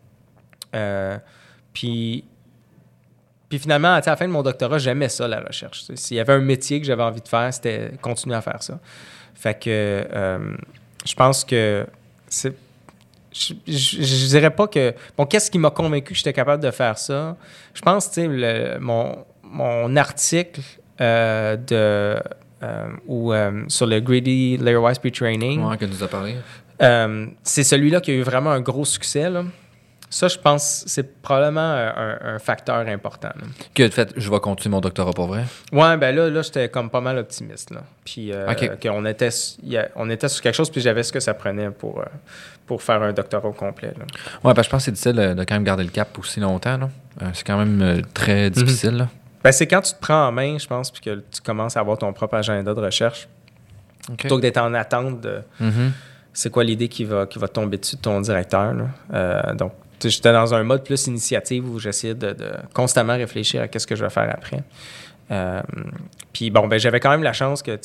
Euh, puis... Puis finalement, à la fin de mon doctorat, j'aimais ça, la recherche. S'il y avait un métier que j'avais envie de faire, c'était continuer à faire ça. Fait que euh, je pense que c'est... Je, je, je dirais pas que... Bon, qu'est-ce qui m'a convaincu que j'étais capable de faire ça? Je pense, tu sais, le, mon, mon article euh, de... Euh, ou euh, sur le Greedy Layer-Wise Pre-Training... Ouais, que nous a parlé. Euh, c'est celui-là qui a eu vraiment un gros succès, là. Ça, je pense, c'est probablement un, un facteur important. Là. Que fait, je vais continuer mon doctorat pour vrai? Ouais, ben là, là j'étais comme pas mal optimiste. Là. Puis, euh, okay. qu'on était, a, on était sur quelque chose, puis j'avais ce que ça prenait pour, euh, pour faire un doctorat au complet. Là. Ouais, ben je pense que c'est difficile de, de quand même garder le cap aussi longtemps. Là. Euh, c'est quand même euh, très difficile. Mm-hmm. Là. Ben, c'est quand tu te prends en main, je pense, puis que tu commences à avoir ton propre agenda de recherche, okay. plutôt que d'être en attente de mm-hmm. c'est quoi l'idée qui va, qui va tomber dessus de ton directeur. Là. Euh, donc, j'étais dans un mode plus initiative où j'essayais de, de constamment réfléchir à qu'est-ce que je vais faire après. Euh, puis bon, ben j'avais quand même la chance que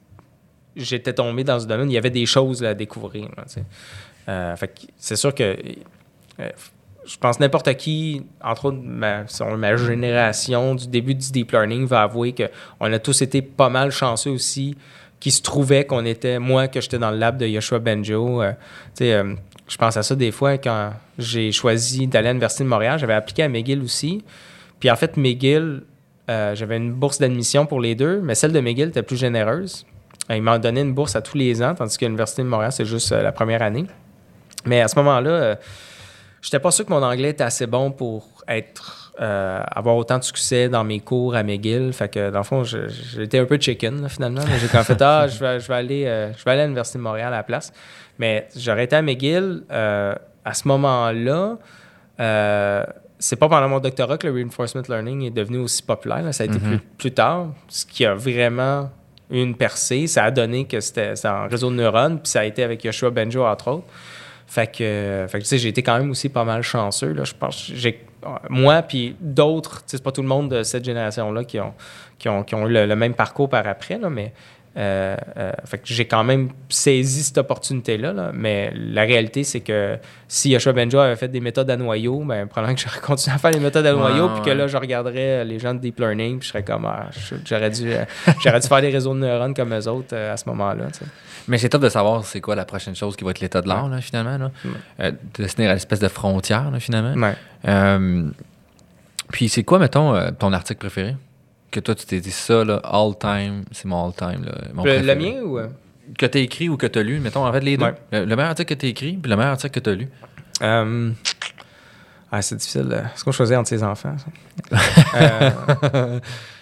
j'étais tombé dans ce domaine. Il y avait des choses là, à découvrir. Là, euh, fait que c'est sûr que euh, je pense que n'importe qui, entre autres ma, ma génération du début du deep learning, va avouer qu'on a tous été pas mal chanceux aussi, qui se trouvait qu'on était, moi, que j'étais dans le lab de Yoshua Benjo. Euh, tu sais, euh, je pense à ça des fois quand j'ai choisi d'aller à l'Université de Montréal. J'avais appliqué à McGill aussi. Puis en fait, McGill, euh, j'avais une bourse d'admission pour les deux, mais celle de McGill était plus généreuse. Euh, ils m'en donnaient une bourse à tous les ans, tandis que l'Université de Montréal, c'est juste euh, la première année. Mais à ce moment-là, euh, j'étais pas sûr que mon anglais était assez bon pour être, euh, avoir autant de succès dans mes cours à McGill. Fait que dans le fond, je, j'étais un peu chicken là, finalement. J'ai quand même fait, ah, je vais, je vais aller, euh, je vais aller à l'Université de Montréal à la place. Mais j'aurais été à McGill euh, à ce moment-là. Euh, c'est pas pendant mon doctorat que le reinforcement learning est devenu aussi populaire. Là. Ça a été mm-hmm. plus, plus tard, ce qui a vraiment eu une percée. Ça a donné que c'était, c'était en réseau de neurones, puis ça a été avec Yoshua Benjo, entre autres. Fait que, fait que tu sais, j'ai été quand même aussi pas mal chanceux. Là. Je pense j'ai moi, puis d'autres, c'est pas tout le monde de cette génération-là qui ont, qui ont, qui ont eu le, le même parcours par après, là, mais Euh, euh, fait que j'ai quand même saisi cette opportunité-là, là, mais la réalité, c'est que si Yoshua Benjo avait fait des méthodes à noyau, ben, probablement que j'aurais continué à faire des méthodes à noyau, puis ouais, que ouais. là, je regarderais les gens de Deep Learning, puis je serais comme, ah, j'aurais, dû, euh, j'aurais dû faire des réseaux de neurones comme eux autres euh, à ce moment-là. T'sais. Mais c'est top de savoir c'est quoi la prochaine chose qui va être l'état de l'art, là, finalement, là. Ouais. Euh, de se tenir à l'espèce de frontière, là, finalement. Ouais. Euh, Puis c'est quoi, mettons, euh, ton article préféré? Que toi, tu t'es dit ça, là, all time, c'est mon all time. Là, mon le, le mien ou... Que tu as écrit ou que tu as lu, mettons, en fait, les deux. Ouais. Le, le meilleur article que tu as écrit, puis le meilleur article que tu as lu. Um, ah, c'est difficile. Est-ce qu'on choisit entre ses enfants, ça? euh,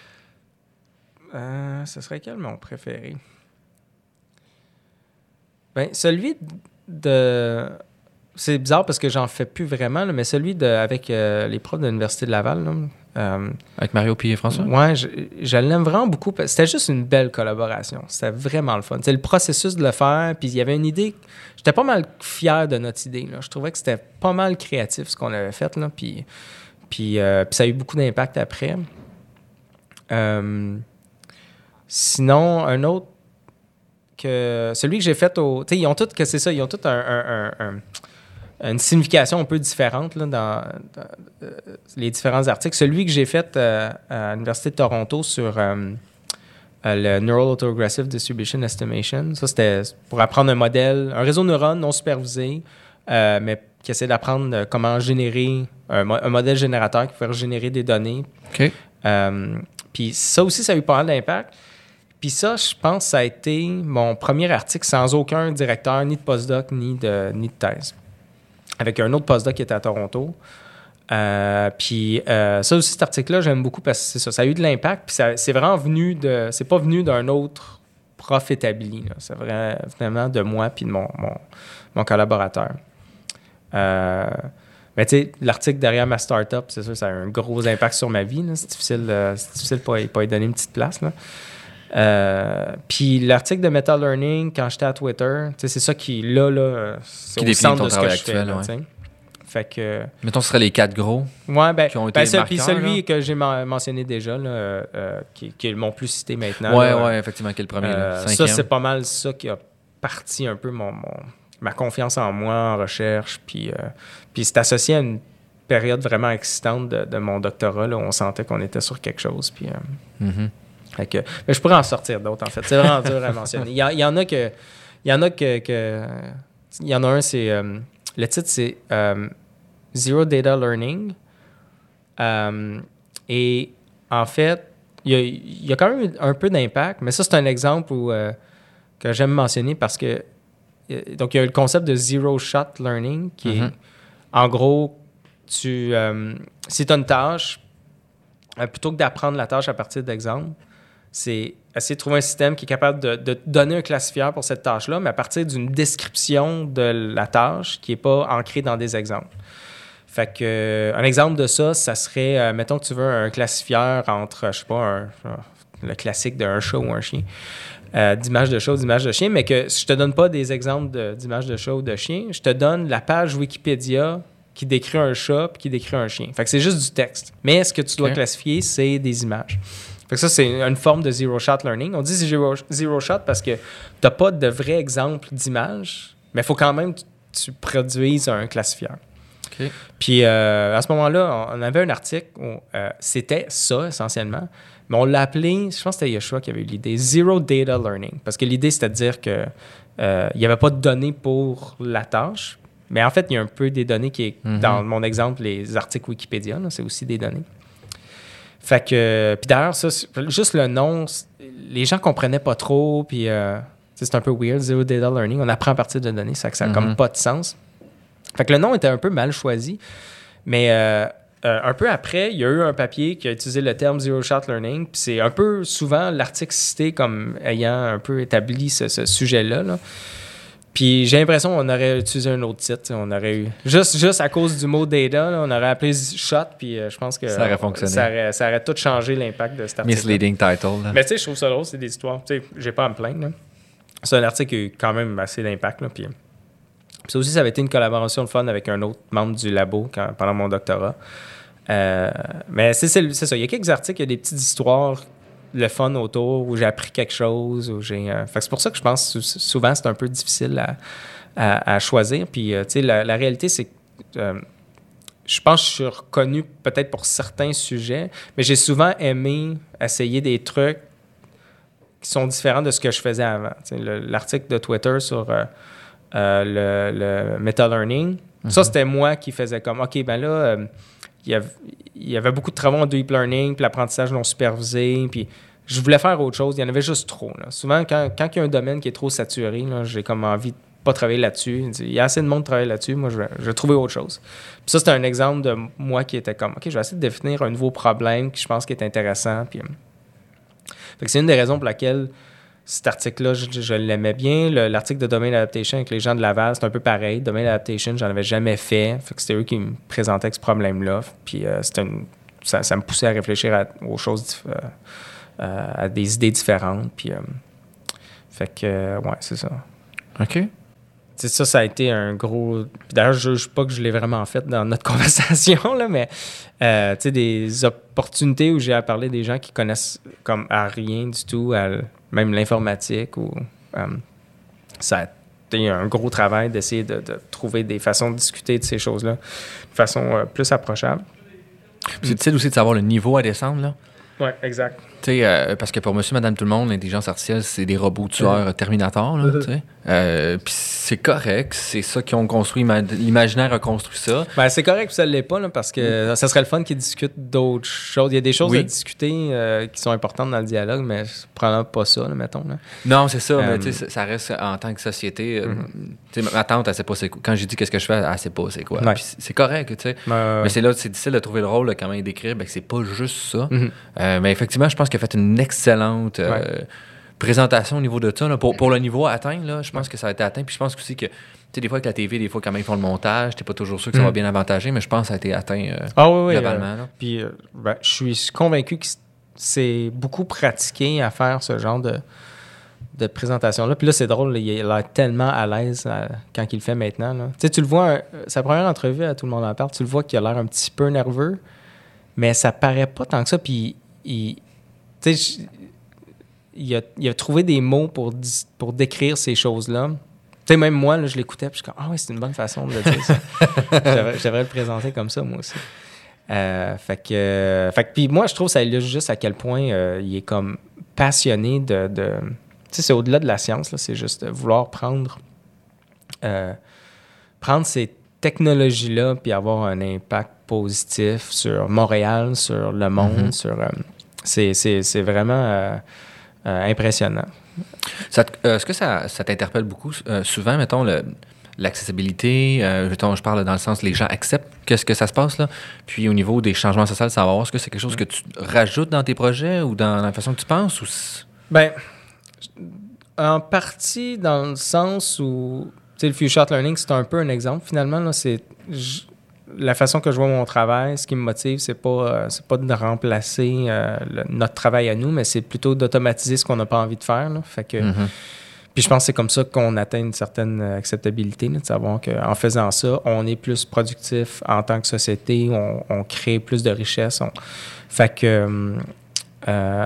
euh, ce serait quel mon préféré? Ben, celui de... C'est bizarre parce que j'en fais plus vraiment, là, mais celui de, avec euh, les profs de l'Université de Laval. Là, euh, avec Mario et François? Ouais, je, je l'aime vraiment beaucoup. C'était juste une belle collaboration. C'était vraiment le fun. C'est le processus de le faire, puis il y avait une idée... J'étais pas mal fier de notre idée. Là. Je trouvais que c'était pas mal créatif ce qu'on avait fait, là, puis, puis, euh, puis ça a eu beaucoup d'impact après. Euh, sinon, un autre que... Celui que j'ai fait au... Tu sais, ils ont tous... que c'est ça, ils ont tous un... un, un, un une signification un peu différente là, dans, dans euh, les différents articles. Celui que j'ai fait euh, à l'Université de Toronto sur euh, euh, le Neural Autoregressive Distribution Estimation, ça c'était pour apprendre un modèle, un réseau de neurones non supervisé, euh, mais qui essaie d'apprendre euh, comment générer un, un modèle générateur qui peut générer des données. OK. Euh, puis ça aussi, ça a eu pas mal d'impact. Puis ça, je pense, ça a été mon premier article sans aucun directeur, ni de postdoc, ni de, ni de thèse, avec un autre postdoc qui était à Toronto. Euh, puis euh, ça aussi, cet article-là, j'aime beaucoup parce que c'est ça, ça a eu de l'impact. Puis ça, c'est vraiment venu de... C'est pas venu d'un autre prof établi. Là. C'est vrai, vraiment de moi puis de mon, mon, mon collaborateur. Euh, mais tu sais, l'article derrière ma start-up, c'est sûr, ça a un gros impact sur ma vie. Là. C'est difficile, euh, c'est difficile de pas, pas y donner une petite place. Là. Euh, puis l'article de Meta Learning, quand j'étais à Twitter, c'est ça qui, là, là c'est qui au centre de ce que je actuel, fais. Là, ouais. Fait que... Mettons, ce seraient les quatre gros ouais, ben, qui ont été ben, marqueurs. Puis celui là. Que j'ai men- mentionné déjà, là, euh, qui, qui est mon plus cité maintenant. Ouais, là, ouais, effectivement, qui est le premier. Euh, ça, c'est pas mal ça qui a parti un peu mon, mon, ma confiance en moi, en recherche. Puis, euh, puis c'est associé à une période vraiment excitante de, de mon doctorat, là, où on sentait qu'on était sur quelque chose. Puis... Euh, mm-hmm. Fait que, mais je pourrais en sortir d'autres, en fait. C'est vraiment dur à mentionner. Il y, a, il y en a que... Il y en a que... que il y en a un, c'est... Euh, le titre, c'est euh, Zero Data Learning. Euh, et en fait, il y, a, il y a quand même un peu d'impact, mais ça, c'est un exemple où, euh, que j'aime mentionner parce que... Donc, il y a le concept de Zero Shot Learning qui mm-hmm. est... En gros, tu... Euh, si tu as une tâche, euh, plutôt que d'apprendre la tâche à partir d'exemples, c'est essayer de trouver un système qui est capable de, de donner un classifieur pour cette tâche-là, mais à partir d'une description de la tâche qui n'est pas ancrée dans des exemples. Fait que, euh, un exemple de ça, ça serait, euh, mettons que tu veux un classifieur entre, je sais pas, un, le classique d'un chat ou un chien, euh, d'images de chat ou d'images de chien, mais que si je te donne pas des exemples de, d'images de chat ou de chien, je te donne la page Wikipédia qui décrit un chat puis qui décrit un chien. Fait que c'est juste du texte. Mais ce que tu dois okay. classifier, c'est des images. Fait que ça, c'est une forme de zero-shot learning. On dit zero, zero shot parce que tu n'as pas de vrai exemple d'image, mais il faut quand même que tu produises un classifieur. Okay. Puis euh, à ce moment-là, on avait un article où euh, c'était ça, essentiellement, mais on l'a appelé, je pense que c'était Yoshua qui avait eu l'idée, Zero Data Learning. Parce que l'idée, c'était de dire qu'il euh, n'y avait pas de données pour la tâche, mais en fait, il y a un peu des données qui est, mm-hmm. dans mon exemple, les articles Wikipédia, là, c'est aussi des données. Fait que, puis d'ailleurs, ça, juste le nom, les gens comprenaient pas trop, puis euh, c'est un peu weird, Zero Data Learning. On apprend à partir de données, ça n'a mm-hmm. comme pas de sens. Fait que le nom était un peu mal choisi, mais euh, euh, un peu après, il y a eu un papier qui a utilisé le terme Zero Shot Learning, puis c'est un peu souvent l'article cité comme ayant un peu établi ce, ce sujet-là, là. Puis j'ai l'impression qu'on aurait utilisé un autre titre. On aurait eu... Juste, juste à cause du mot data, là, on aurait appelé Shot, puis euh, je pense que... Ça aurait fonctionné. Ça aurait, ça aurait tout changé l'impact de cet article. Misleading title. Là. Mais tu sais, je trouve ça drôle, c'est des histoires. Tu sais, j'ai pas à me plaindre. Là. C'est un article qui a eu quand même assez d'impact. Là, puis... puis ça aussi, ça avait été une collaboration de fun avec un autre membre du labo quand, pendant mon doctorat. Euh, mais c'est, c'est, c'est ça. Il y a quelques articles, il y a des petites histoires... le fun autour, où j'ai appris quelque chose. Où j'ai, euh... fait que c'est pour ça que je pense que souvent, c'est un peu difficile à, à, à choisir. Puis, euh, tu sais, la, la réalité, c'est que euh, je pense que je suis reconnu peut-être pour certains sujets, mais j'ai souvent aimé essayer des trucs qui sont différents de ce que je faisais avant. Tu sais, le, l'article de Twitter sur euh, euh, le, le meta-learning, mm-hmm. ça, c'était moi qui faisais comme, OK, ben là... Euh, il y avait, il y avait beaucoup de travaux en deep learning, puis l'apprentissage non supervisé, puis je voulais faire autre chose. Il y en avait juste trop. Là. Souvent, quand, quand il y a un domaine qui est trop saturé, là, j'ai comme envie de pas travailler là-dessus. Il y a assez de monde qui travaille là-dessus. Moi, je vais, je vais trouver autre chose. Puis ça, c'était un exemple de moi qui était comme, OK, je vais essayer de définir un nouveau problème qui je pense qui est intéressant. Puis, fait que c'est une des raisons pour laquelle cet article-là, je, je l'aimais bien. Le, l'article de Domain Adaptation avec les gens de Laval, c'est un peu pareil. Domain Adaptation, j'en avais jamais fait. Fait que c'était eux qui me présentaient ce problème-là. Puis euh, c'était une, ça, ça me poussait à réfléchir à, aux choses, euh, euh, à des idées différentes. Puis, euh, fait que, euh, ouais, c'est ça. OK. C'est ça, ça a été un gros... Puis d'ailleurs, je ne juge pas que je l'ai vraiment fait dans notre conversation, là, mais euh, tu sais, des opportunités où j'ai à parler des gens qui connaissent comme à rien du tout, à même l'informatique, ou euh, ça a été un gros travail d'essayer de, de trouver des façons de discuter de ces choses-là de façon euh, plus approchable. Puis c'est difficile aussi de savoir le niveau à descendre, là. Oui, exact. Tu sais, euh, parce que pour monsieur, madame, tout le monde, l'intelligence artificielle, c'est des robots tueurs mmh. Terminator, là, tu sais. Euh, puis c'est correct, c'est ça qu'ils ont construit, l'imaginaire a construit ça. Ben, c'est correct que ça ne l'est pas, là, parce que mmh. ça serait le fun qu'ils discutent d'autres choses. Il y a des choses oui. à discuter euh, qui sont importantes dans le dialogue, mais c'est probablement pas ça, là, mettons. Là. Non, c'est ça, euh, mais tu sais, ça reste en tant que société. Euh, mmh. Tu sais, ma tante, elle sait pas c'est quoi. Quand j'ai dit qu'est-ce que je fais, elle sait pas c'est quoi. Ouais. Puis c'est correct, tu sais. Euh, mais c'est là, c'est difficile de trouver le rôle, là, comment il décrire, ben, que c'est pas juste ça. Mmh. Euh, mais effectivement, je pense qu'il a fait une excellente euh, ouais. présentation au niveau de ça. Là. Pour, pour le niveau à atteindre, là, je pense que ça a été atteint. Puis je pense aussi que, tu sais, des fois avec la T V, des fois quand même ils font le montage, t'es pas toujours sûr que ça mm. va bien avantager, mais je pense que ça a été atteint euh, ah, oui, oui, globalement. Euh, puis euh, ben, je suis convaincu que c'est beaucoup pratiqué à faire ce genre de, de présentation-là. Puis là, c'est drôle, là, il a l'air tellement à l'aise euh, quand il le fait maintenant. Tu sais, tu le vois, euh, sa première entrevue, à Tout le monde en parle, tu le vois qu'il a l'air un petit peu nerveux, mais ça paraît pas tant que ça. Puis il... Tu sais, il a, il a trouvé des mots pour, pour décrire ces choses-là. Tu sais, même moi, là, je l'écoutais, puis je suis comme, ah oui, c'est une bonne façon de le dire ça. je, devrais, le présenter comme ça, moi aussi. Euh, fait que, euh, fait que, puis moi, je trouve que ça illustre juste à quel point euh, il est comme passionné de. de tu sais, c'est au-delà de la science, là, c'est juste de vouloir prendre, euh, prendre ces technologies-là, puis avoir un impact positif sur Montréal, sur le monde, mm-hmm. sur. Euh, C'est, c'est, c'est vraiment euh, euh, impressionnant. Ça te, euh, est-ce que ça, ça t'interpelle beaucoup? Euh, souvent, mettons, le, l'accessibilité, euh, mettons, je parle dans le sens les gens acceptent qu'est-ce que ça se passe, là. Puis au niveau des changements sociaux, savoir, est-ce que c'est quelque chose que tu rajoutes dans tes projets ou dans la façon que tu penses? Ou bien, en partie dans le sens où, tu sais, le Few-Shot Learning, c'est un peu un exemple, finalement. Là, c'est... J- La façon que je vois mon travail, ce qui me motive, c'est pas, euh, c'est pas de remplacer euh, le, notre travail à nous, mais c'est plutôt d'automatiser ce qu'on n'a pas envie de faire. Là. Fait que, mm-hmm. Puis je pense que c'est comme ça qu'on atteint une certaine acceptabilité, là, de savoir qu'en faisant ça, on est plus productif en tant que société, on, on crée plus de richesse. On... Fait que... Euh,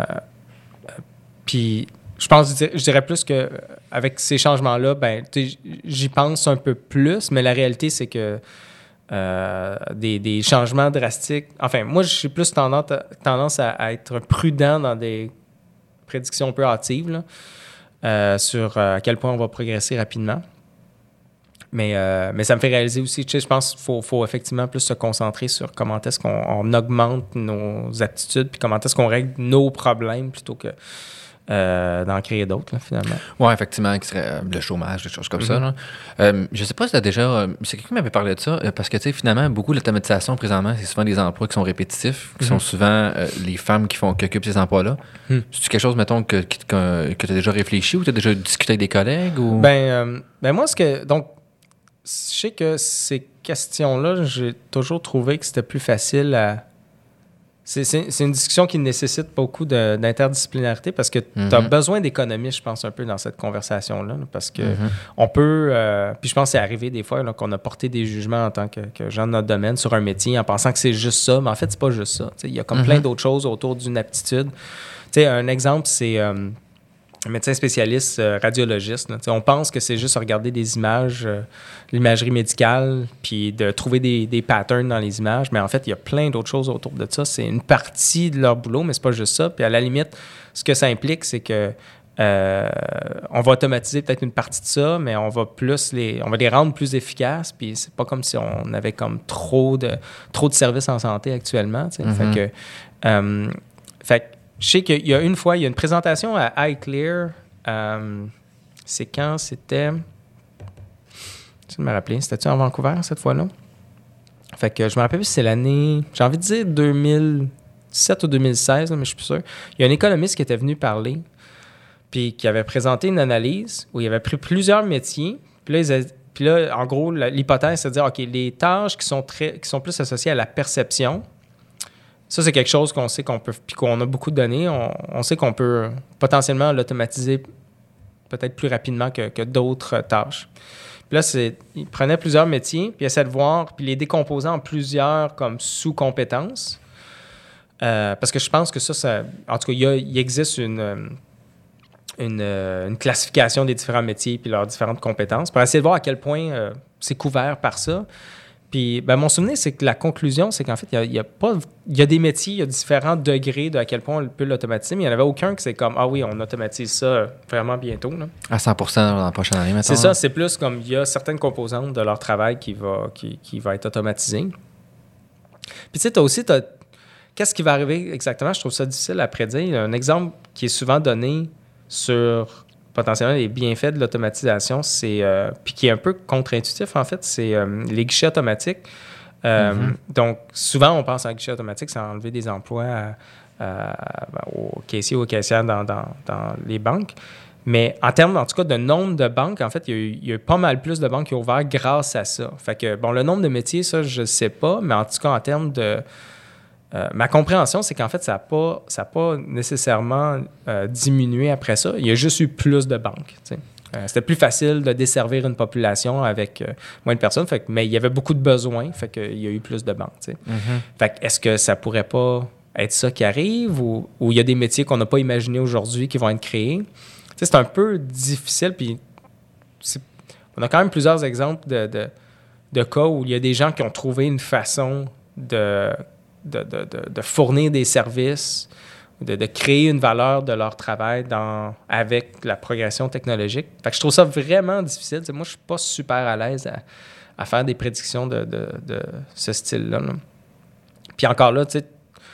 puis je pense, je dirais plus qu'avec ces changements-là, ben, j'y pense un peu plus, mais la réalité, c'est que Euh, des, des changements drastiques. Enfin, moi, j'ai plus tendance à, tendance à, à être prudent dans des prédictions un peu hâtives là, euh, sur euh, à quel point on va progresser rapidement. Mais, euh, mais ça me fait réaliser aussi, tu sais, je pense qu'il faut, faut effectivement plus se concentrer sur comment est-ce qu'on on augmente nos aptitudes puis comment est-ce qu'on règle nos problèmes plutôt que Euh, d'en créer d'autres, là, finalement. Oui, effectivement, qui serait euh, le chômage, des choses comme mm-hmm. ça. Là. Euh, je ne sais pas si tu as déjà... Euh, c'est quelqu'un qui m'avait parlé de ça, euh, parce que, tu sais, finalement, beaucoup de l'automatisation, présentement, c'est souvent des emplois qui sont répétitifs, qui mm-hmm. sont souvent euh, les femmes qui, font, qui occupent ces emplois-là. Mm. C'est-tu quelque chose, mettons, que, que, que tu as déjà réfléchi ou tu as déjà discuté avec des collègues? Ou... Ben, euh, ben, moi, ce que... Donc, je sais que ces questions-là, j'ai toujours trouvé que c'était plus facile à... C'est, c'est, c'est une discussion qui nécessite beaucoup de, d'interdisciplinarité parce que mm-hmm. tu as besoin d'économistes, je pense, un peu dans cette conversation-là. Là, parce que mm-hmm. on peut... Euh, puis je pense que c'est arrivé des fois là, qu'on a porté des jugements en tant que, que gens de notre domaine sur un métier en pensant que c'est juste ça. Mais en fait, c'est pas juste ça. Il y a comme mm-hmm. plein d'autres choses autour d'une aptitude. T'sais, un exemple, c'est... Euh, un médecin spécialiste euh, radiologiste. Là. On pense que c'est juste regarder des images, euh, l'imagerie médicale, puis de trouver des, des patterns dans les images. Mais en fait, il y a plein d'autres choses autour de ça. C'est une partie de leur boulot, mais c'est pas juste ça. Puis à la limite, ce que ça implique, c'est que Euh, on va automatiser peut-être une partie de ça, mais on va plus les, on va les rendre plus efficaces. Puis c'est pas comme si on avait comme trop de, trop de services en santé actuellement. Mm-hmm. Fait que, euh, fait que je sais qu'il y a une fois, il y a une présentation à iClear. Euh, c'est quand c'était, je me rappelle, c'était-tu en Vancouver cette fois-là? Fait que je me rappelle plus si c'est l'année, j'ai envie de dire deux mille dix-sept ou deux mille seize, là, mais je suis plus sûr. Il y a un économiste qui était venu parler. Puis qui avait présenté une analyse où il avait pris plusieurs métiers. Puis là, ils avaient, puis là en gros, la, l'hypothèse, c'est de dire, OK, les tâches qui sont, très, qui sont plus associées à la perception, ça, c'est quelque chose qu'on sait qu'on peut, puis qu'on a beaucoup de données, on, on sait qu'on peut potentiellement l'automatiser peut-être plus rapidement que, que d'autres tâches. Puis là, c'est, il prenait plusieurs métiers, puis il essayait de voir, puis les décomposait en plusieurs comme sous-compétences. Euh, parce que je pense que ça, ça en tout cas, il, y a, il existe une... Une, euh, une classification des différents métiers puis leurs différentes compétences pour essayer de voir à quel point euh, c'est couvert par ça. Puis, ben, mon souvenir, c'est que la conclusion, c'est qu'en fait, il y a, il y a pas... Il y a des métiers, il y a différents degrés de à quel point on peut l'automatiser, mais il n'y en avait aucun que c'est comme « Ah oui, on automatise ça vraiment bientôt. » là. À cent pour cent dans la prochaine année, maintenant. C'est ça, c'est plus comme il y a certaines composantes de leur travail qui va, qui, qui va être automatisée. Puis tu sais, tu as aussi... T'as... Qu'est-ce qui va arriver exactement? Je trouve ça difficile à prédire. Il y a un exemple qui est souvent donné sur potentiellement les bienfaits de l'automatisation, c'est euh, puis qui est un peu contre-intuitif en fait, c'est euh, les guichets automatiques. Euh, mm-hmm. Donc souvent on pense à un guichet automatique, c'est enlever des emplois à, à, aux caissiers ou aux caissières dans, dans, dans les banques. Mais en termes, en tout cas, de nombre de banques, en fait, il y a eu, il y a eu pas mal plus de banques qui ont ouvert grâce à ça. Fait que bon, le nombre de métiers, ça, je ne sais pas, mais en tout cas, en termes de Euh, ma compréhension, c'est qu'en fait, ça n'a pas, ça a pas nécessairement euh, diminué après ça. Il y a juste eu plus de banques. Euh, c'était plus facile de desservir une population avec euh, moins de personnes, fait que, mais il y avait beaucoup de besoins, fait qu'il y a eu plus de banques. Mm-hmm. Fait que, est-ce que ça pourrait pas être ça qui arrive ou, ou il y a des métiers qu'on n'a pas imaginés aujourd'hui qui vont être créés? T'sais, c'est un peu difficile, puis on a quand même plusieurs exemples de, de, de cas où il y a des gens qui ont trouvé une façon de... De, de, de, de fournir des services, de, de créer une valeur de leur travail dans, avec la progression technologique. Fait que je trouve ça vraiment difficile. T'sais, moi, je ne suis pas super à l'aise à, à faire des prédictions de, de, de ce style-là. Là. Puis encore là, tu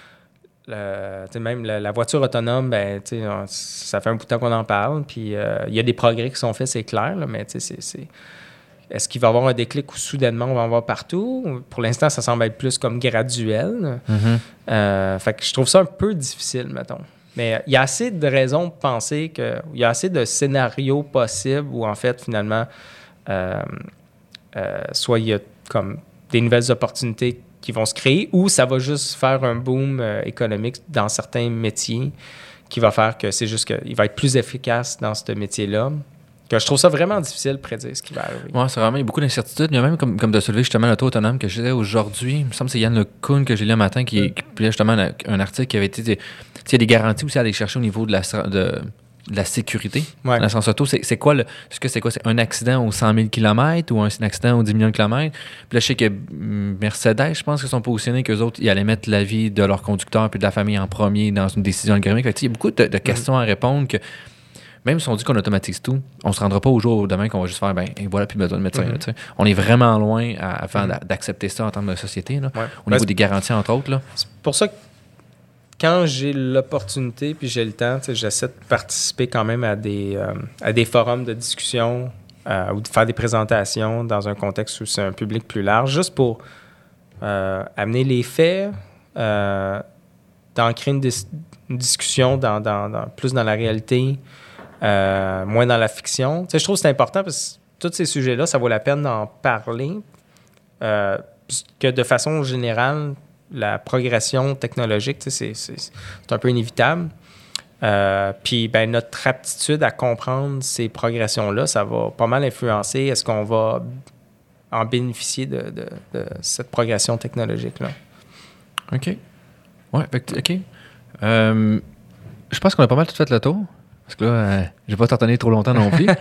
sais, même la, la voiture autonome, ben, on, ça fait un bout de temps qu'on en parle. Puis il euh, y a des progrès qui sont faits, c'est clair, là, mais c'est... c'est est-ce qu'il va y avoir un déclic où soudainement on va en voir partout? Pour l'instant, ça semble être plus comme graduel. Mm-hmm. Euh, fait que je trouve ça un peu difficile, mettons. Mais il y a assez de raisons de penser que... Il y a assez de scénarios possibles où, en fait, finalement, euh, euh, soit il y a comme des nouvelles opportunités qui vont se créer ou ça va juste faire un boom euh, économique dans certains métiers qui va faire que c'est juste qu'il va être plus efficace dans ce métier-là. Que je trouve ça vraiment difficile de prédire ce qui va arriver. Oui, c'est vraiment, il y a beaucoup d'incertitudes. Il y a même, comme, comme de soulever justement l'auto autonome que je disais aujourd'hui, il me semble que c'est Yann LeCun que j'ai lu un matin qui, mm. qui publiait justement un, un article qui avait été... Il y a des garanties aussi à aller chercher au niveau de la, de, de la sécurité. Ouais. Dans le sens auto, c'est, c'est quoi le... Est-ce que c'est quoi? C'est un accident aux cent mille kilomètres ou un, un accident aux dix millions de kilomètres? Puis là, je sais que Mercedes, je pense qu'ils sont positionnés qu'eux autres, ils allaient mettre la vie de leur conducteur puis de la famille en premier dans une décision algorithmique. Fait que, il y a beaucoup de, de questions mm. à répondre que... Même si on dit qu'on automatise tout, on ne se rendra pas au jour demain qu'on va juste faire, ben voilà, plus besoin de médecin. Mm-hmm. Là, on est vraiment loin à, avant mm-hmm. d'accepter ça en termes de société, là, ouais. au niveau ben, des garanties, entre autres. Là. C'est pour ça que quand j'ai l'opportunité puis j'ai le temps, j'essaie de participer quand même à des, euh, à des forums de discussion euh, ou de faire des présentations dans un contexte où c'est un public plus large, juste pour euh, amener les faits, euh, d'ancrer une, dis- une discussion dans, dans, dans, plus dans la réalité, Euh, moins dans la fiction. Tu sais, je trouve que c'est important parce que tous ces sujets-là, ça vaut la peine d'en parler. Euh, que de façon générale, la progression technologique, tu sais, c'est, c'est, c'est un peu inévitable. Euh, puis, ben, notre aptitude à comprendre ces progressions-là, ça va pas mal influencer est-ce qu'on va en bénéficier de, de, de cette progression technologique-là. OK. Ouais, OK. Euh, je pense qu'on a pas mal tout fait le tour. Parce que là, euh, je ne vais pas t'en tenir trop longtemps non plus.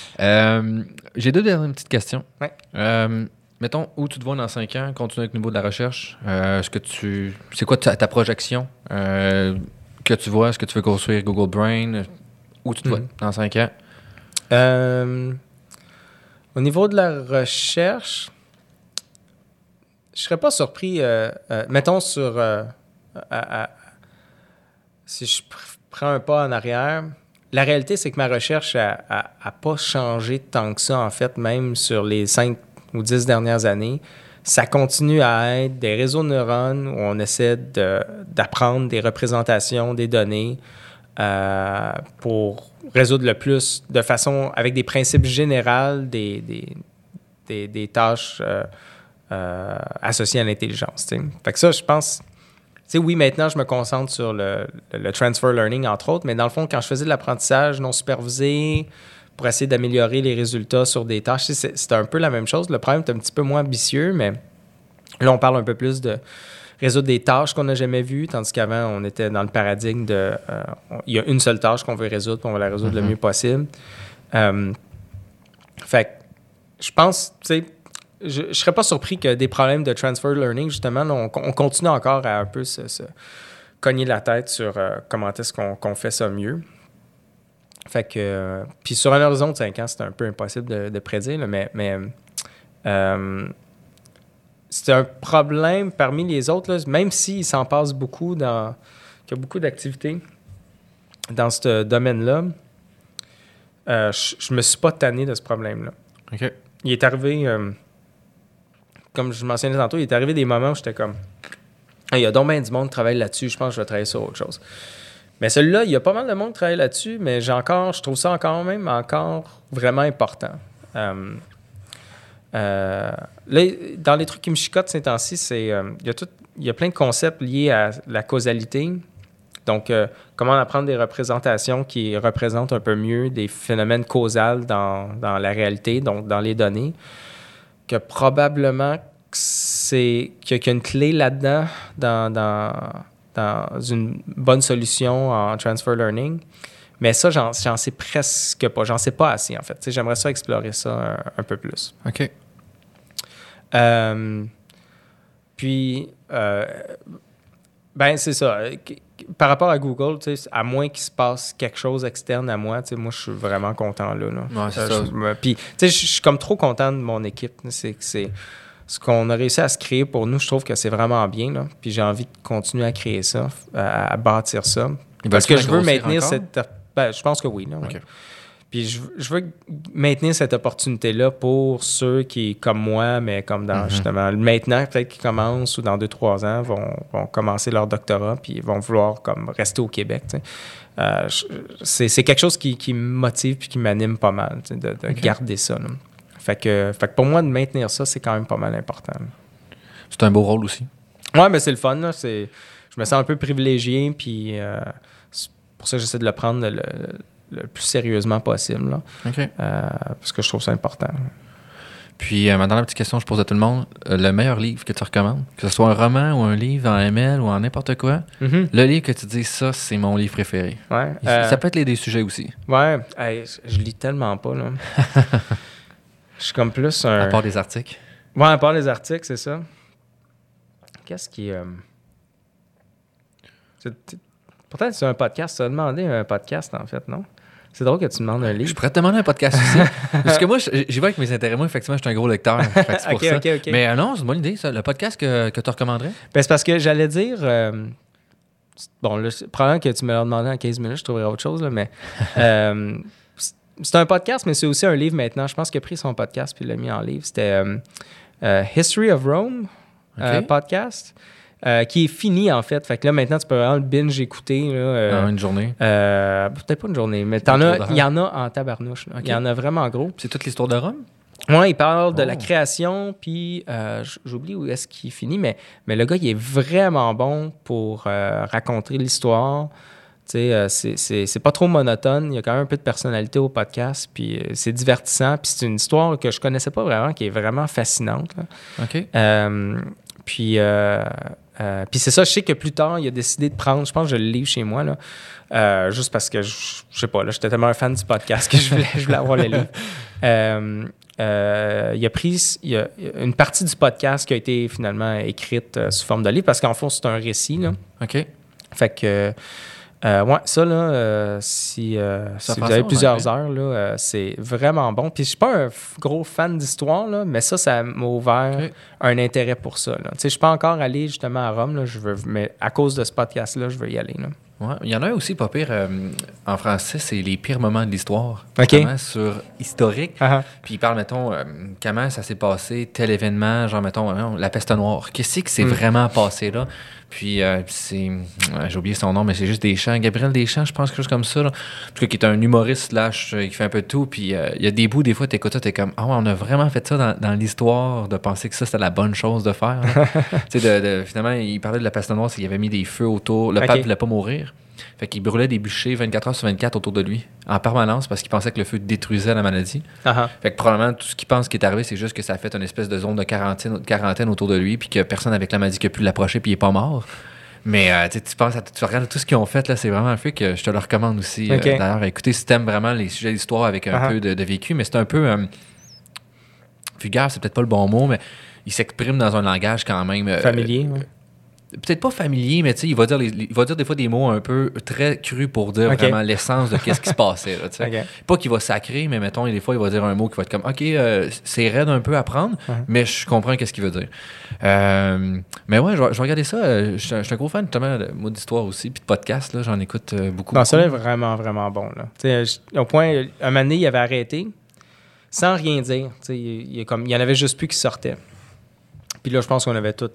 euh, j'ai deux dernières petites questions. Ouais. Euh, mettons, où tu te vois dans cinq ans, continuer avec le niveau de la recherche. Euh, est-ce que tu, c'est quoi ta, ta projection euh, que tu vois? Est-ce que tu veux construire Google Brain? Où tu te vois Mhm. dans cinq ans? Euh, au niveau de la recherche, je serais pas surpris, euh, euh, mettons sur... euh, à- à- si je pr- prends un pas en arrière, la réalité, c'est que ma recherche n'a pas changé tant que ça, en fait, même sur les cinq ou dix dernières années. Ça continue à être des réseaux de neurones où on essaie de- d'apprendre des représentations des données euh, pour résoudre le plus de façon, avec des principes généraux, des, des, des, des tâches euh, euh, associées à l'intelligence. T'sais. Fait que ça, je pense... Tu sais, oui, maintenant, je me concentre sur le, le, le transfer learning, entre autres, mais dans le fond, quand je faisais de l'apprentissage non supervisé pour essayer d'améliorer les résultats sur des tâches, c'est, c'était un peu la même chose. Le problème est un petit peu moins ambitieux, mais là, on parle un peu plus de résoudre des tâches qu'on n'a jamais vues, tandis qu'avant, on était dans le paradigme de... Euh, on, il y a une seule tâche qu'on veut résoudre, puis on va la résoudre mm-hmm. le mieux possible. Euh, fait que je pense, tu sais, je ne serais pas surpris que des problèmes de transfer learning, justement, là, on, on continue encore à un peu se, se cogner la tête sur euh, comment est-ce qu'on, qu'on fait ça mieux. Fait que... Euh, puis sur un horizon de cinq ans, c'est un peu impossible de, de prédire, là, mais... mais euh, c'est un problème parmi les autres, là, même s'il s'en passe beaucoup, dans, qu'il y a beaucoup d'activités dans ce domaine-là, euh, je ne me suis pas tanné de ce problème-là. OK. Il est arrivé, euh, comme je mentionnais tantôt, il est arrivé des moments où j'étais comme, il y a donc bien du monde qui travaille là-dessus, je pense que je vais travailler sur autre chose. Mais celui-là, il y a pas mal de monde qui travaille là-dessus, mais j'ai encore, je trouve ça encore même encore vraiment important. Euh, Euh, là, dans les trucs qui me chicotent ces temps-ci, c'est euh, il y a tout, il y a plein de concepts liés à la causalité. Donc, euh, comment apprendre des représentations qui représentent un peu mieux des phénomènes causals dans, dans la réalité, donc dans les données, que probablement que c'est, qu'il y a une clé là-dedans dans, dans, dans une bonne solution en transfer learning. Mais ça, j'en, j'en sais presque pas. J'en sais pas assez, en fait. T'sais, j'aimerais ça explorer ça un, un peu plus. OK. Euh, puis, euh, ben c'est ça. Par rapport à Google, à moins qu'il se passe quelque chose externe à moi, moi, je suis vraiment content là. là. Ouais, c'est euh, ça. Je, puis, je suis comme trop content de mon équipe. C'est, c'est ce qu'on a réussi à se créer pour nous. Je trouve que c'est vraiment bien. Là. Puis, j'ai envie de continuer à créer ça, à, à bâtir ça. Parce que je veux maintenir encore? cette... Ben, je pense que oui. Là, ouais. Okay. Puis je, je veux maintenir cette opportunité-là pour ceux qui, comme moi, mais comme dans mm-hmm. justement maintenant, peut-être qui commencent ou dans deux, trois ans, vont, vont commencer leur doctorat puis vont vouloir comme rester au Québec. Euh, je, c'est, c'est quelque chose qui, qui me motive puis qui m'anime pas mal, de, de okay. garder ça. Là. Fait que, fait que pour moi, de maintenir ça, c'est quand même pas mal important. Là. C'est un beau rôle aussi. Ouais, mais c'est le fun. Là. C'est, je me sens un peu privilégié puis... Euh, pour ça, j'essaie de le prendre le, le, le plus sérieusement possible. Là. Okay. Euh, parce que je trouve ça important. Puis, euh, ma dernière petite question que je pose à tout le monde, euh, le meilleur livre que tu recommandes, que ce soit un roman ou un livre en M L ou en n'importe quoi, mm-hmm. le livre que tu dis, ça, c'est mon livre préféré. Ouais, euh, ça peut être les des sujets aussi. Ouais, hey, je, je lis tellement pas. Là. Je suis comme plus un... À part des articles. Ouais, à part les articles, c'est ça. Qu'est-ce qui... Euh... C'est... Pourtant, c'est un podcast. Tu as demandé un podcast, en fait, non? C'est drôle que tu demandes un livre. Je pourrais te demander un podcast aussi. Parce que moi, j'y vais avec mes intérêts. Moi, effectivement, je suis un gros lecteur. Fait que c'est pour okay, ça. Okay, okay. Mais euh, non, c'est une bonne idée, ça. Le podcast que, que tu recommanderais? Ben, c'est parce que j'allais dire... Euh, bon, là, probablement que tu me l'as demandé en quinze minutes, je trouverais autre chose, là, mais... euh, c'est un podcast, mais c'est aussi un livre maintenant. Je pense qu'il a pris son podcast puis il l'a mis en livre. C'était euh, euh, History of Rome, okay. euh, podcast. Euh, qui est fini, en fait. Fait que là, maintenant, tu peux vraiment le binge écouter. Là, euh, ah, une journée? Euh, peut-être pas une journée, mais t'en as, il y en a en tabarnouche. Okay. Il y en a vraiment gros. C'est toute l'histoire de Rome? Oui, il parle oh. de la création, puis euh, j'oublie où est-ce qu'il finit, mais, mais le gars, il est vraiment bon pour euh, raconter l'histoire. Tu sais, euh, c'est, c'est, c'est pas trop monotone. Il y a quand même un peu de personnalité au podcast, puis euh, c'est divertissant. Puis c'est une histoire que je connaissais pas vraiment, qui est vraiment fascinante. Là. OK. Euh, puis... Euh, Euh, puis c'est ça, je sais que plus tard, il a décidé de prendre, je pense que je le livre chez moi, là, euh, juste parce que, je, je sais pas, là, j'étais tellement un fan du podcast que je voulais, je voulais avoir le livre. Euh, euh, il a pris il y a une partie du podcast qui a été finalement écrite euh, sous forme de livre, parce qu'en fond, c'est un récit. Là. OK. Fait que Euh, ouais, ça, là, euh, si, euh, Ça si prend vous avez ça, plusieurs ouais. heures, là, euh, c'est vraiment bon. Puis je suis pas un f- gros fan d'histoire, là, mais ça, ça m'a ouvert Ok. un intérêt pour ça. Tu sais, je suis pas encore allé justement à Rome, là, je veux, mais à cause de ce podcast-là, je veux y aller. Là. Ouais. Il y en a un aussi, pas pire, euh, en français, c'est les pires moments de l'histoire. Ok. Vraiment sur historique. Ah, ah. Puis il parle, mettons, euh, comment ça s'est passé, tel événement, genre, mettons, euh, la peste noire. Qu'est-ce qui s'est Mm. vraiment passé là? Puis euh, c'est. euh, J'ai oublié son nom, mais c'est juste Deschamps. Gabriel Deschamps, je pense, quelque chose comme ça. Là. Puis, qui est un humoriste, slash, euh, qui fait un peu de tout. Puis euh, il y a des bouts, des fois, t'écoutes ça, t'es comme, ah ouais, on a vraiment fait ça dans, dans l'histoire, de penser que ça, c'était la bonne chose de faire. Tu sais, de, de- finalement, il parlait de la peste noire, c'est qu'il avait mis des feux autour. Le Ok. pape voulait pas mourir. Fait qu'il brûlait des bûchers vingt-quatre heures sur vingt-quatre autour de lui, en permanence, parce qu'il pensait que le feu détruisait la maladie. Ah, ah. Fait que probablement, tout ce qu'il pense qui est arrivé, c'est juste que ça a fait une espèce de zone de quarantaine, quarantaine autour de lui, puis que personne avec la maladie qui a pu l'approcher, puis il est pas mort. Mais euh, tu sais, tu penses à tu regardes tout ce qu'ils ont fait, là, c'est vraiment un truc que je te le recommande aussi. Ok. Euh, d'ailleurs, écoutez, si t'aimes vraiment les sujets d'histoire avec un Ah. peu de, de vécu, mais c'est un peu euh, vulgaire, c'est peut-être pas le bon mot, mais il s'exprime dans un langage quand même. euh, Familier. ouais. Peut-être pas familier, mais tu sais, il va dire les- les- il va dire des fois des mots un peu très crus pour dire Ok. vraiment l'essence de qu'est-ce qui se passait. Là, tu sais. Ok. Pas qu'il va sacrer, mais mettons, des fois, il va dire un mot qui va être comme OK, euh, c'est raide un peu à prendre, Mhm. mais je comprends qu'est-ce qu'il veut dire. Euh, mais ouais, je vais, je vais regarder ça. euh, Je suis un- je suis un gros fan justement de mots d'histoire aussi, puis de podcast. Là, j'en écoute euh, beaucoup. Non, beaucoup. ça là est vraiment, vraiment bon. Là. Tu sais, je- au point, un moment donné, il avait arrêté sans rien dire. Tu sais, Il, il, est comme, il y en avait juste plus qui sortaient. Puis là, je pense qu'on avait tous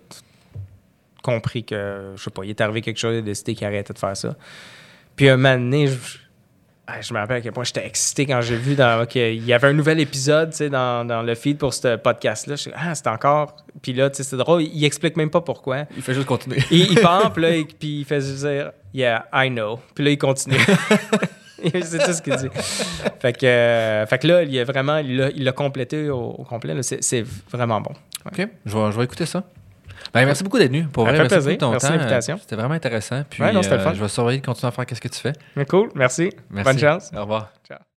compris que, je sais pas, il est arrivé quelque chose, il a décidé qu'il arrêtait de faire ça. Puis un moment donné, je, ah, je me rappelle à quel point j'étais excité quand j'ai vu dans, qu'il y avait un nouvel épisode tu sais, dans, dans le feed pour ce podcast-là. Je suis ah, c'est encore... Puis là, tu sais, c'est drôle, il explique même pas pourquoi. Il fait juste continuer. Il, il part, puis là, il- puis il fait juste dire « Yeah, I know ». Puis là, il continue. C'est tout ce qu'il dit. Fait que, euh, fait que là, il a vraiment, il l'a, il l'a complété au, au complet. là. C'est, c'est vraiment bon. OK, je vais, je vais écouter ça. Ben, merci beaucoup d'être venu. Pour Ça vrai, fait merci plaisir. beaucoup de ton Merci de temps. l'invitation. C'était vraiment intéressant. Puis, Ouais, non, c'était le euh, fun. je vais surveiller de continuer à faire ce que tu fais. Cool, merci. Merci. Bonne chance. Au revoir. Ciao.